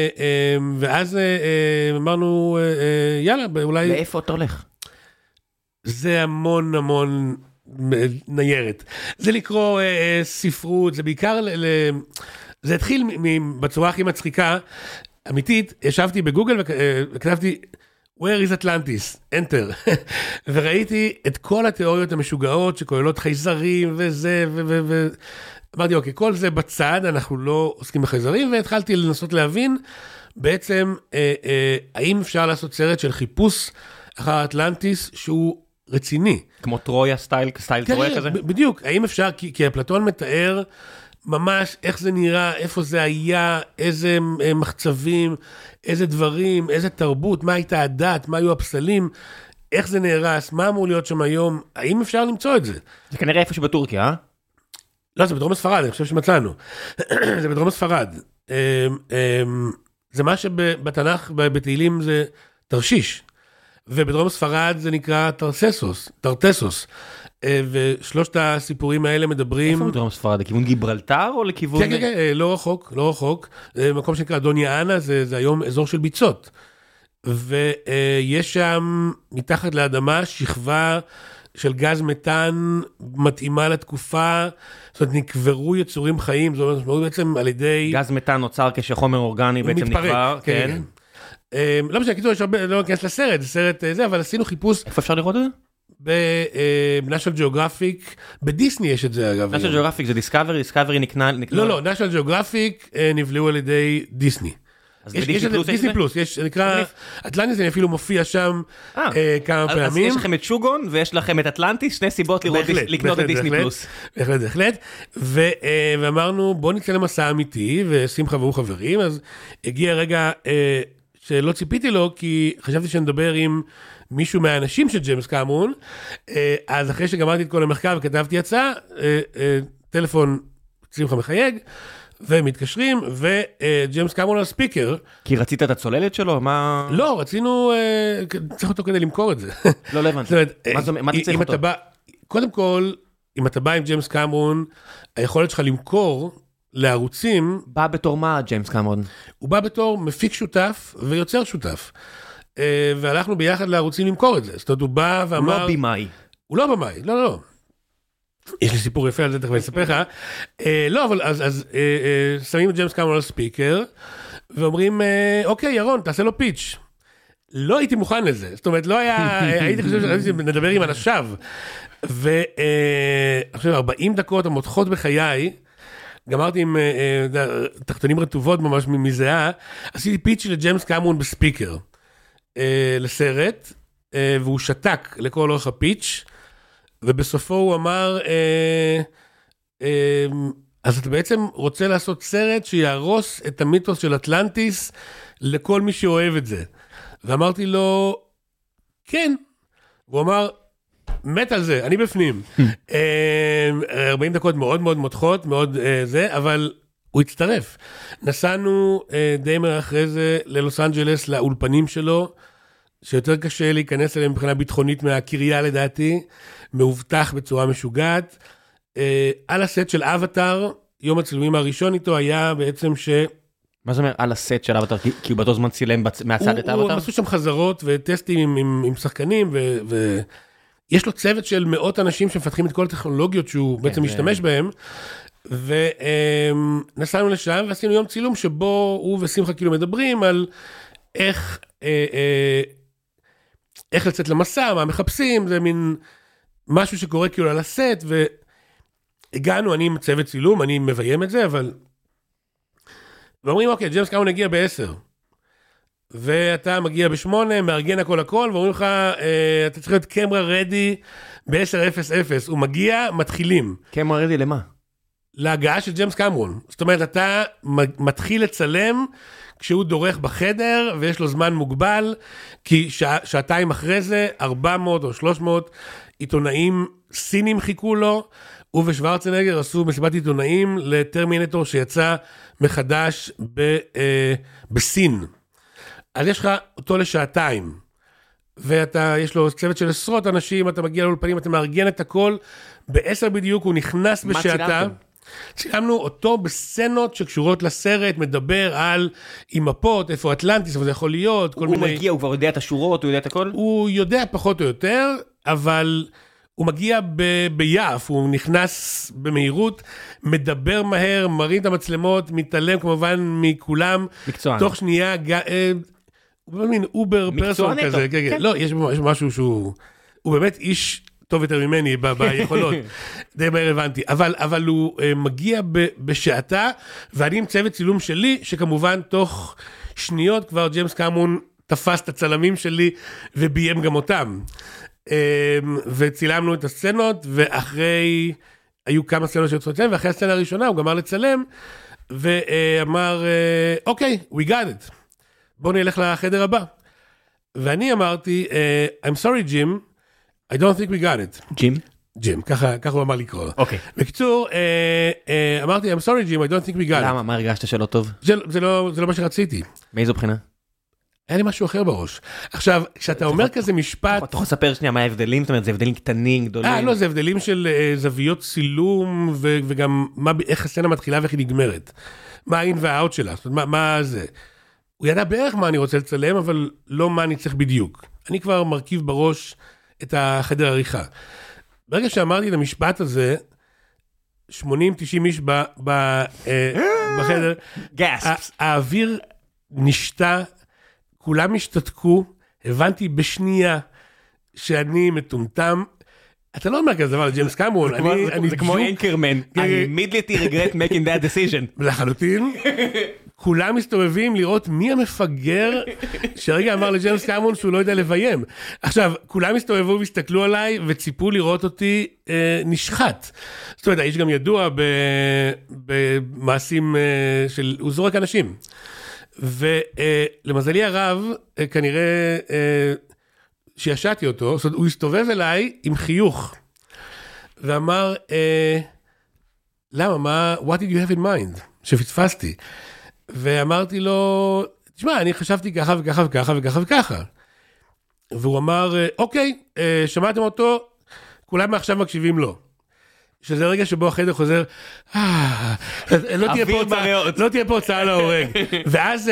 ואז אמרנו, יאללה, אולי... לאיפה אתה הולך? זה המון המון ניירת. זה לקרוא ספרות, זה בעיקר, זה התחיל בצורה הכי מצחיקה, אמיתית, ישבתי בגוגל וכתבתי, Where is Atlantis? Enter. וראיתי את כל התיאוריות המשוגעות שכוללות חייזרים וזה ו... ו, ו אמרתי, אוקיי, כל זה בצד, אנחנו לא עוסקים בחייזרים, והתחלתי לנסות להבין, בעצם, אה, אה, האם אפשר לעשות סרט של חיפוש אחר אטלנטיס, שהוא רציני. כמו טרויה סטייל, סטייל כן, טרויה כזה? בדיוק, האם אפשר, כי, כי אפלטון מתאר ממש איך זה נראה, איפה זה היה, איזה מחצבים, איזה דברים, איזה תרבות, מה הייתה הדת, מה היו הפסלים, איך זה נהרס, מה אמור להיות שם היום, האם אפשר למצוא את זה? זה כנראה איפה שבטורקיה, אה? לא, זה בדרום הספרד, אני חושב שמצאנו. זה בדרום הספרד. זה מה שבתנ"ך, בתהילים זה תרשיש. ובדרום הספרד זה נקרא תרססוס, תרטסוס. ושלושת הסיפורים האלה מדברים... איפה בדרום הספרד? לכיוון גיברלטר או לכיוון... כן, כן, כן, לא רחוק, לא רחוק. מקום שנקרא דוניה אנה, זה היום אזור של ביצות. ויש שם מתחת לאדמה שכבה... של גז מתאן מתאימה לתקופה, זאת אומרת, נקברו יצורים חיים, זאת אומרת, בעצם על ידי... גז מתאן נוצר כשחומר אורגני בעצם נקבר, כן. לא משנה, קיצור, יש הרבה, לא נכנס לסרט, זה סרט זה, אבל עשינו חיפוש... איפה אפשר לראות את זה? בנשיונל ג'יאוגרפיק, בדיסני יש את זה אגב. נשיונל ג'יאוגרפיק זה דיסקאברי, דיסקאברי נקנה... לא, לא, נשיונל ג'יאוגרפיק נבלעו על ידי דיסני. יש דיסני פלוס, יש, נקרא, אטלנטיס, אני אפילו מופיע שם כמה פעמים. אז יש לכם את שוגון ויש לכם את אטלנטיס, שני סיבות לקנות את דיסני פלוס. בהחלט, בהחלט. ואמרנו, בוא נצא למסע אמיתי, ושמחה והוא חברים, אז הגיע רגע שלא ציפיתי לו, כי חשבתי שנדבר עם מישהו מהאנשים של ג'יימס קמרון, אז אחרי שגמרתי את כל המחקר וכתבתי הצעה, טלפון שמחה מחייג, ומתקשרים, וג'יימס קמרון על ספיקר. כי רצית את הצוללת שלו? מה... לא, רצינו, צריך אותו כדי למכור את זה. לא, לא הבנתי. מה אתה צריך אותו? קודם כל, אם אתה בא עם ג'יימס קמרון, היכולת שלך למכור לערוצים... בא בתור מה ג'יימס קמרון? הוא בא בתור מפיק שותף ויוצר שותף. והלכנו ביחד לערוצים למכור את זה. זאת אומרת, הוא בא ואמר... הוא לא בימאי. הוא לא בימאי, לא, לא. יש לי סיפור יפה על זה, תכף אני אספר לך. לא, אבל אז שמים את ג'יימס קמרון על ספיקר, ואומרים, אוקיי, ירון, תעשה לו פיץ'. לא הייתי מוכן לזה. זאת אומרת, לא היה, הייתי חושב שנדבר עם אנשיו. ואני חושב, ארבעים דקות המותחות בחיי, גמרתי עם תחתונים רטובות ממש מזהה, עשיתי פיץ' לג'יימס קמרון בספיקר, לסרט, והוא שתק לכל אורך הפיץ', ובסופו הוא אמר, אה, אה, אז אתה בעצם רוצה לעשות סרט שיהרוס את המיתוס של אטלנטיס לכל מי שאוהב את זה. ואמרתי לו, כן. הוא אמר, מת על זה, אני בפנים. אה, ארבעים דקות מאוד מאוד מותחות, מאוד אה, זה, אבל הוא הצטרף. נסענו די מהר אחרי זה ללוס אנג'לס, לאולפנים שלו, שיותר קשה להיכנס אליהם מבחינה ביטחונית מהקריה לדעתי, מאובטח בצורה משוגעת. על הסט של אבטר, יום הצילומים הראשון איתו היה בעצם ש... מה זאת אומרת על הסט של אבטר? כי הוא באותו זמן צילם מהצד את אבטר? הוא עשו שם חזרות וטסטים עם, עם, עם שחקנים, ויש לו צוות של מאות אנשים שמפתחים את כל הטכנולוגיות שהוא בעצם משתמש בהם, ונסענו לשם ועשינו יום צילום שבו הוא ושמחה כאילו מדברים על איך, איך לצאת למסע, מה מחפשים, זה מין משהו שקורה כאילו על הסט, והגענו, אני עם צוות צילום, אני מביים את זה, אבל... ואומרים, אוקיי, ג'יימס קמרון הגיע בעשר, ואתה מגיע בשמונה, מארגן הכל הכל, ואומרים לך, אתה צריך להיות קמרה רדי ב-עשר אפס אפס, הוא מגיע, מתחילים. קמרה רדי למה? להגעה של ג'יימס קמרון. זאת אומרת, אתה מתחיל לצלם כשהוא דורך בחדר, ויש לו זמן מוגבל, כי שע, שעתיים אחרי זה, ארבע מאות או שלוש מאות עיתונאים סינים חיכו לו, הוא ושוורצנגר עשו מסיבת עיתונאים לטרמינטור שיצא מחדש ב, אה, בסין. אז יש לך אותו לשעתיים, ואתה, יש לו צוות של עשרות אנשים, אתה מגיע לאולפנים, אתה מארגן את הכל, בעשר בדיוק הוא נכנס בשעתה. מה צילמתם? צילמנו אותו בסצנות שקשורות לסרט, מדבר על עם מפות, איפה אטלנטיס, אבל זה יכול להיות, כל הוא מיני... הוא מגיע, הוא כבר יודע את השורות, הוא יודע את הכל? הוא יודע פחות או יותר, אבל... הוא מגיע ב- ביעף, הוא נכנס במהירות, מדבר מהר, מרים את המצלמות, מתעלם כמובן מכולם. מקצוען. תוך שנייה, אה, הוא מין אובר פרסון כזה. כן, כן. לא, יש משהו שהוא, הוא באמת איש טוב יותר ממני ב- ביכולות. די מהר הבנתי. אבל, אבל הוא אה, מגיע ב- בשעתה, ואני עם צוות צילום שלי, שכמובן תוך שניות כבר ג'יימס קמרון תפס את הצלמים שלי, וביים גם אותם. וצילמנו את הסצנות, ואחרי, היו כמה סצנות שיוצאו לצלם, ואחרי הסצנה הראשונה הוא גמר לצלם, ואמר, אוקיי, we got it, בואו נלך לחדר הבא. ואני אמרתי, I'm sorry, Jim, I don't think we got it. ג'ים? ג'ים, ככה, ככה הוא אמר לקרוא. אוקיי. בקיצור, אמרתי, I'm sorry, Jim, I don't think we got it. למה? מה הרגשת שלא טוב? זה, זה לא, זה לא מה שרציתי. מאיזו בחינה? היה לי משהו אחר בראש. עכשיו, כשאתה אומר כזה משפט... אתה יכול לספר שנייה מה ההבדלים? זאת אומרת, זה הבדלים קטנים, גדולים? אה, לא, זה הבדלים של זוויות צילום, וגם איך הסצנה מתחילה ואיך היא נגמרת. מה האין והאוט שלה, זאת אומרת, מה זה? הוא ידע בערך מה אני רוצה לצלם, אבל לא מה אני צריך בדיוק. אני כבר מרכיב בראש את החדר העריכה. ברגע שאמרתי את המשפט הזה, שמונים תשעים איש בחדר, האוויר נשתה, כולם השתתקו, הבנתי בשנייה שאני מטומטם, אתה לא אומר כזה דבר לג'יימס קמרון, זה כמו אנקרמן, I immediately regret making that decision. לחלוטין, כולם מסתובבים לראות מי המפגר שרגע אמר לג'יימס קמרון שהוא לא יודע לביים. עכשיו, כולם הסתובבו והסתכלו עליי וציפו לראות אותי אה, נשחט. זאת אומרת, האיש גם ידוע במעשים אה, של, הוא זורק אנשים. ולמזלי הרב, כנראה שישעתי אותו, זאת אומרת, הוא הסתובב אליי עם חיוך, ואמר, למה, מה, what did you have in mind? שפספסתי. ואמרתי לו, תשמע, אני חשבתי ככה וככה וככה וככה וככה. והוא אמר, אוקיי, שמעתם אותו, כולם מעכשיו מקשיבים לו. שזה רגע שבו החדר חוזר, לא תהיה פה הוצאה להורג. ואז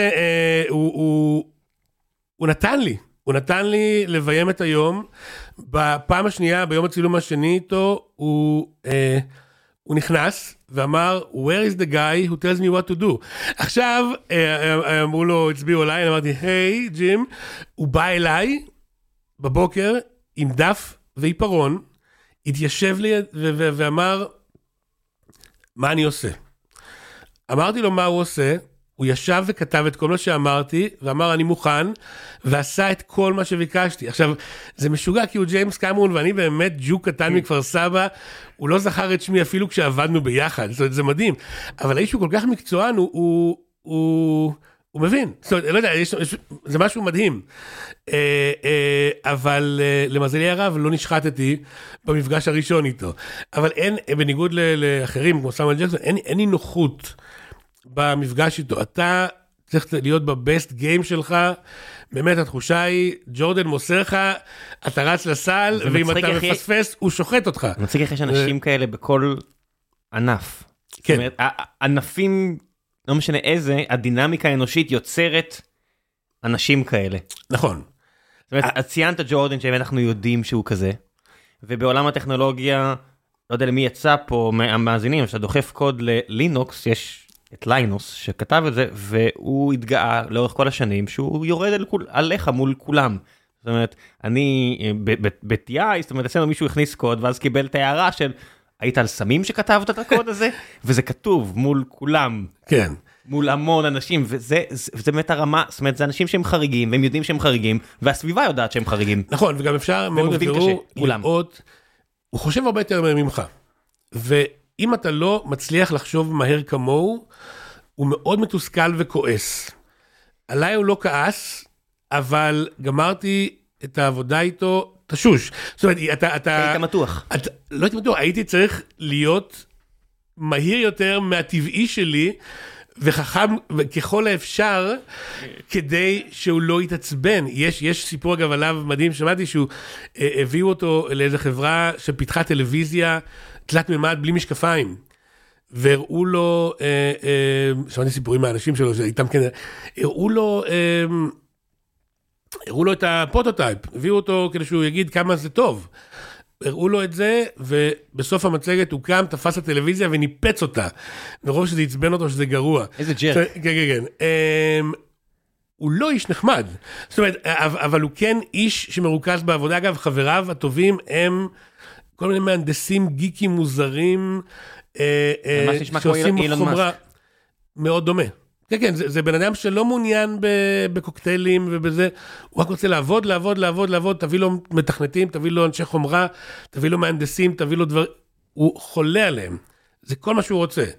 הוא נתן לי, הוא נתן לי לביים את היום, בפעם השנייה, ביום הצילום השני איתו, הוא נכנס ואמר, where is the guy who tells me what to do? עכשיו, אמרו לו, הצביעו עליי, אמרתי, היי, ג'ים, הוא בא אליי בבוקר עם דף ועיפרון, התיישב לי ואמר, מה אני עושה? אמרתי לו מה הוא עושה, הוא ישב וכתב את כל מה שאמרתי, ואמר אני מוכן, ועשה את כל מה שביקשתי. עכשיו, זה משוגע כי הוא ג'יימס קמרון, ואני באמת ג'וק קטן מכפר סבא, הוא לא זכר את שמי אפילו כשעבדנו ביחד, זאת אומרת, זה מדהים. אבל האיש הוא כל כך מקצוען, הוא, הוא, הוא, הוא מבין. זאת אומרת, לא יודע, יש, יש, זה משהו מדהים. אה, אה, אבל אה, למזלי הרב לא נשחטתי במפגש הראשון איתו. אבל אין, בניגוד לאחרים, כמו סמואל ג'קסון, אין, אין לי נוחות במפגש איתו, אתה צריך להיות בבסט גיים שלך, באמת התחושה היא, ג'ורדן מוסר לך, אתה רץ לסל, ואם אתה מפספס, הוא שוחט אותך. מצחיק איך יש אנשים כאלה בכל ענף. כן. זאת אומרת, ענפים, לא משנה איזה, הדינמיקה האנושית יוצרת אנשים כאלה. נכון. זאת אומרת, את ציינת ג'ורדן שאנחנו יודעים שהוא כזה, ובעולם הטכנולוגיה, לא יודע למי יצא פה מהמאזינים, שאתה דוחף קוד ללינוקס, יש את ליינוס שכתב את זה, והוא התגאה לאורך כל השנים, שהוא יורד על כול, עליך מול כולם. זאת אומרת, אני ב-טי איי, זאת אומרת, אצלנו מישהו הכניס קוד, ואז קיבל את ההערה של, היית על סמים שכתבת את הקוד הזה? וזה כתוב מול כולם. כן. מול המון אנשים, וזה, זה, זה באמת הרמה, זאת אומרת, זה אנשים שהם חריגים, והם יודעים שהם חריגים, והסביבה יודעת שהם חריגים. נכון, וגם אפשר מאוד בבירור לראות, הוא חושב הרבה יותר ממך. ואם אתה לא מצליח לחשוב מהר כמוהו, הוא מאוד מתוסכל וכועס. עליי הוא לא כעס, אבל גמרתי את העבודה איתו תשוש. זאת אומרת, אתה... אתה היית מתוח. אתה, לא הייתי מתוח, הייתי צריך להיות מהיר יותר מהטבעי שלי, וחכם ככל האפשר, כדי שהוא לא יתעצבן. יש, יש סיפור אגב עליו מדהים, שמעתי שהוא אה, הביאו אותו לאיזו חברה שפיתחה טלוויזיה, תלת ממד בלי משקפיים, והראו לו, אה, אה, שמעתי סיפורים מהאנשים שלו, שאיתם כן, הראו לו, אה, הראו לו את הפרוטוטייפ, הביאו אותו כדי שהוא יגיד כמה זה טוב, הראו לו את זה, ובסוף המצגת הוא קם, תפס הטלוויזיה וניפץ אותה, מרוב שזה יצבן אותו שזה גרוע. איזה ג'רק. כן, כן, כן. הוא לא איש נחמד, זאת אומרת, אבל הוא כן איש שמרוכז בעבודה, אגב, חבריו הטובים הם כל מיני מהנדסים גיקים מוזרים, שעושים חומרה מאוד דומה. כן, כן, זה, זה בן אדם שלא מעוניין בקוקטיילים ובזה, הוא רק רוצה לעבוד, לעבוד, לעבוד, לעבוד, תביא לו מתכנתים, תביא לו אנשי חומרה, תביא לו מהנדסים, תביא לו דבר, הוא חולה עליהם, זה כל מה שהוא רוצה.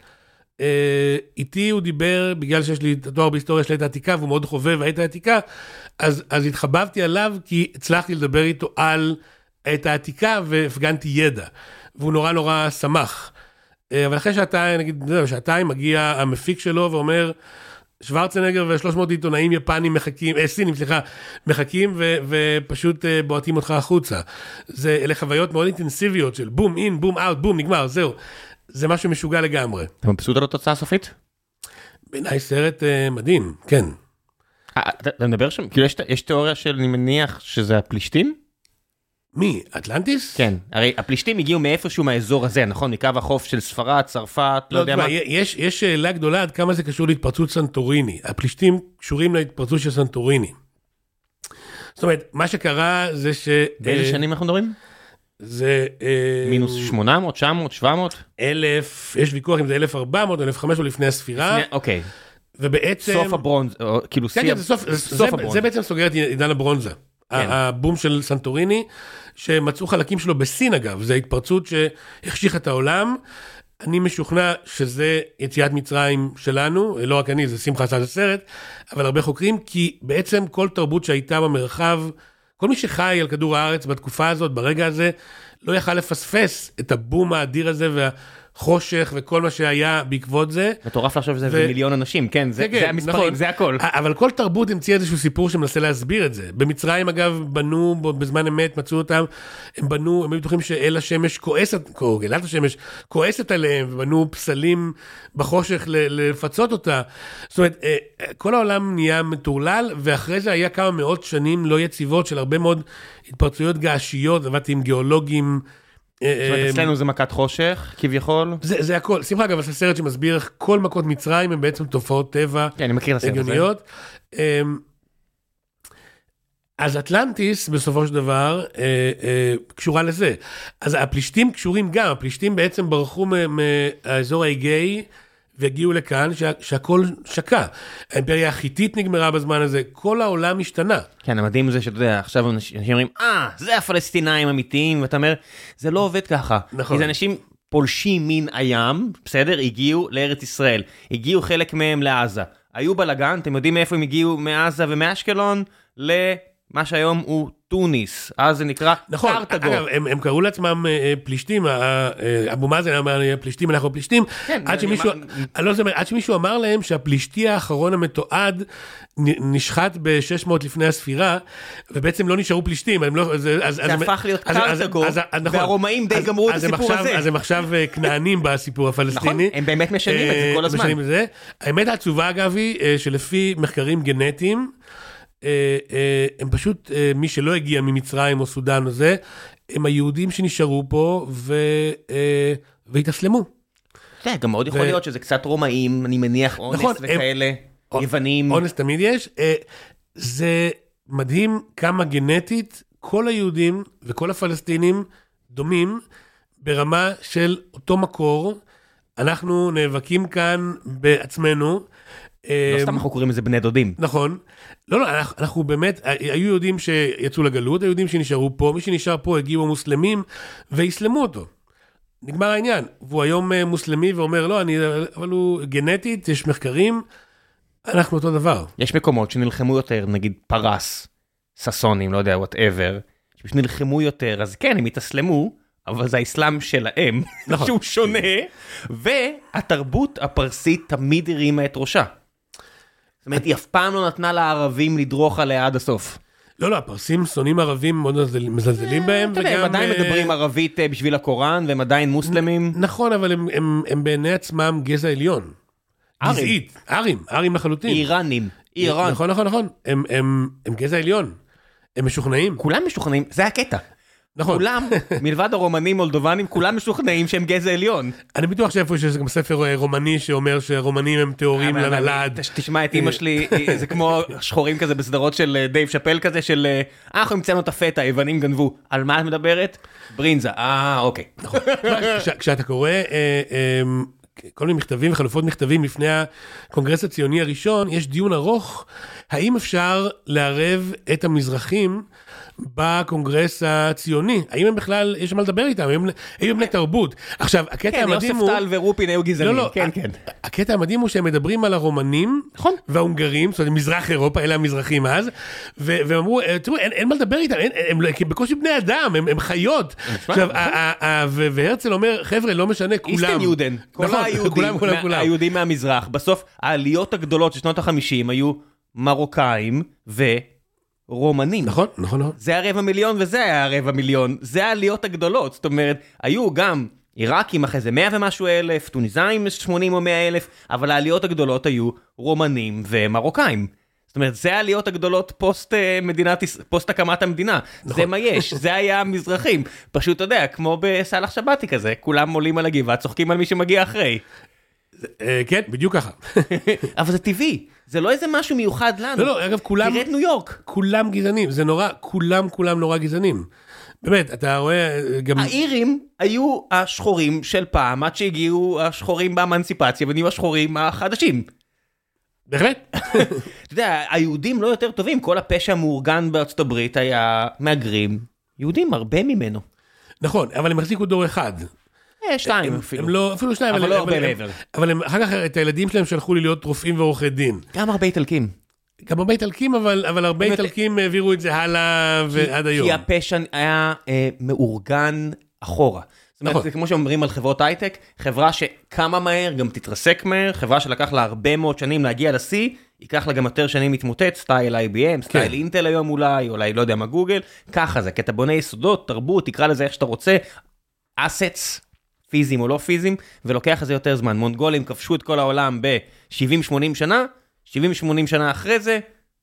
איתי הוא דיבר, בגלל שיש לי תואר בהיסטוריה של העת העתיקה, והוא מאוד חובב העת העתיקה, אז, אז התחבבתי עליו, כי הצלחתי לדבר איתו על העת העתיקה, והפגנתי ידע, והוא נורא נורא שמח. אבל אחרי שעתיים, נגיד, שעתיים מגיע המפיק שלו ואומר, שוורצנגר ו-שלוש מאות עיתונאים יפנים מחכים, אה, סינים, סליחה, מחכים ו- ופשוט uh, בועטים אותך החוצה. זה, אלה חוויות מאוד אינטנסיביות של בום אין, בום אאוט, בום, נגמר, זהו. זה משהו משוגע לגמרי. אתה מבסוט על התוצאה הסופית? בעיניי סרט uh, מדהים, כן. אתה, אתה מדבר שם, כאילו יש, יש תיאוריה של, אני מניח, שזה הפלישתים? מי? אטלנטיס? כן, הרי הפלישתים הגיעו מאיפשהו מהאזור הזה, נכון? מקו החוף של ספרד, צרפת, לא, לא יודע מה. יש, יש שאלה גדולה עד כמה זה קשור להתפרצות סנטוריני. הפלישתים קשורים להתפרצות של סנטוריני. זאת אומרת, מה שקרה זה ש... באיזה שנים אנחנו מדברים? זה... מינוס שמונה מאות, תשע מאות, שבע מאות? אלף, יש ויכוח אם זה אלף וארבע מאות או אלף וחמש מאות לפני הספירה. אוקיי. ובעצם... סוף הברונזה, כאילו כן, כן, זה סוף, סוף הברונזה. זה בעצם סוגר את עידן הברונזה. הבום של סנטוריני, שמצאו חלקים שלו בסין אגב, זה התפרצות שהחשיך את העולם, אני משוכנע שזה יציאת מצרים שלנו, לא רק אני, זה שמחה עשה את הסרט, אבל הרבה חוקרים, כי בעצם כל תרבות שהייתה במרחב, כל מי שחי על כדור הארץ בתקופה הזאת, ברגע הזה, לא יכל לפספס את הבום האדיר הזה וה... חושך וכל מה שהיה בעקבות זה. מטורף לחשוב שזה ו... מיליון אנשים, כן, זה, זה המספרים, נכון. זה הכל. אבל כל תרבות המציא איזשהו סיפור שמנסה להסביר את זה. במצרים אגב בנו, בזמן אמת מצאו אותם, הם בנו, הם היו בטוחים שאל השמש כועסת, אלת השמש כועסת עליהם, ובנו פסלים בחושך לפצות אותה. זאת אומרת, כל העולם נהיה מטורלל, ואחרי זה היה כמה מאות שנים לא יציבות של הרבה מאוד התפרצויות געשיות, עבדתי עם גיאולוגים, זאת אומרת, אצלנו זה מכת חושך, כביכול. זה, זה הכל. שמחה אגב, זה סרט שמסביר איך כל מכות מצרים הם בעצם תופעות טבע. כן, אני מכיר את הסרט הזה. אז אטלנטיס, בסופו של דבר, קשורה לזה. אז הפלישתים קשורים גם, הפלישתים בעצם ברחו מהאזור האיגאי, והגיעו לכאן שהכל שקע. האימפריה החיתית נגמרה בזמן הזה, כל העולם השתנה. כן, המדהים זה שאתה יודע, עכשיו אנשים אומרים, אה, זה הפלסטינאים אמיתיים, ואתה אומר, זה לא עובד ככה. נכון. כי זה אנשים פולשים מן הים, בסדר, הגיעו לארץ ישראל, הגיעו חלק מהם לעזה, היו בלגן, אתם יודעים מאיפה הם הגיעו מעזה ומאשקלון? מה שהיום הוא טוניס, אז זה נקרא נכון, קרתגו. אגב, הם, הם קראו לעצמם אה, פלישתים, אה, אה, אבו מאזן אמר פלישתים, אנחנו פלישתים, כן, עד, שמישהו, אני לא זוכר, עד שמישהו אמר להם שהפלישתי האחרון המתועד נשחט ב-שש מאות לפני הספירה, ובעצם לא נשארו פלישתים. הם לא, זה, אז, זה אז, הפך להיות אז, קרתגו, אז, אז, נכון, והרומאים די אז, גמרו את אז הסיפור עכשיו, הזה. אז הם עכשיו כנענים בסיפור הפלסטיני. נכון, הם באמת משנים את זה כל הזמן. משנים את זה. האמת העצובה אגב היא, שלפי מחקרים גנטיים, הם פשוט, מי שלא הגיע ממצרים או סודן או זה, הם היהודים שנשארו פה והתאסלמו. כן, גם מאוד יכול להיות שזה קצת רומאים, אני מניח אונס וכאלה, יוונים. אונס תמיד יש. זה מדהים כמה גנטית כל היהודים וכל הפלסטינים דומים ברמה של אותו מקור. אנחנו נאבקים כאן בעצמנו. לא סתם אנחנו קוראים לזה בני דודים. נכון. לא, לא, אנחנו, אנחנו באמת, היו יהודים שיצאו לגלות, היו יהודים שנשארו פה, מי שנשאר פה הגיעו המוסלמים והסלמו אותו. נגמר העניין. והוא היום מוסלמי ואומר, לא, אני, אבל הוא גנטית, יש מחקרים, אנחנו אותו דבר. יש מקומות שנלחמו יותר, נגיד פרס, ססונים, לא יודע, whatever, שנלחמו יותר, אז כן, הם התאסלמו, אבל זה האסלאם שלהם, נכון. שהוא שונה, והתרבות הפרסית תמיד הרימה את ראשה. זאת אומרת, היא אף פעם לא נתנה לערבים לדרוך עליה עד הסוף. לא, לא, הפרסים שונאים ערבים מאוד מזלזלים בהם. אתה יודע, הם עדיין מדברים ערבית בשביל הקוראן, והם עדיין מוסלמים. נכון, אבל הם בעיני עצמם גזע עליון. גזעית, ארים, ארים לחלוטין. איראנים, איראן. נכון, נכון, נכון. הם גזע עליון. הם משוכנעים. כולם משוכנעים, זה הקטע. נכון. כולם, מלבד הרומנים, מולדובנים, כולם משוכנעים שהם גזע עליון. אני בטוח שאיפה שיש גם ספר רומני שאומר שרומנים הם תיאורים לנלד. תשמע את אמא שלי, זה כמו שחורים כזה בסדרות של דייב שאפל כזה, של אה, אנחנו המצאנו את הפטה, היוונים גנבו. על מה את מדברת? ברינזה. אה, אוקיי. נכון. כשאתה קורא כל מיני מכתבים וחלופות מכתבים לפני הקונגרס הציוני הראשון, יש דיון ארוך, האם אפשר לערב את המזרחים בקונגרס הציוני? האם הם בכלל, יש מה לדבר איתם? האם הם בני תרבות? עכשיו, הקטע המדהים הוא... כן, יוסף טל ורופין היו גזענים. לא, לא, כן, כן. הקטע המדהים הוא שהם מדברים על הרומנים, נכון. וההונגרים, זאת אומרת, מזרח אירופה, אלה המזרחים אז, והם אמרו, תראו, אין מה לדבר איתם, הם בקושי בני אדם, הם חיות. עכשיו, והרצל אומר, חבר'ה, לא משנה, כולם. איסטן יודן. כל היהודים מהמזרח. בסוף, העליות הגדולות של שנות החמישים היו מרוקאים ו... רומנים. נכון, נכון, נכון. זה הרבע מיליון וזה היה הרבע מיליון. זה העליות הגדולות. זאת אומרת, היו גם עיראקים אחרי זה מאה ומשהו אלף, טוניסאים שמונים או מאה אלף, אבל העליות הגדולות היו רומנים ומרוקאים. זאת אומרת, זה העליות הגדולות פוסט מדינת, פוסט הקמת המדינה. נכון. זה מה יש, זה היה המזרחים. פשוט, אתה יודע, כמו בסלח שבתי כזה, כולם עולים על הגבעה, צוחקים על מי שמגיע אחרי. כן, בדיוק ככה. אבל זה טבעי, זה לא איזה משהו מיוחד לנו. לא, לא, אגב, כולם... תראה את ניו יורק. כולם גזענים, זה נורא, כולם, כולם נורא גזענים. באמת, אתה רואה גם... האירים היו השחורים של פעם, עד שהגיעו השחורים באמנציפציה, ונהיו השחורים החדשים. בהחלט. אתה יודע, היהודים לא יותר טובים, כל הפשע המאורגן בארצות הברית היה מהגרים. יהודים הרבה ממנו. נכון, אבל הם החזיקו דור אחד. שתיים אפילו. הם לא, אפילו שניים, אבל לא הרבה מעבר. אבל הם, אחר כך את הילדים שלהם שלחו לי להיות רופאים ועורכי דין. גם הרבה איטלקים. גם הרבה איטלקים, אבל, אבל הרבה איטלקים העבירו את זה הלאה ועד היום. כי הפשע היה אה, מאורגן אחורה. זאת אומרת, זה כמו שאומרים על חברות הייטק, חברה שקמה מהר, גם תתרסק מהר, חברה שלקח לה הרבה מאוד שנים להגיע לשיא, ייקח לה גם יותר שנים להתמוטט, סטייל איי בי אם, סטייל אינטל היום אולי, אולי לא יודע מה גוגל, ככה זה, כי אתה בונה יסודות, תרבות, תקרא לזה איך שאתה רוצה, assets, פיזיים או לא פיזיים, ולוקח לזה יותר זמן. מונגולים כבשו את כל העולם ב-שבעים שמונים שנה, שבעים שמונים שנה אחרי זה,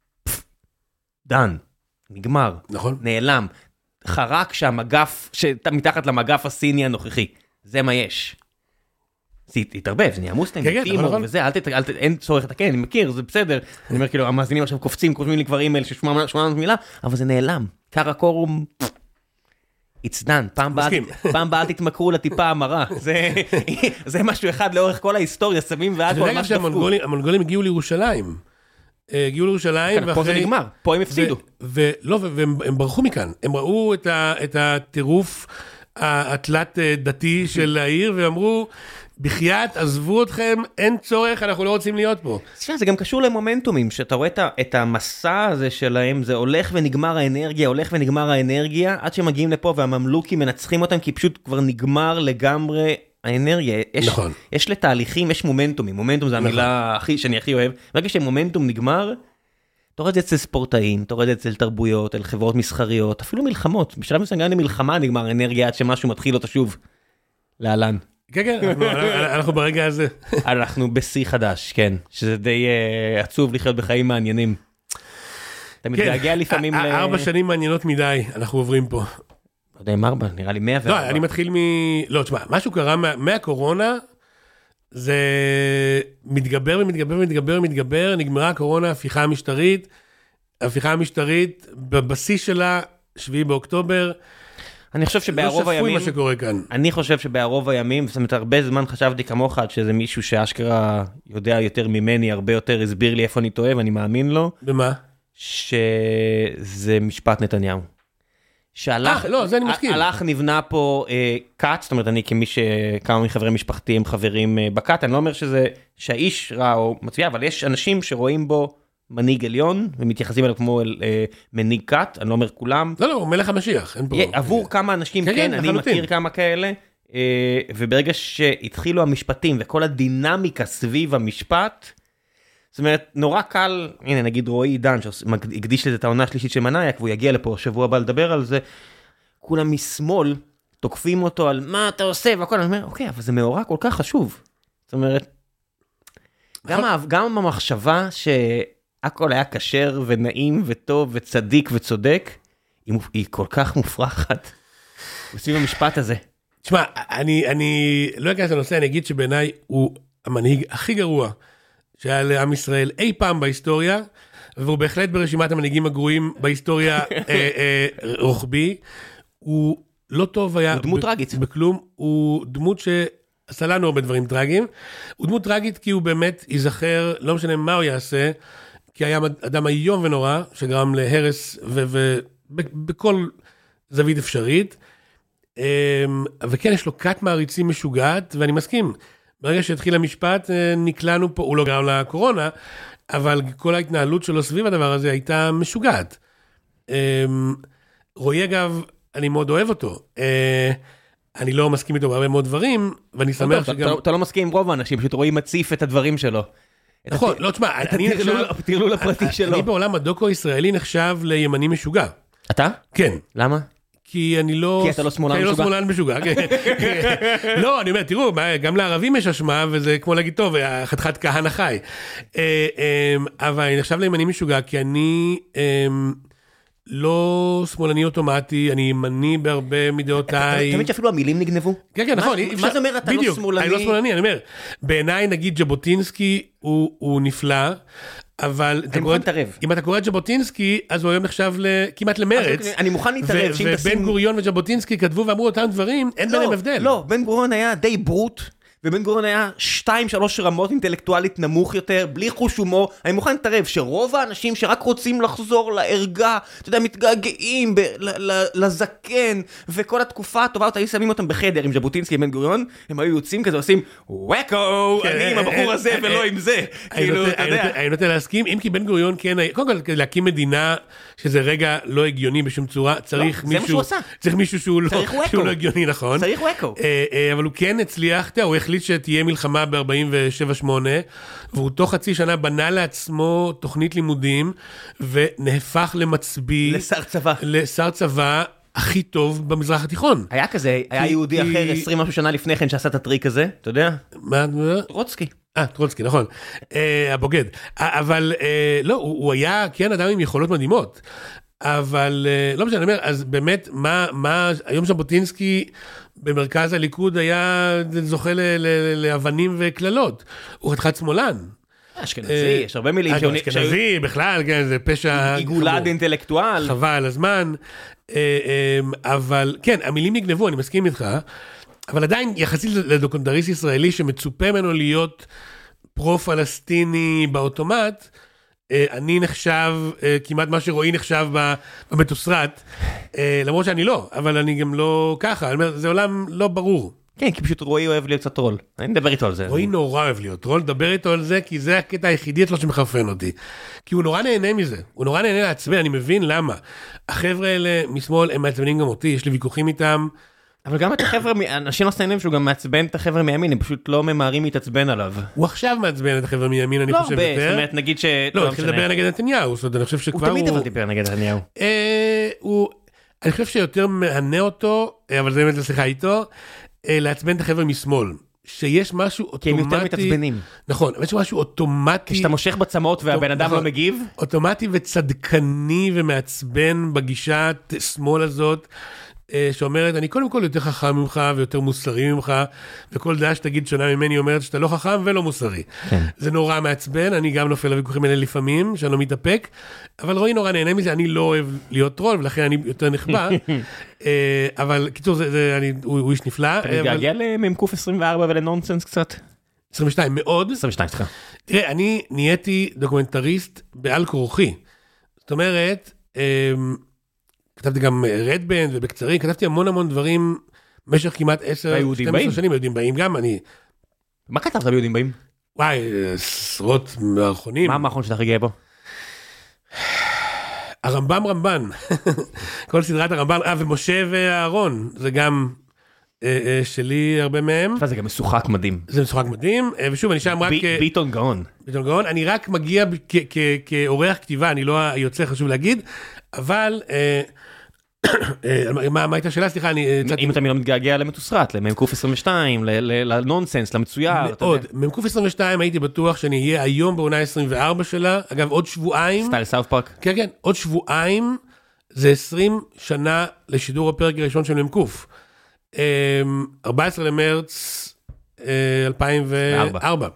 דן, נגמר, נכון. נעלם, חרק שהמגף, מתחת למגף הסיני הנוכחי, זה מה יש. זה התערבב, זה נהיה מוסלמי, טימור וזה, אין צורך לתקן, אני מכיר, זה בסדר, אני אומר כאילו, המאזינים עכשיו קופצים, כותבים לי כבר אימייל ששמונה מאות מילה, אבל זה נעלם, קרקורום, it's done, פעם באה תתמכרו לטיפה המרה, זה משהו אחד לאורך כל ההיסטוריה, סמים ועד כל מה שדפקו. המונגולים הגיעו לירושלים, הגיעו לירושלים, פה זה נגמר, פה הם הפסידו. ולא, והם ברחו מכאן, הם ראו את הטירוף התלת דתי של העיר, ואמרו, בחייאת, עזבו אתכם, אין צורך, אנחנו לא רוצים להיות פה. זה גם קשור למומנטומים, שאתה רואה את המסע הזה שלהם, זה הולך ונגמר האנרגיה, הולך ונגמר האנרגיה, עד שמגיעים לפה והממלוכים מנצחים אותם, כי פשוט כבר נגמר לגמרי האנרגיה. נכון. יש לתהליכים, יש מומנטומים, מומנטום זה המילה שאני הכי אוהב, ברגע שמומנטום נגמר, אתה רואה את זה אצל ספורטאים, אתה רואה את זה אצל תרבויות, אל חברות מסחריות, אפילו מלחמות, בשלב מסוים גם למלחמה נגמר האנרגיה, עד שמשהו מתחיל אותה שוב, להלן. כן, כן, אנחנו, אנחנו ברגע הזה. אנחנו בשיא חדש, כן, שזה די uh, עצוב לחיות בחיים מעניינים. אתה מתגעגע לפעמים ל... ארבע שנים מעניינות מדי, אנחנו עוברים פה. לא יודע אם ארבע, נראה לי מאה וארבע. לא, אני מתחיל מ... לא, תשמע, משהו קרה מה... מהקורונה, זה מתגבר ומתגבר ומתגבר ומתגבר, נגמרה הקורונה, הפיכה המשטרית, הפיכה המשטרית, בבסיס שלה, שביעי באוקטובר, אני חושב שבערוב הימים, לא שפוי מה שקורה כאן. אני חושב שבערוב הימים, זאת אומרת, הרבה זמן חשבתי כמוך, שזה מישהו שאשכרה יודע יותר ממני, הרבה יותר הסביר לי איפה אני טועה, ואני מאמין לו. במה? שזה משפט נתניהו. שהלך, לא, זה אני מסכים. הלך נבנה פה אה, קאט, זאת אומרת, אני כמי שכמה מחברי משפחתי הם חברים אה, בקאט, אני לא אומר שזה, שהאיש רע או מצביע, אבל יש אנשים שרואים בו מנהיג עליון, ומתייחסים אליו כמו אל אה, מנהיג קאט, אני לא אומר כולם. לא, לא, הוא מלך המשיח, אין פה. עבור כמה אנשים, כן, כן אני מכיר כמה כאלה, אה, וברגע שהתחילו המשפטים, וכל הדינמיקה סביב המשפט, זאת אומרת, נורא קל, הנה נגיד רועי עידן, שהקדיש לזה את העונה השלישית של מנאייק, והוא יגיע לפה שבוע הבא לדבר על זה, כולם משמאל תוקפים אותו על מה אתה עושה, והכל, אני אומר, אוקיי, אבל זה מאורע כל כך חשוב. זאת אומרת, גם, גם המחשבה שהכל היה כשר ונעים וטוב וצדיק וצודק, היא כל כך מופרכת. בסביב המשפט הזה. תשמע, אני, אני לא אכנס לנושא, אני אגיד שבעיניי הוא המנהיג הכי גרוע, שהיה לעם ישראל אי פעם בהיסטוריה, והוא בהחלט ברשימת המנהיגים הגרועים בהיסטוריה אה, אה, רוחבי. הוא לא טוב היה... הוא דמות טרגית. בכלום, הוא דמות שעשה לנו הרבה דברים טרגיים. הוא דמות טרגית כי הוא באמת ייזכר, לא משנה מה הוא יעשה, כי היה אדם איום ונורא, שגרם להרס ובכל זווית אפשרית. וכן, יש לו כת מעריצים משוגעת, ואני מסכים. ברגע שהתחיל המשפט, נקלענו פה, הוא לא גרם לקורונה, אבל כל ההתנהלות שלו סביב הדבר הזה הייתה משוגעת. רועי אגב, אני מאוד אוהב אותו. אני לא מסכים איתו בהרבה מאוד דברים, ואני שמח שגם... אתה לא מסכים עם רוב האנשים, פשוט רועי מציף את הדברים שלו. נכון, לא, תשמע, תרלול הפרטי שלו. אני בעולם הדוקו הישראלי נחשב לימני משוגע. אתה? כן. למה? כי אני לא... כי אתה לא שמאלן משוגע. כי אני לא שמאלן משוגע, כן. לא, אני אומר, תראו, גם לערבים יש אשמה, וזה כמו להגיד, טוב, חתיכת כהנא חי. אבל אני נחשב לימני משוגע, כי אני לא שמאלני אוטומטי, אני ימני בהרבה מדעותיי. תמיד שאפילו המילים נגנבו? כן, כן, נכון. מה זה אומר, אתה לא שמאלני? אני לא שמאלני, אני אומר, בעיניי, נגיד, ז'בוטינסקי הוא נפלא, אבל אם אתה קורא את ז'בוטינסקי, אז הוא היום נחשב כמעט למרץ. אני מוכן להתערב. ובן גוריון וז'בוטינסקי כתבו ואמרו אותם דברים, אין ביניהם הבדל. לא, בן גוריון היה די ברוט, ובן גוריון היה שתיים, שלוש רמות אינטלקטואלית נמוך יותר, בלי חוש הומור. אני מוכן להתערב שרוב האנשים שרק רוצים לחזור לערגה, אתה יודע, מתגעגעים לזקן, וכל התקופה הטובה, היו שמים אותם בחדר עם ז'בוטינסקי ובן גוריון, הם היו יוצאים כזה, עושים וואקו, אני עם הבחור הזה ולא עם זה. אני נוטה להסכים, אם כי בן גוריון כן, קודם כל להקים מדינה, שזה רגע לא הגיוני בשום צורה, צריך מישהו, צריך מישהו שהוא לא הגיוני, נכון? צריך וואקו. אבל הוא כן הצליח, הוא החליט שתהיה מלחמה ב-ארבעים ושבע שמונה, והוא תוך חצי שנה בנה לעצמו תוכנית לימודים, ונהפך למצביא... לשר צבא. לשר צבא הכי טוב במזרח התיכון. היה כזה, היה יהודי אחר עשרים משהו שנה לפני כן שעשה את הטריק הזה, אתה יודע? מה? טרוצקי. אה, טרוצקי, נכון. הבוגד. אבל לא, הוא היה, כן, אדם עם יכולות מדהימות. אבל לא משנה, אני אומר, אז באמת, מה, היום ז'בוטינסקי במרכז הליכוד היה זוכה לאבנים וכללות. הוא חתיכת שמאלן. אשכנזי, יש הרבה מילים. אשכנזי, בכלל, כן, זה פשע... עיגולד אינטלקטואל. חבל על הזמן. אבל כן, המילים נגנבו, אני מסכים איתך, אבל עדיין יחסית לדוקומנטריסט ישראלי שמצופה ממנו להיות פרו-פלסטיני באוטומט, אני נחשב, כמעט מה שרועי נחשב במתוסרט, למרות שאני לא, אבל אני גם לא ככה, זה עולם לא ברור. כן, כי פשוט רועי אוהב להיות קצת טרול. אני מדבר איתו על זה. רועי נורא אוהב להיות טרול, דבר איתו על זה, כי זה הקטע היחידי אצלו שמחרפן אותי. כי הוא נורא נהנה מזה, הוא נורא נהנה לעצבן, אני מבין למה. החבר'ה האלה משמאל הם מעצבנים גם אותי, יש לי ויכוחים איתם. אבל גם את החבר'ה, אנשים לא סיינים שהוא גם מעצבן את החבר'ה מימין, הם פשוט לא ממהרים להתעצבן עליו. הוא עכשיו מעצבן את החבר'ה מימין, אני חושב יותר. לא, זאת אומרת, נגיד ש... לא, התחיל לדבר נגד נתניהו, זאת אומרת, אני חושב שכבר הוא... הוא תמיד דיבר נגד נתניהו. הוא... אני חושב שיותר מענה אותו, אבל זה באמת לשיחה איתו, לעצבן את החבר'ה משמאל. שיש משהו אוטומטי... כי הם יותר מתעצבנים. נכון, אבל יש משהו אוטומטי... כשאתה מושך בצמאות והבן אדם לא מגיב? אוטומטי וצדקני ומעצבן בגישת שמאל הזאת, שאומרת, אני קודם כל יותר חכם ממך ויותר מוסרי ממך, וכל דעה שתגיד שונה ממני אומרת שאתה לא חכם ולא מוסרי. זה נורא מעצבן, אני גם נופל לוויכוחים האלה לפעמים, שאני לא מתאפק, אבל רואי נורא נהנה מזה, אני לא אוהב להיות טרול, ולכן אני יותר נחבא, אבל קיצור, הוא איש נפלא. אתה מתגעגע למ"ק עשרים וארבע ולנונסנס קצת? עשרים ושתיים, מאוד. עשרים ושתיים, סליחה. תראה, אני נהייתי דוקומנטריסט בעל כורחי. זאת אומרת, כתבתי גם רדבנד ובקצרים, כתבתי המון המון דברים במשך כמעט עשר שתים עשרה שנים, היהודים באים גם, אני... מה כתבת ביהודים באים? וואי, עשרות מערכונים. מה המערכון שאתה הכי בו? הרמב"ם רמב"ן, כל סדרת הרמב"ם, אה, ומשה ואהרון, זה גם שלי הרבה מהם. זה גם משוחק מדהים. זה משוחק מדהים, ושוב, אני שם רק... ביטון גאון. ביטון גאון, אני רק מגיע כאורח כתיבה, אני לא יוצא, חשוב להגיד, אבל... מה הייתה השאלה? סליחה, אני... אם אתה לא מתגעגע למתוסרט, למ"ק עשרים ושתיים, לנונסנס, למצויר. מאוד, מ"ק עשרים ושתיים הייתי בטוח שאני אהיה היום בעונה עשרים וארבע שלה, אגב עוד שבועיים... סטייל סאוף פארק. כן, כן, עוד שבועיים זה עשרים שנה לשידור הפרק הראשון של מ"ק. ארבעה עשר למרץ אלפיים וארבע.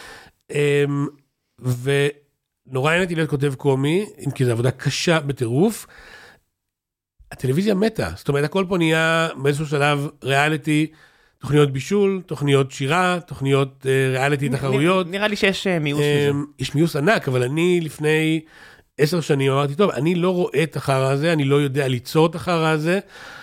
ונורא עניינתי להיות כותב קומי, אם כי זו עבודה קשה בטירוף. הטלוויזיה מתה, זאת אומרת, הכל פה נהיה באיזשהו שלב ריאליטי, תוכניות בישול, תוכניות שירה, תוכניות ריאליטי תחרויות. נראה לי שיש מיוס מזה. יש מיוס ענק, אבל אני לפני עשר שנים אמרתי, טוב, אני לא רואה את החרא הזה, אני לא יודע ליצור את החרא הזה,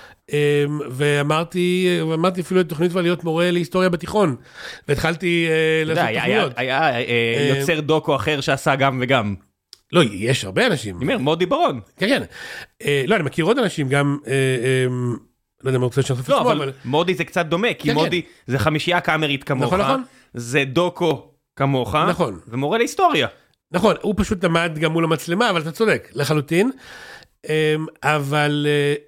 ואמרתי, ואמרתי אפילו את תוכנית להיות מורה להיסטוריה בתיכון, והתחלתי לעשות תוכניות. היה יוצר דוקו אחר שעשה גם וגם. לא, יש הרבה אנשים. אני אומר, מודי ברון. כן, כן. לא, אני מכיר עוד אנשים, גם, לא יודע, אני רוצה שאני חושב לא, אבל מודי זה קצת דומה, כי מודי זה חמישייה קאמרית כמוך, זה דוקו כמוך, ומורה להיסטוריה. נכון, הוא פשוט למד גם מול המצלמה, אבל אתה צודק, לחלוטין. אבל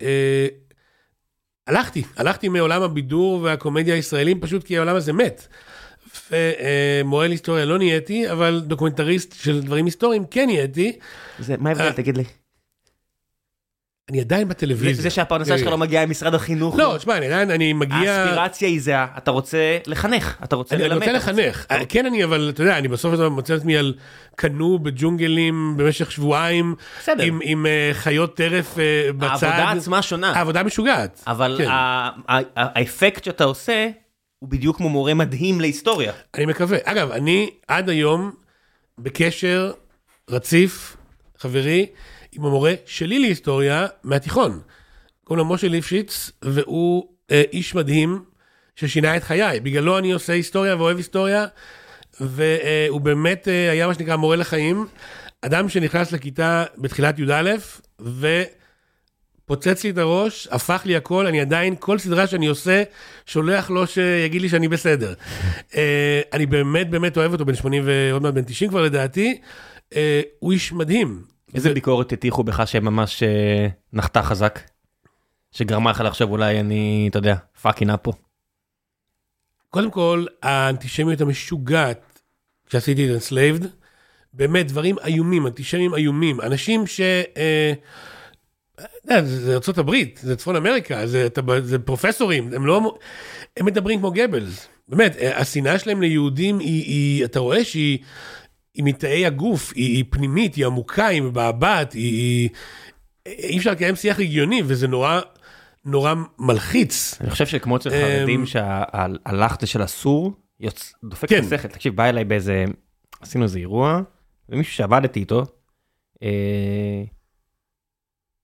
הלכתי, הלכתי מעולם הבידור והקומדיה הישראלים, פשוט כי העולם הזה מת. ומורה להיסטוריה לא נהייתי, אבל דוקומנטריסט של דברים היסטוריים כן נהייתי. מה ההבדל, תגיד לי? אני עדיין בטלוויזיה. זה שהפרנסה שלך לא מגיעה עם משרד החינוך. לא, תשמע, אני עדיין, אני מגיע... האספירציה היא זה, אתה רוצה לחנך, אתה רוצה ללמד. אני רוצה לחנך. כן, אני, אבל אתה יודע, אני בסוף מוצא את עצמי על קנו בג'ונגלים במשך שבועיים, עם חיות טרף בצד. העבודה עצמה שונה. העבודה משוגעת. אבל האפקט שאתה עושה, הוא בדיוק כמו מורה מדהים להיסטוריה. אני מקווה. אגב, אני עד היום בקשר רציף, חברי, עם המורה שלי להיסטוריה מהתיכון. קוראים לו משה ליפשיץ, והוא אה, איש מדהים ששינה את חיי. בגללו אני עושה היסטוריה ואוהב היסטוריה, והוא באמת אה, היה מה שנקרא מורה לחיים. אדם שנכנס לכיתה בתחילת י' א', ופוצץ לי את הראש, הפך לי הכל, אני עדיין, כל סדרה שאני עושה, שולח לו שיגיד לי שאני בסדר. אה, אני באמת באמת אוהב אותו, בן שמונים ועוד מעט בן תשעים כבר לדעתי. אה, הוא איש מדהים. איזה ביקורת הטיחו בך שממש נחתה חזק? שגרמה לך לחשוב אולי אני, אתה יודע, פאקינג אפ פה. קודם כל, האנטישמיות המשוגעת שעשיתי את Enslaved, באמת דברים איומים, אנטישמים איומים, אנשים ש... זה ארצות הברית, זה צפון אמריקה, זה, זה פרופסורים, הם לא... הם מדברים כמו גבלס. באמת, השנאה שלהם ליהודים היא, היא, אתה רואה שהיא... היא מתאי הגוף, היא, היא פנימית, היא עמוקה, היא מבעבעת, היא, היא... אי אפשר לקיים שיח הגיוני, וזה נורא, נורא מלחיץ. אני חושב שכמו אצל חרדים, שהלכת של אסור, דופק את השכל. תקשיב, בא אליי באיזה, עשינו איזה אירוע, ומישהו שעבדתי איתו,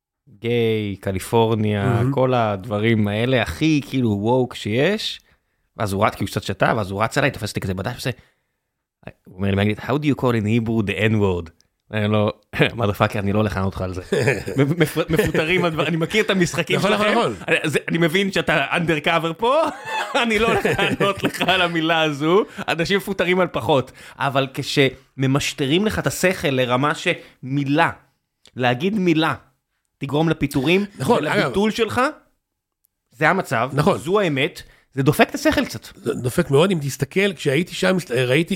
גיי, קליפורניה, כל הדברים האלה, הכי כאילו ווק שיש, אז הוא רץ, כי הוא קצת שתה, ואז הוא רץ עליי, תופס אותי כזה בדש, וזה, הוא אומר לי באנגלית, how do you call in Hebrew the N-word? אני לא, מודפאקר, אני לא הולך לענות לך על זה. מפוטרים, אני מכיר את המשחקים שלכם, אני מבין שאתה undercover פה, אני לא הולך לענות לך על המילה הזו, אנשים מפוטרים על פחות, אבל כשממשטרים לך את השכל לרמה שמילה, להגיד מילה, תגרום לפיטורים, ולביטול שלך, זה המצב, זו האמת, זה דופק את השכל קצת. זה דופק מאוד, אם תסתכל, כשהייתי שם, ראיתי,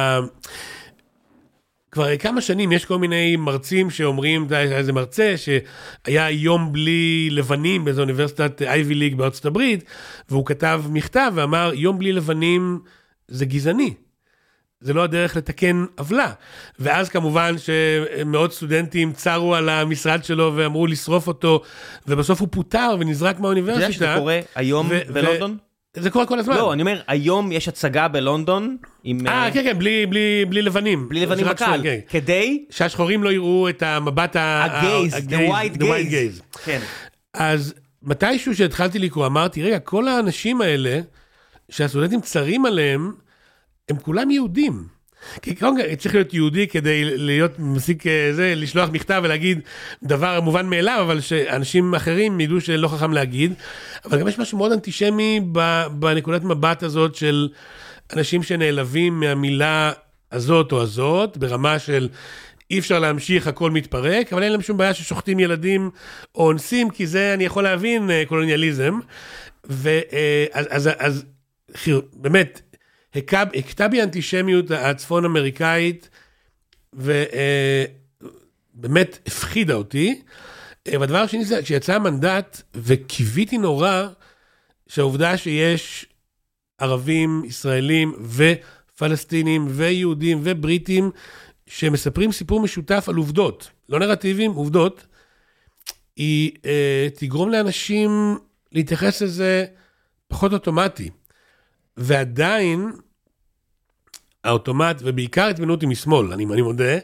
כבר כמה שנים יש כל מיני מרצים שאומרים, איזה מרצה שהיה יום בלי לבנים באיזו אוניברסיטת אייבי ליג בארצות הברית, והוא כתב מכתב ואמר, יום בלי לבנים זה גזעני. זה לא הדרך לתקן עוולה. ואז כמובן שמאות סטודנטים צרו על המשרד שלו ואמרו לשרוף אותו, ובסוף הוא פוטר ונזרק מהאוניברסיטה. אתה יודע שזה קורה היום בלונדון? זה קורה כל הזמן. לא, אני אומר, היום יש הצגה בלונדון עם... אה, כן, כן, בלי, בלי, בלי לבנים. בלי לבנים בקהל. כדי... שהשחורים לא יראו את המבט ה... הגייז, the white gaze. כן. אז מתישהו שהתחלתי לקרוא, אמרתי, רגע, כל האנשים האלה, שהסטודנטים צרים עליהם, הם כולם יהודים. כי כלומר, צריך להיות יהודי כדי להיות מסיק זה, לשלוח מכתב ולהגיד דבר מובן מאליו, אבל שאנשים אחרים ידעו שלא חכם להגיד. אבל גם יש משהו מאוד אנטישמי בנקודת מבט הזאת של אנשים שנעלבים מהמילה הזאת או הזאת, ברמה של אי אפשר להמשיך, הכל מתפרק, אבל אין להם שום בעיה ששוחטים ילדים או אונסים, כי זה אני יכול להבין קולוניאליזם. ואז, אז, אז, באמת, הכתה בי האנטישמיות הצפון אמריקאית, ובאמת הפחידה אותי. והדבר השני זה, כשיצא המנדט, וקיוויתי נורא, שהעובדה שיש ערבים, ישראלים, ופלסטינים, ויהודים, ובריטים, שמספרים סיפור משותף על עובדות, לא נרטיבים, עובדות, היא תגרום לאנשים להתייחס לזה פחות אוטומטי. ועדיין, האוטומט, ובעיקר התבנות היא משמאל, אני, אני מודה,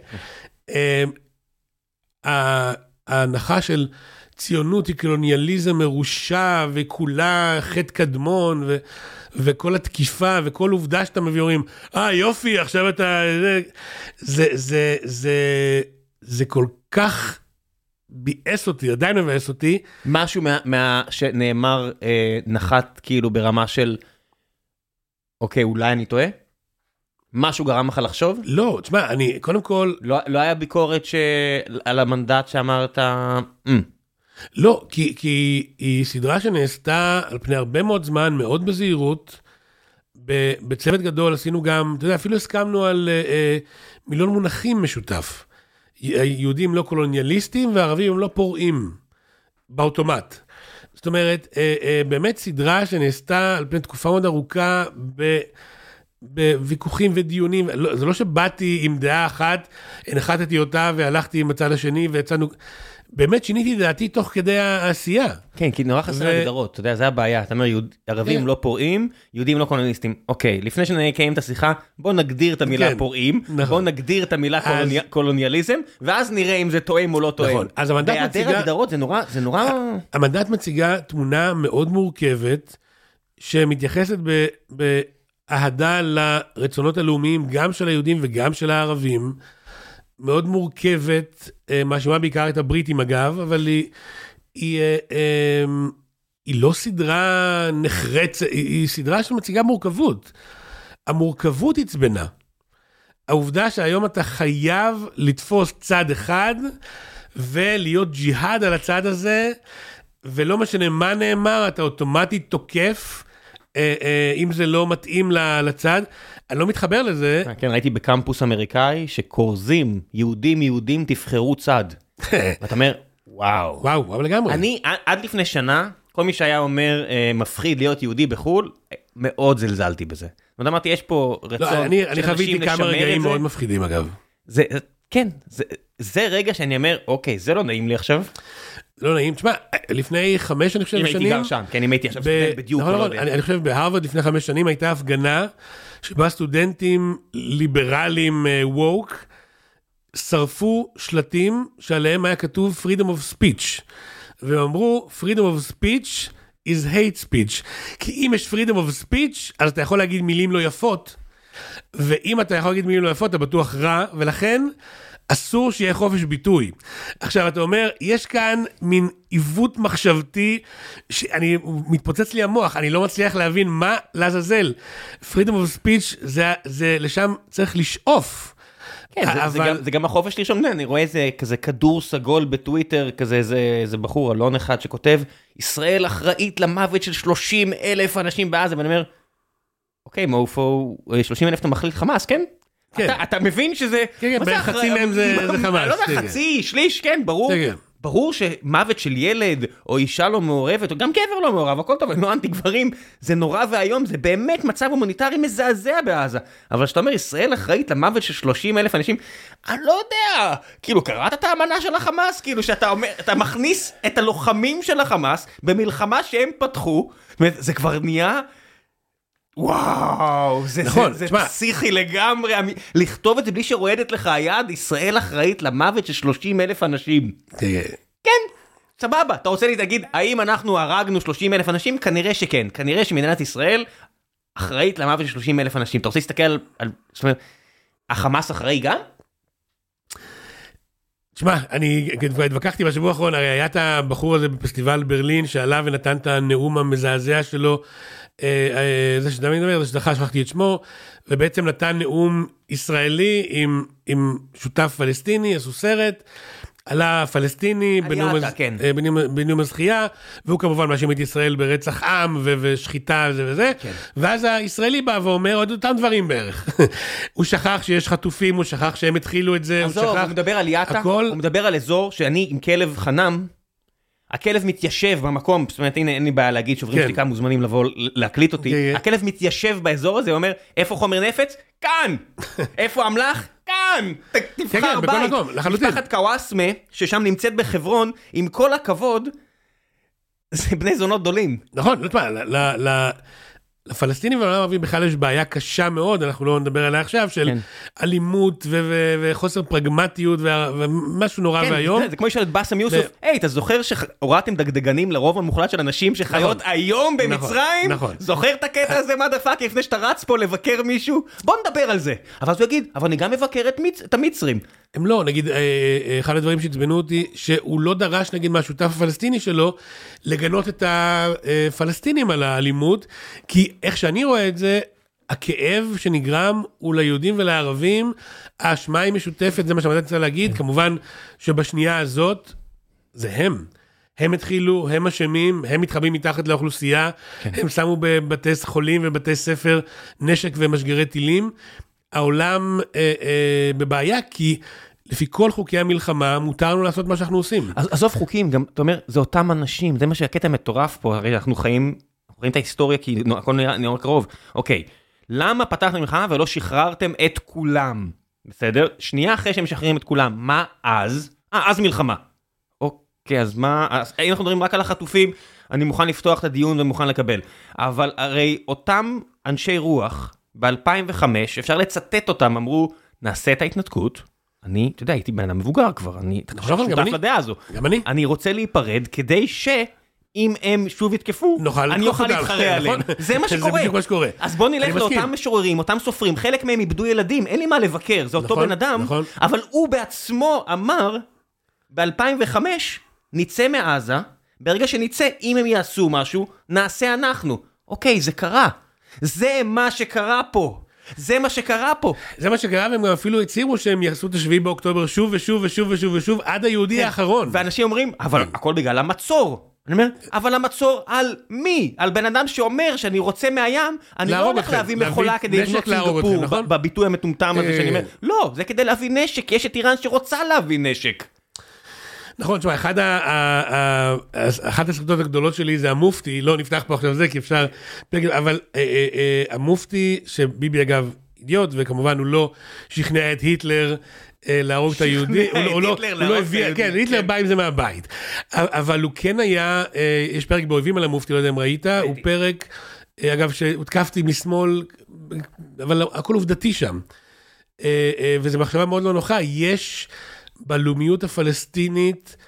ההנחה של ציונות היא קולוניאליזם מרושע, וכולה חטא קדמון, ו, וכל התקיפה, וכל עובדה שאתה מביא אומרים, אה יופי, עכשיו אתה... זה, זה, זה, זה, זה כל כך ביאס אותי, עדיין מבאס אותי. משהו מה, מה שנאמר אה, נחת כאילו ברמה של... אוקיי, אולי אני טועה? משהו גרם לך לחשוב? לא, תשמע, אני, קודם כל... לא, לא היה ביקורת ש... על המנדט שאמרת... Mm. לא, כי, כי היא סדרה שנעשתה על פני הרבה מאוד זמן, מאוד בזהירות, בצוות גדול עשינו גם, אתה יודע, אפילו הסכמנו על אה, אה, מיליון מונחים משותף. יהודים לא קולוניאליסטים, והערבים הם לא פורעים, באוטומט. זאת אומרת, אה, אה, באמת סדרה שנעשתה על פני תקופה מאוד ארוכה, ב... בוויכוחים ודיונים, זה לא שבאתי עם דעה אחת, הנחתתי אותה והלכתי עם הצד השני ויצאנו, באמת שיניתי דעתי תוך כדי העשייה. כן, כי נורא חסר הגדרות, אתה יודע, זה הבעיה, אתה אומר, ערבים לא פורעים, יהודים לא קולוניאליסטים. אוקיי, לפני שנקיים את השיחה, בוא נגדיר את המילה פורעים, בוא נגדיר את המילה קולוניאליזם, ואז נראה אם זה תואם או לא תואם. אז המנדט מציגה... בהיעדר הגדרות, זה נורא... המנדט מציגה תמונה מאוד מורכבת, שמתייחסת ב... אהדה לרצונות הלאומיים, גם של היהודים וגם של הערבים, מאוד מורכבת, מאשימה בעיקר את הבריטים אגב, אבל היא, היא, היא לא סדרה נחרצת, היא סדרה שמציגה מורכבות. המורכבות הצבנה. העובדה שהיום אתה חייב לתפוס צד אחד, ולהיות ג'יהאד על הצד הזה, ולא משנה מה נאמר, אתה אוטומטית תוקף, אם זה לא מתאים לצד, אני לא מתחבר לזה. כן, ראיתי בקמפוס אמריקאי שקורזים, יהודים יהודים תבחרו צד. ואתה אומר, וואו. וואו, וואו לגמרי. אני, עד לפני שנה, כל מי שהיה אומר, מפחיד להיות יהודי בחול, מאוד זלזלתי בזה. זאת אומרת, יש פה רצון... אני חוויתי כמה רגעים מאוד מפחידים אגב. כן, זה רגע שאני אומר, אוקיי, זה לא נעים לי עכשיו. לא נעים, תשמע, לפני חמש, אני חושב, שנים... אם הייתי גר שם, כן, אם הייתי עכשיו סטודנט בדיוק. נכון, נכון, אני חושב, בהרווארד לפני חמש שנים הייתה הפגנה, שבה סטודנטים ליברליים ווק, שרפו שלטים שעליהם היה כתוב freedom of speech, והם אמרו, freedom of speech is hate speech. כי אם יש freedom of speech, אז אתה יכול להגיד מילים לא יפות, ואם אתה יכול להגיד מילים לא יפות, אתה בטוח רע, ולכן אסור שיהיה חופש ביטוי. עכשיו, אתה אומר, יש כאן מין עיוות מחשבתי, שאני מתפוצץ לי המוח, אני לא מצליח להבין מה לעזאזל. freedom of speech, זה, זה לשם צריך לשאוף. כן, זה, אבל... זה, גם, זה גם החופש לרשום, אני רואה איזה כזה כדור סגול בטוויטר, כזה איזה, איזה בחור, אלון אחד שכותב, ישראל אחראית למוות של שלושים אלף אנשים בעזה, ואני אומר, אוקיי, מאופו, שלושים אלף אתה מחליט חמאס, כן? כן. אתה, אתה מבין שזה... כן, כן, בחצי מהם זה, זה חמאס. לא יודע, חצי, שליש, כן, ברור. כן, כן. ברור שמוות של ילד, או אישה לא מעורבת, או גם גבר לא מעורב, הכל טוב, הם לא אנטי גברים, זה נורא והיום, זה באמת מצב הומניטרי מזעזע בעזה. אבל שאתה אומר, ישראל אחראית למוות של שלושים אלף אנשים, אני לא יודע, כאילו, קראת את האמנה של החמאס, כאילו, שאתה אומר, אתה מכניס את הלוחמים של החמאס, במלחמה שהם פתחו, זאת אומרת, זה כבר נהיה... וואו, זה, נכון, זה, זה פסיכי לגמרי, לכתוב את זה בלי שרועדת לך היד, ישראל אחראית למוות של שלושים אלף אנשים. כן, סבבה, אתה רוצה לי להגיד, האם אנחנו הרגנו שלושים אלף אנשים? כנראה שכן, כנראה שמדינת ישראל אחראית למוות של שלושים אלף אנשים. אתה רוצה להסתכל על, על זאת אומרת, החמאס אחראי גם? תשמע, אני כבר התווכחתי בשבוע האחרון, הרי היה את הבחור הזה בפסטיבל ברלין, שעלה ונתן את הנאום המזעזע שלו, זה שאתה מדבר, זה שדחה, שכחתי את שמו, ובעצם נתן נאום ישראלי עם, עם שותף פלסטיני, עשו סרט, עלה פלסטיני בנאום הזכייה, והוא כמובן מאשים את ישראל ברצח עם ושחיטה וזה וזה, כן. ואז הישראלי בא ואומר עוד אותם דברים בערך. הוא שכח שיש חטופים, הוא שכח שהם התחילו את זה, הוא שכח... הוא מדבר על יאטה, הכל... הוא מדבר על אזור שאני עם כלב חנם, הכלב מתיישב במקום, זאת אומרת, הנה, אין לי בעיה להגיד, שוברים שתיקה מוזמנים לבוא להקליט אותי, הכלב מתיישב באזור הזה, אומר, איפה חומר נפץ? כאן! איפה המלח? כאן! תבחר בית. משפחת קוואסמה, ששם נמצאת בחברון, עם כל הכבוד, זה בני זונות גדולים. נכון, לא תשמע, לפלסטינים ולעולם הערבי בכלל יש בעיה קשה מאוד, אנחנו לא נדבר עליה עכשיו, של אלימות וחוסר פרגמטיות ומשהו נורא והיום. זה כמו לשאול את באסם יוסוף, היי, אתה זוכר שהורדתם דגדגנים לרוב המוחלט של אנשים שחיות היום במצרים? זוכר את הקטע הזה, מה דפק, לפני שאתה רץ פה לבקר מישהו? בוא נדבר על זה. אבל אז הוא יגיד, אבל אני גם מבקר את המצרים. הם לא, נגיד, אחד הדברים שהצבנו אותי, שהוא לא דרש, נגיד, מהשותף הפלסטיני שלו, לגנות את הפלסטינים על האלימות, כי איך שאני רואה את זה, הכאב שנגרם הוא ליהודים ולערבים, האשמה היא משותפת, זה מה שאני רוצה להגיד, כמובן שבשנייה הזאת, זה הם. הם התחילו, הם אשמים, הם מתחבאים מתחת לאוכלוסייה, הם שמו בבתי חולים ובתי ספר נשק ומשגרי טילים, העולם אה, אה, בבעיה, כי לפי כל חוקי המלחמה, מותר לנו לעשות מה שאנחנו עושים. אז, עזוב חוקים, גם, אתה אומר, זה אותם אנשים, זה מה שהקטע מטורף פה, הרי אנחנו חיים, אנחנו רואים את ההיסטוריה, כי הכל נראה, נראה קרוב. אוקיי, למה פתחתם מלחמה ולא שחררתם את כולם? בסדר? שנייה אחרי שהם משחררים את כולם, מה אז? אה, אז מלחמה. אוקיי, אז מה, אז, אם אנחנו מדברים רק על החטופים, אני מוכן לפתוח את הדיון ומוכן לקבל. אבל הרי אותם אנשי רוח, ב-אלפיים וחמש, אפשר לצטט אותם, אמרו, נעשה את ההתנתקות, אני, אתה יודע, הייתי בן המבוגר כבר, אני, אתה חושב שותף לדעה הזו. גם אני. אני רוצה להיפרד, כדי שאם הם שוב יתקפו, אני אוכל להתחרע עליהם. זה מה שקורה. זה בדיוק מה שקורה. אז בוא נלך לאותם משוררים, אותם סופרים, חלק מהם איבדו ילדים, אין לי מה לבקר, זה אותו בן אדם, אבל הוא בעצמו אמר, ב-אלפיים וחמש, נצא מעזה, ברגע שנצא, אם הם יעשו משהו, נעשה אנחנו. אוקיי, זה קרה. זה מה שקרה פה. זה מה שקרה פה. זה מה שקרה, והם גם אפילו הצהירו שהם יעשו את השביעי באוקטובר שוב ושוב ושוב ושוב ושוב, עד היהודי האחרון. ואנשים אומרים, אבל הכל בגלל המצור. אני אומר, אבל המצור על מי? על בן אדם שאומר שאני רוצה מהים, אני לא הולך להביא מכולה כדי לבנות סינגפור, בביטוי המטומטם הזה שאני אומר, לא, זה כדי להביא נשק, יש את איראן שרוצה להביא נשק. נכון, תשמע, אחת הסרטות הגדולות שלי זה המופתי, לא נפתח פה עכשיו זה, כי אפשר, אבל המופתי, שביבי אגב אידיוט, וכמובן הוא לא שכנע את היטלר להרוג את היהודי, הוא לא הביא, כן, היטלר בא עם זה מהבית, אבל הוא כן היה, יש פרק באויבים על המופתי, לא יודע אם ראית, הוא פרק, אגב, שהותקפתי משמאל, אבל הכל עובדתי שם, וזו מחשבה מאוד לא נוחה, יש בלאומיות הפלסטינית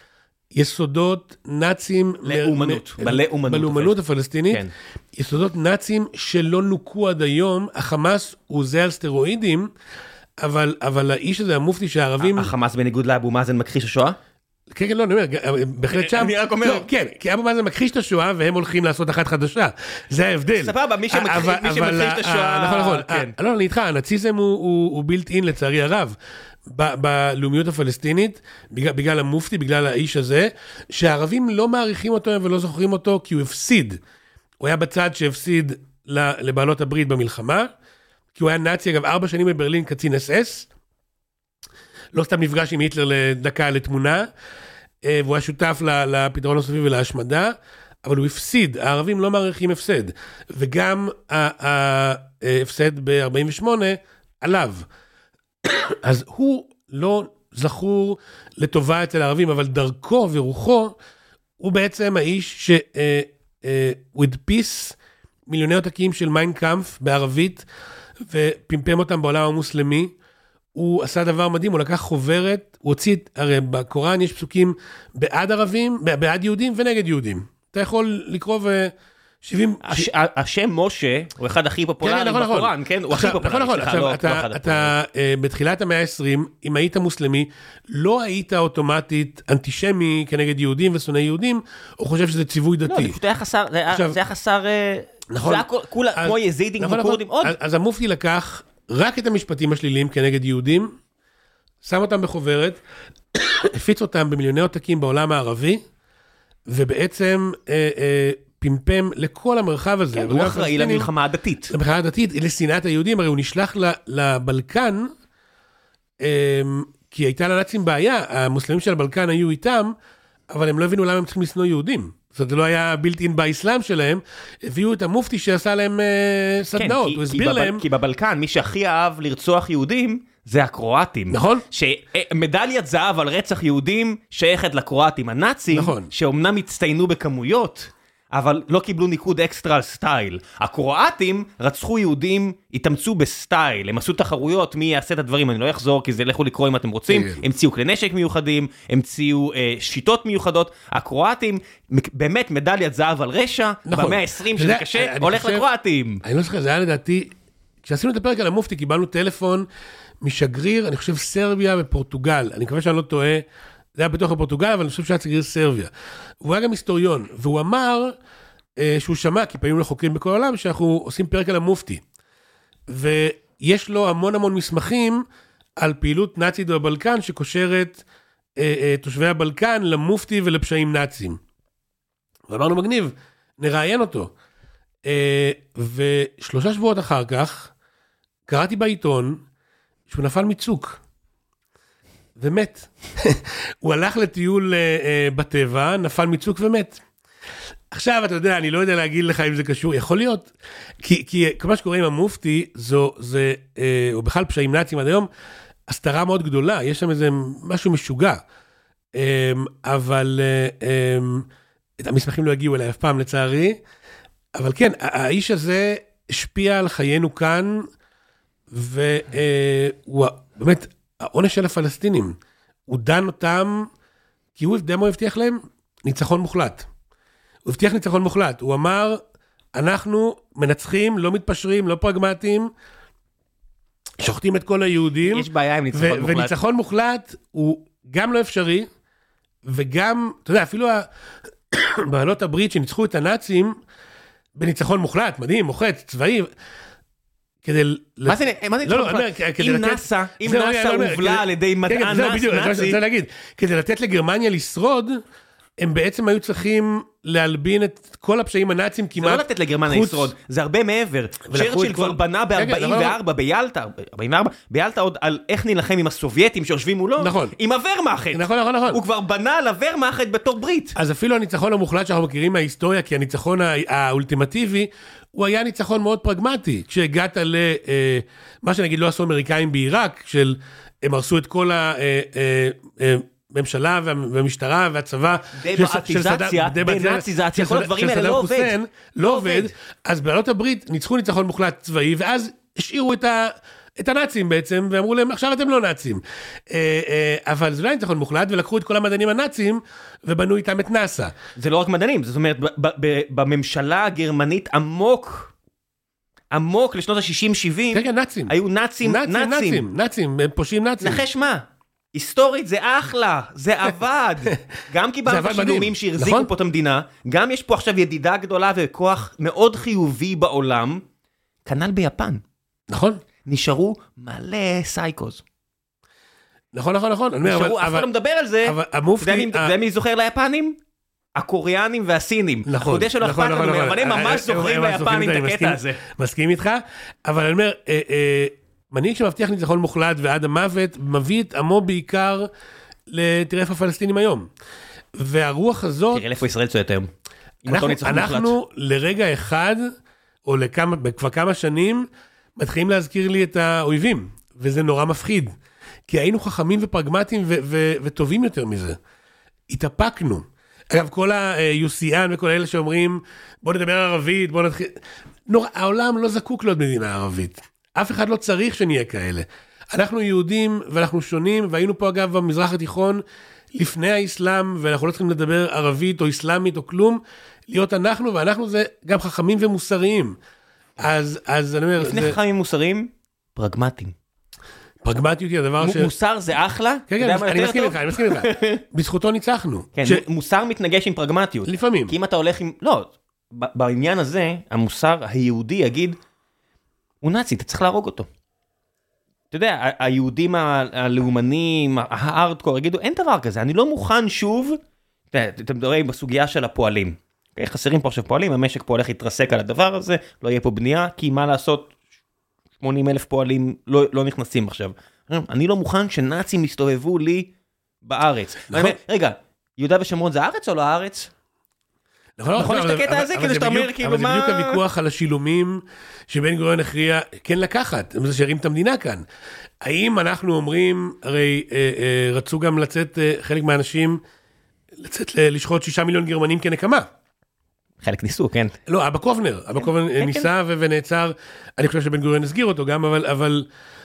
יסודות נאצים... לאומנות, בלאומנות. בלאומנות הפלסטינית. כן. יסודות נאצים שלא נוקו עד היום, החמאס הוא זה על סטרואידים, אבל, אבל האיש הזה, המופתי שהערבים... החמאס בניגוד לאבו מאזן מכחיש השואה? כן, כן, לא, אני אומר, בהחלט שם... אני רק אומר... כן, כי אבו מאזן מכחיש את השואה, והם הולכים לעשות אחת חדשה. זה ההבדל. סבבה, מי שמכחיש את השואה... נכון, נכון. לא, אני איתך, הנאציזם הוא בילט אין לצערי הרב. בלאומיות הפלסטינית, בגלל המופתי, בגלל האיש הזה, שהערבים לא מעריכים אותו ולא זוכרים אותו, כי הוא הפסיד. הוא היה בצד שהפסיד לבעלות הברית במלחמה, כי הוא היה נאצי, אגב, ארבע שנים בברלין, קצין אס אס, לא סתם נפגש עם היטלר לדקה לתמונה, והוא היה שותף לפתרון הסופי ולהשמדה, אבל הוא הפסיד, הערבים לא מעריכים הפסד, וגם ההפסד ב-ארבעים ושמונה עליו. אז הוא לא זכור לטובה אצל הערבים, אבל דרכו ורוחו, הוא בעצם האיש שהוא הדפיס מיליוני עותקים של מיין קאמפף בערבית, ופמפם אותם בעולם המוסלמי. הוא עשה דבר מדהים, הוא לקח חוברת, הוא הוציא, הרי בקוראן יש פסוקים בעד ערבים, בעד יהודים ונגד יהודים. אתה יכול לקרוא ו... שבעים... השם משה הוא אחד הכי פופולריים בקוראן, כן? הוא הכי פופולרי. נכון, נכון. אתה בתחילת המאה ה-עשרים, אם היית מוסלמי, לא היית אוטומטית אנטישמי כנגד יהודים ושונא יהודים, או חושב שזה ציווי דתי. לא, זה פשוט היה חסר, זה היה חסר, זה היה כמו יזידים וכורדים עוד. אז המופתי לקח רק את המשפטים השליליים כנגד יהודים, שם אותם בחוברת, הפיץ אותם במיליוני עותקים בעולם הערבי, ובעצם פמפם לכל המרחב הזה. כן, הוא אחראי למלחמה הדתית. למלחמה הדתית, לשנאת היהודים, הרי הוא נשלח לבלקן, כי הייתה לנאצים בעיה, המוסלמים של הבלקן היו איתם, אבל הם לא הבינו למה הם צריכים לשנוא יהודים. זאת אומרת, זה לא היה בילט אין באסלאם שלהם, הביאו את המופתי שעשה להם סדנאות, הוא הסביר להם... כי בבלקן, מי שהכי אהב לרצוח יהודים, זה הקרואטים. נכון. שמדליית זהב על רצח יהודים שייכת לקרואטים. הנאצים, נכון. שאומנם הצטיינו בכמויות, אבל לא קיבלו ניקוד אקסטרה על סטייל. הקרואטים רצחו יהודים, התאמצו בסטייל, הם עשו תחרויות מי יעשה את הדברים, אני לא אחזור, כי זה לכו לקרוא אם אתם רוצים, המציאו כלי נשק מיוחדים, המציאו אה, שיטות מיוחדות, הקרואטים, באמת מדליית זהב על רשע, נכון. במאה ה-עשרים שזה קשה, הולך חושב, לקרואטים. אני לא זוכר, זה היה לדעתי, כשעשינו את הפרק על המופתי, קיבלנו טלפון משגריר, אני חושב סרביה ופורטוגל, אני מקווה שאני לא טועה, זה היה בתוך הפורטוגל, אבל אני חושב שהיה שגריר סרביה. הוא היה גם היסטוריון, והוא אמר אה, שהוא שמע, כי פעמים לחוקרים בכל העולם, שאנחנו עושים פרק על המופתי. ויש לו המון המון מסמכים על פעילות נאצית בבלקן, שקושרת אה, אה, תושבי הבלקן למופתי ולפשעים נאצים. ואמרנו מגניב, נראיין אותו. אה, ושלושה שבועות אחר כך, קראתי בעיתון, שהוא נפל מצוק. ומת. הוא הלך לטיול uh, בטבע, נפל מצוק ומת. עכשיו, אתה יודע, אני לא יודע להגיד לך אם זה קשור, יכול להיות, כי, כי כל מה שקורה עם המופתי, זו, זה, uh, או בכלל פשעים נאצים עד היום, הסתרה מאוד גדולה, יש שם איזה משהו משוגע. Um, אבל uh, um, המסמכים לא הגיעו אליי אף פעם לצערי, אבל כן, האיש הזה השפיע על חיינו כאן, והוא uh, באמת, העונש של הפלסטינים, הוא דן אותם, כי הוא דמו הבטיח להם ניצחון מוחלט. הוא הבטיח ניצחון מוחלט. הוא אמר, אנחנו מנצחים, לא מתפשרים, לא פרגמטיים, שוחטים את כל היהודים. יש בעיה עם ניצחון ו- מוחלט. וניצחון מוחלט הוא גם לא אפשרי, וגם, אתה יודע, אפילו בעלות הברית שניצחו את הנאצים, בניצחון מוחלט, מדהים, מוחץ, צבאי, כדי... מה זה ניצחון מוחלט? אם נאסא, אם נאסא הובלה על ידי מדען נאצי... כדי לתת לגרמניה לשרוד, הם בעצם היו צריכים להלבין את כל הפשעים הנאצים כמעט... זה לא לתת לגרמניה לשרוד, זה הרבה מעבר. צ'רצ'יל כבר בנה ב-ארבעים וארבע ביאלטה, ארבעים וארבע, ביאלטה עוד על איך נלחם עם הסובייטים שיושבים מולו, עם הוורמאכט. נכון, נכון, נכון. הוא כבר בנה על הוורמאכט בתור ברית. אז אפילו הניצחון המוחלט שאנחנו מכירים מההיסטוריה, כי הניצחון האולטימטיבי, הוא היה ניצחון מאוד פרגמטי. כשהגעת למה שנגיד לא עשו אמריקאים בעיראק, של הם הרסו את כל ה... ממשלה והמשטרה והצבא, דבעתיזציה, דנאציזציה, כל הדברים האלה לא עובד. לא עובד, אז בעלות הברית ניצחו ניצחון מוחלט צבאי, ואז השאירו את את הנאצים בעצם, ואמרו להם, עכשיו אתם לא נאצים. אבל זה לא היה ניצחון מוחלט, ולקחו את כל המדענים הנאצים, ובנו איתם את נאסא. זה לא רק מדענים, זאת אומרת, בממשלה הגרמנית עמוק, עמוק לשנות ה-שישים שבעים, כן, כן, נאצים. היו נאצים, נאצים, נאצים, נאצים, פושעים נאצים. נחש מה? היסטורית זה אחלה, זה עבד. גם קיבלנו את השינויים שהחזיקו פה את המדינה, גם יש פה עכשיו ידידה גדולה וכוח מאוד חיובי בעולם, כנ"ל ביפן. נכון. נשארו מלא סייקוז. נכון, נכון, נכון. נשארו, אף אחד לא מדבר על זה. המופתי... זה מי זוכר ליפנים? הקוריאנים והסינים. נכון. החודש שלא אכפת לנו, אבל הם ממש זוכרים ליפנים את הקטע הזה. מסכים איתך, אבל אני אומר... מנהיג שמבטיח ניצחון מוחלט ועד המוות, מביא את עמו בעיקר לטרף הפלסטינים היום. והרוח הזאת... תראה איפה ישראל צועט היום. אנחנו, אנחנו לרגע אחד, או לכמה, כבר כמה שנים, מתחילים להזכיר לי את האויבים, וזה נורא מפחיד. כי היינו חכמים ופרגמטיים ו- ו- וטובים יותר מזה. התאפקנו. אגב, כל ה-יו סי אן וכל אלה שאומרים, בוא נדבר ערבית, בוא נתחיל... נורא, העולם לא זקוק לעוד מדינה ערבית. אף אחד לא צריך שנהיה כאלה. אנחנו יהודים ואנחנו שונים, והיינו פה אגב במזרח התיכון לפני האסלאם, ואנחנו לא צריכים לדבר ערבית או אסלאמית או כלום, להיות אנחנו, ואנחנו זה גם חכמים ומוסריים. אז, אז אני אומר... לפני זה... חכמים ומוסריים, פרגמטיים. פרגמטיות היא הדבר ש... מוסר זה אחלה? כן, כן, אני מסכים איתך, אני מסכים איתך. בזכותו ניצחנו. כן, מוסר מתנגש עם פרגמטיות. לפעמים. כי אם אתה הולך עם... לא, בעניין הזה, המוסר היהודי יגיד, הוא נאצי, אתה צריך להרוג אותו. אתה יודע, היהודים הלאומנים, הארדקור, יגידו, אין דבר כזה, אני לא מוכן שוב, אתם מדברים בסוגיה של הפועלים. חסרים פה עכשיו פועלים, המשק פה הולך להתרסק על הדבר הזה, לא יהיה פה בנייה, כי מה לעשות, שמונים אלף פועלים לא, לא נכנסים עכשיו. אני לא מוכן שנאצים יסתובבו לי בארץ. נכון. רגע, יהודה ושומרון זה הארץ או לא הארץ? נכון, יש את הקטע הזה, כדי שאתה אומר כאילו מה... אבל זה בדיוק הוויכוח על השילומים שבן גוריון הכריע כן לקחת, זה שהרים את המדינה כאן. האם אנחנו אומרים, הרי רצו גם לצאת, חלק מהאנשים, לצאת לשחוט שישה מיליון גרמנים כנקמה. חלק ניסו, כן. לא, אבא קובנר, אבא קובנר ניסה ונעצר, אני חושב שבן גוריון הסגיר אותו גם, אבל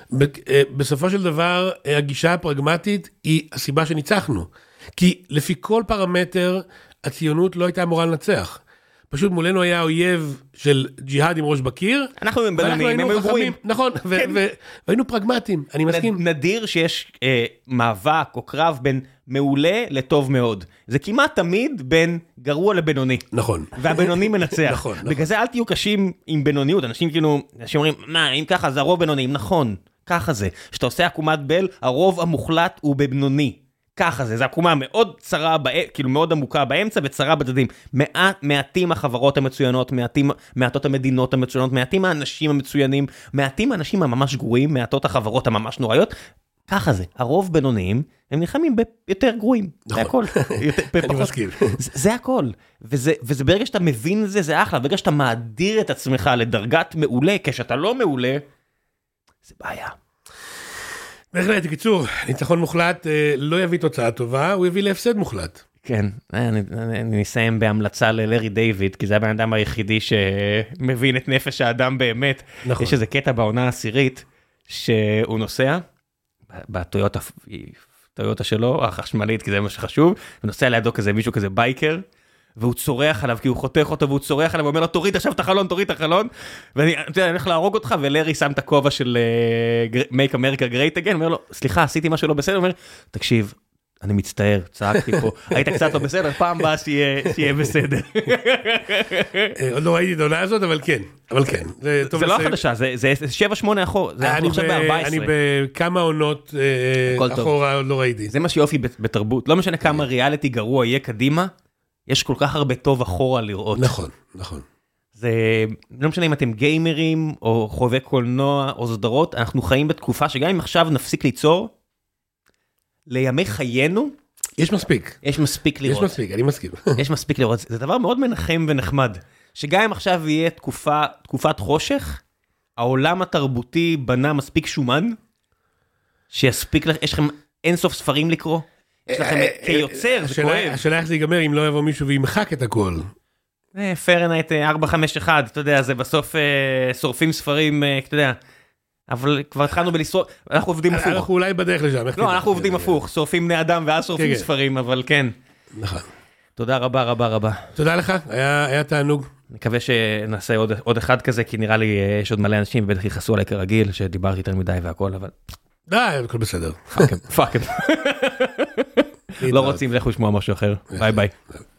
בסופו של דבר, הגישה הפרגמטית היא הסיבה שניצחנו. כי לפי כל פרמטר, הציונות לא הייתה אמורה לנצח. פשוט מולנו היה אויב של ג'יהאד עם ראש בקיר. אנחנו בינוניים, הם היו גרועים. נכון, והיינו פרגמטיים, אני מסכים. נדיר שיש מאבק או קרב בין מעולה לטוב מאוד. זה כמעט תמיד בין גרוע לבינוני. נכון. והבינוני מנצח. נכון. בגלל זה אל תהיו קשים עם בינוניות. אנשים כאילו, אנשים אומרים, מה, אם ככה זה הרוב בינוניים. נכון, ככה זה. כשאתה עושה עקומת בל, הרוב המוחלט הוא בבינוני. ככה זה, זה עקומה מאוד צרה, כאילו מאוד עמוקה באמצע וצרה בצדדים. מעט, מעטים החברות המצוינות, מעטים, מעטות המדינות המצוינות, מעטים האנשים המצוינים, מעטים האנשים הממש גרועים, מעטות החברות הממש נוראיות. ככה זה, הרוב בינוניים, הם נלחמים ביותר גרועים. זה הכל. אני מסכים. זה הכל. וזה, וזה ברגע שאתה מבין את זה, זה אחלה. ברגע שאתה מאדיר את עצמך לדרגת מעולה, כשאתה לא מעולה, זה בעיה. בהחלט, קיצור, ניצחון מוחלט לא יביא תוצאה טובה, הוא יביא להפסד מוחלט. כן, אני, אני, אני אסיים בהמלצה ללארי דיוויד, כי זה הבן אדם היחידי שמבין את נפש האדם באמת. נכון. יש איזה קטע בעונה העשירית, שהוא נוסע, בטויוטה, טויוטה שלו, החשמלית, כי זה מה שחשוב, ונוסע לידו כזה מישהו כזה בייקר, והוא צורח עליו, כי הוא חותך אותו, והוא צורח עליו, ואומר לו, תוריד עכשיו את החלון, תוריד את החלון, ואני הולך להרוג אותך, ולארי שם את הכובע של Make America Great Again, אומר לו, סליחה, עשיתי משהו לא בסדר, הוא אומר, תקשיב, אני מצטער, צעקתי פה, היית קצת לא בסדר, פעם באה שיהיה בסדר. עוד לא ראיתי את העונה הזאת, אבל כן, אבל כן. זה לא חדשה, זה שבע שמונה אחורה, זה עכשיו ב-ארבע עשרה. אני בכמה עונות אחורה עוד לא ראיתי. זה מה שיופי בתרבות, לא משנה כמה ריאליטי גרוע יהיה קדימה, יש כל כך הרבה טוב אחורה לראות. נכון, נכון. זה, לא משנה אם אתם גיימרים, או חובבי קולנוע, או סדרות, אנחנו חיים בתקופה שגם אם עכשיו נפסיק ליצור, לימי חיינו, יש מספיק. יש מספיק לראות. יש מספיק, אני מסכים. יש מספיק לראות. זה דבר מאוד מנחם ונחמד. שגם אם עכשיו יהיה תקופה, תקופת חושך, העולם התרבותי בנה מספיק שומן, שיספיק לך, יש לכם אינסוף ספרים לקרוא, יש לכם כיוצר, זה כואב. השאלה איך זה ייגמר אם לא יבוא מישהו וימחק את הכל. פרנייט ארבע חמש אחת, אתה יודע, זה בסוף שורפים ספרים, אתה יודע, אבל כבר התחלנו בלשרוף, אנחנו עובדים הפוך. אנחנו אולי בדרך לשם. לא, אנחנו עובדים הפוך, שורפים בני אדם ואז שורפים ספרים, אבל כן. נכון. תודה רבה רבה רבה. תודה לך, היה תענוג. מקווה שנעשה עוד אחד כזה, כי נראה לי יש עוד מלא אנשים, ובטח יכעסו עליי כרגיל, שדיברתי יותר מדי והכל, אבל... די, הכל בסדר. פאק הם, פאק הם. לא רוצים, לכו לשמוע משהו אחר. ביי ביי.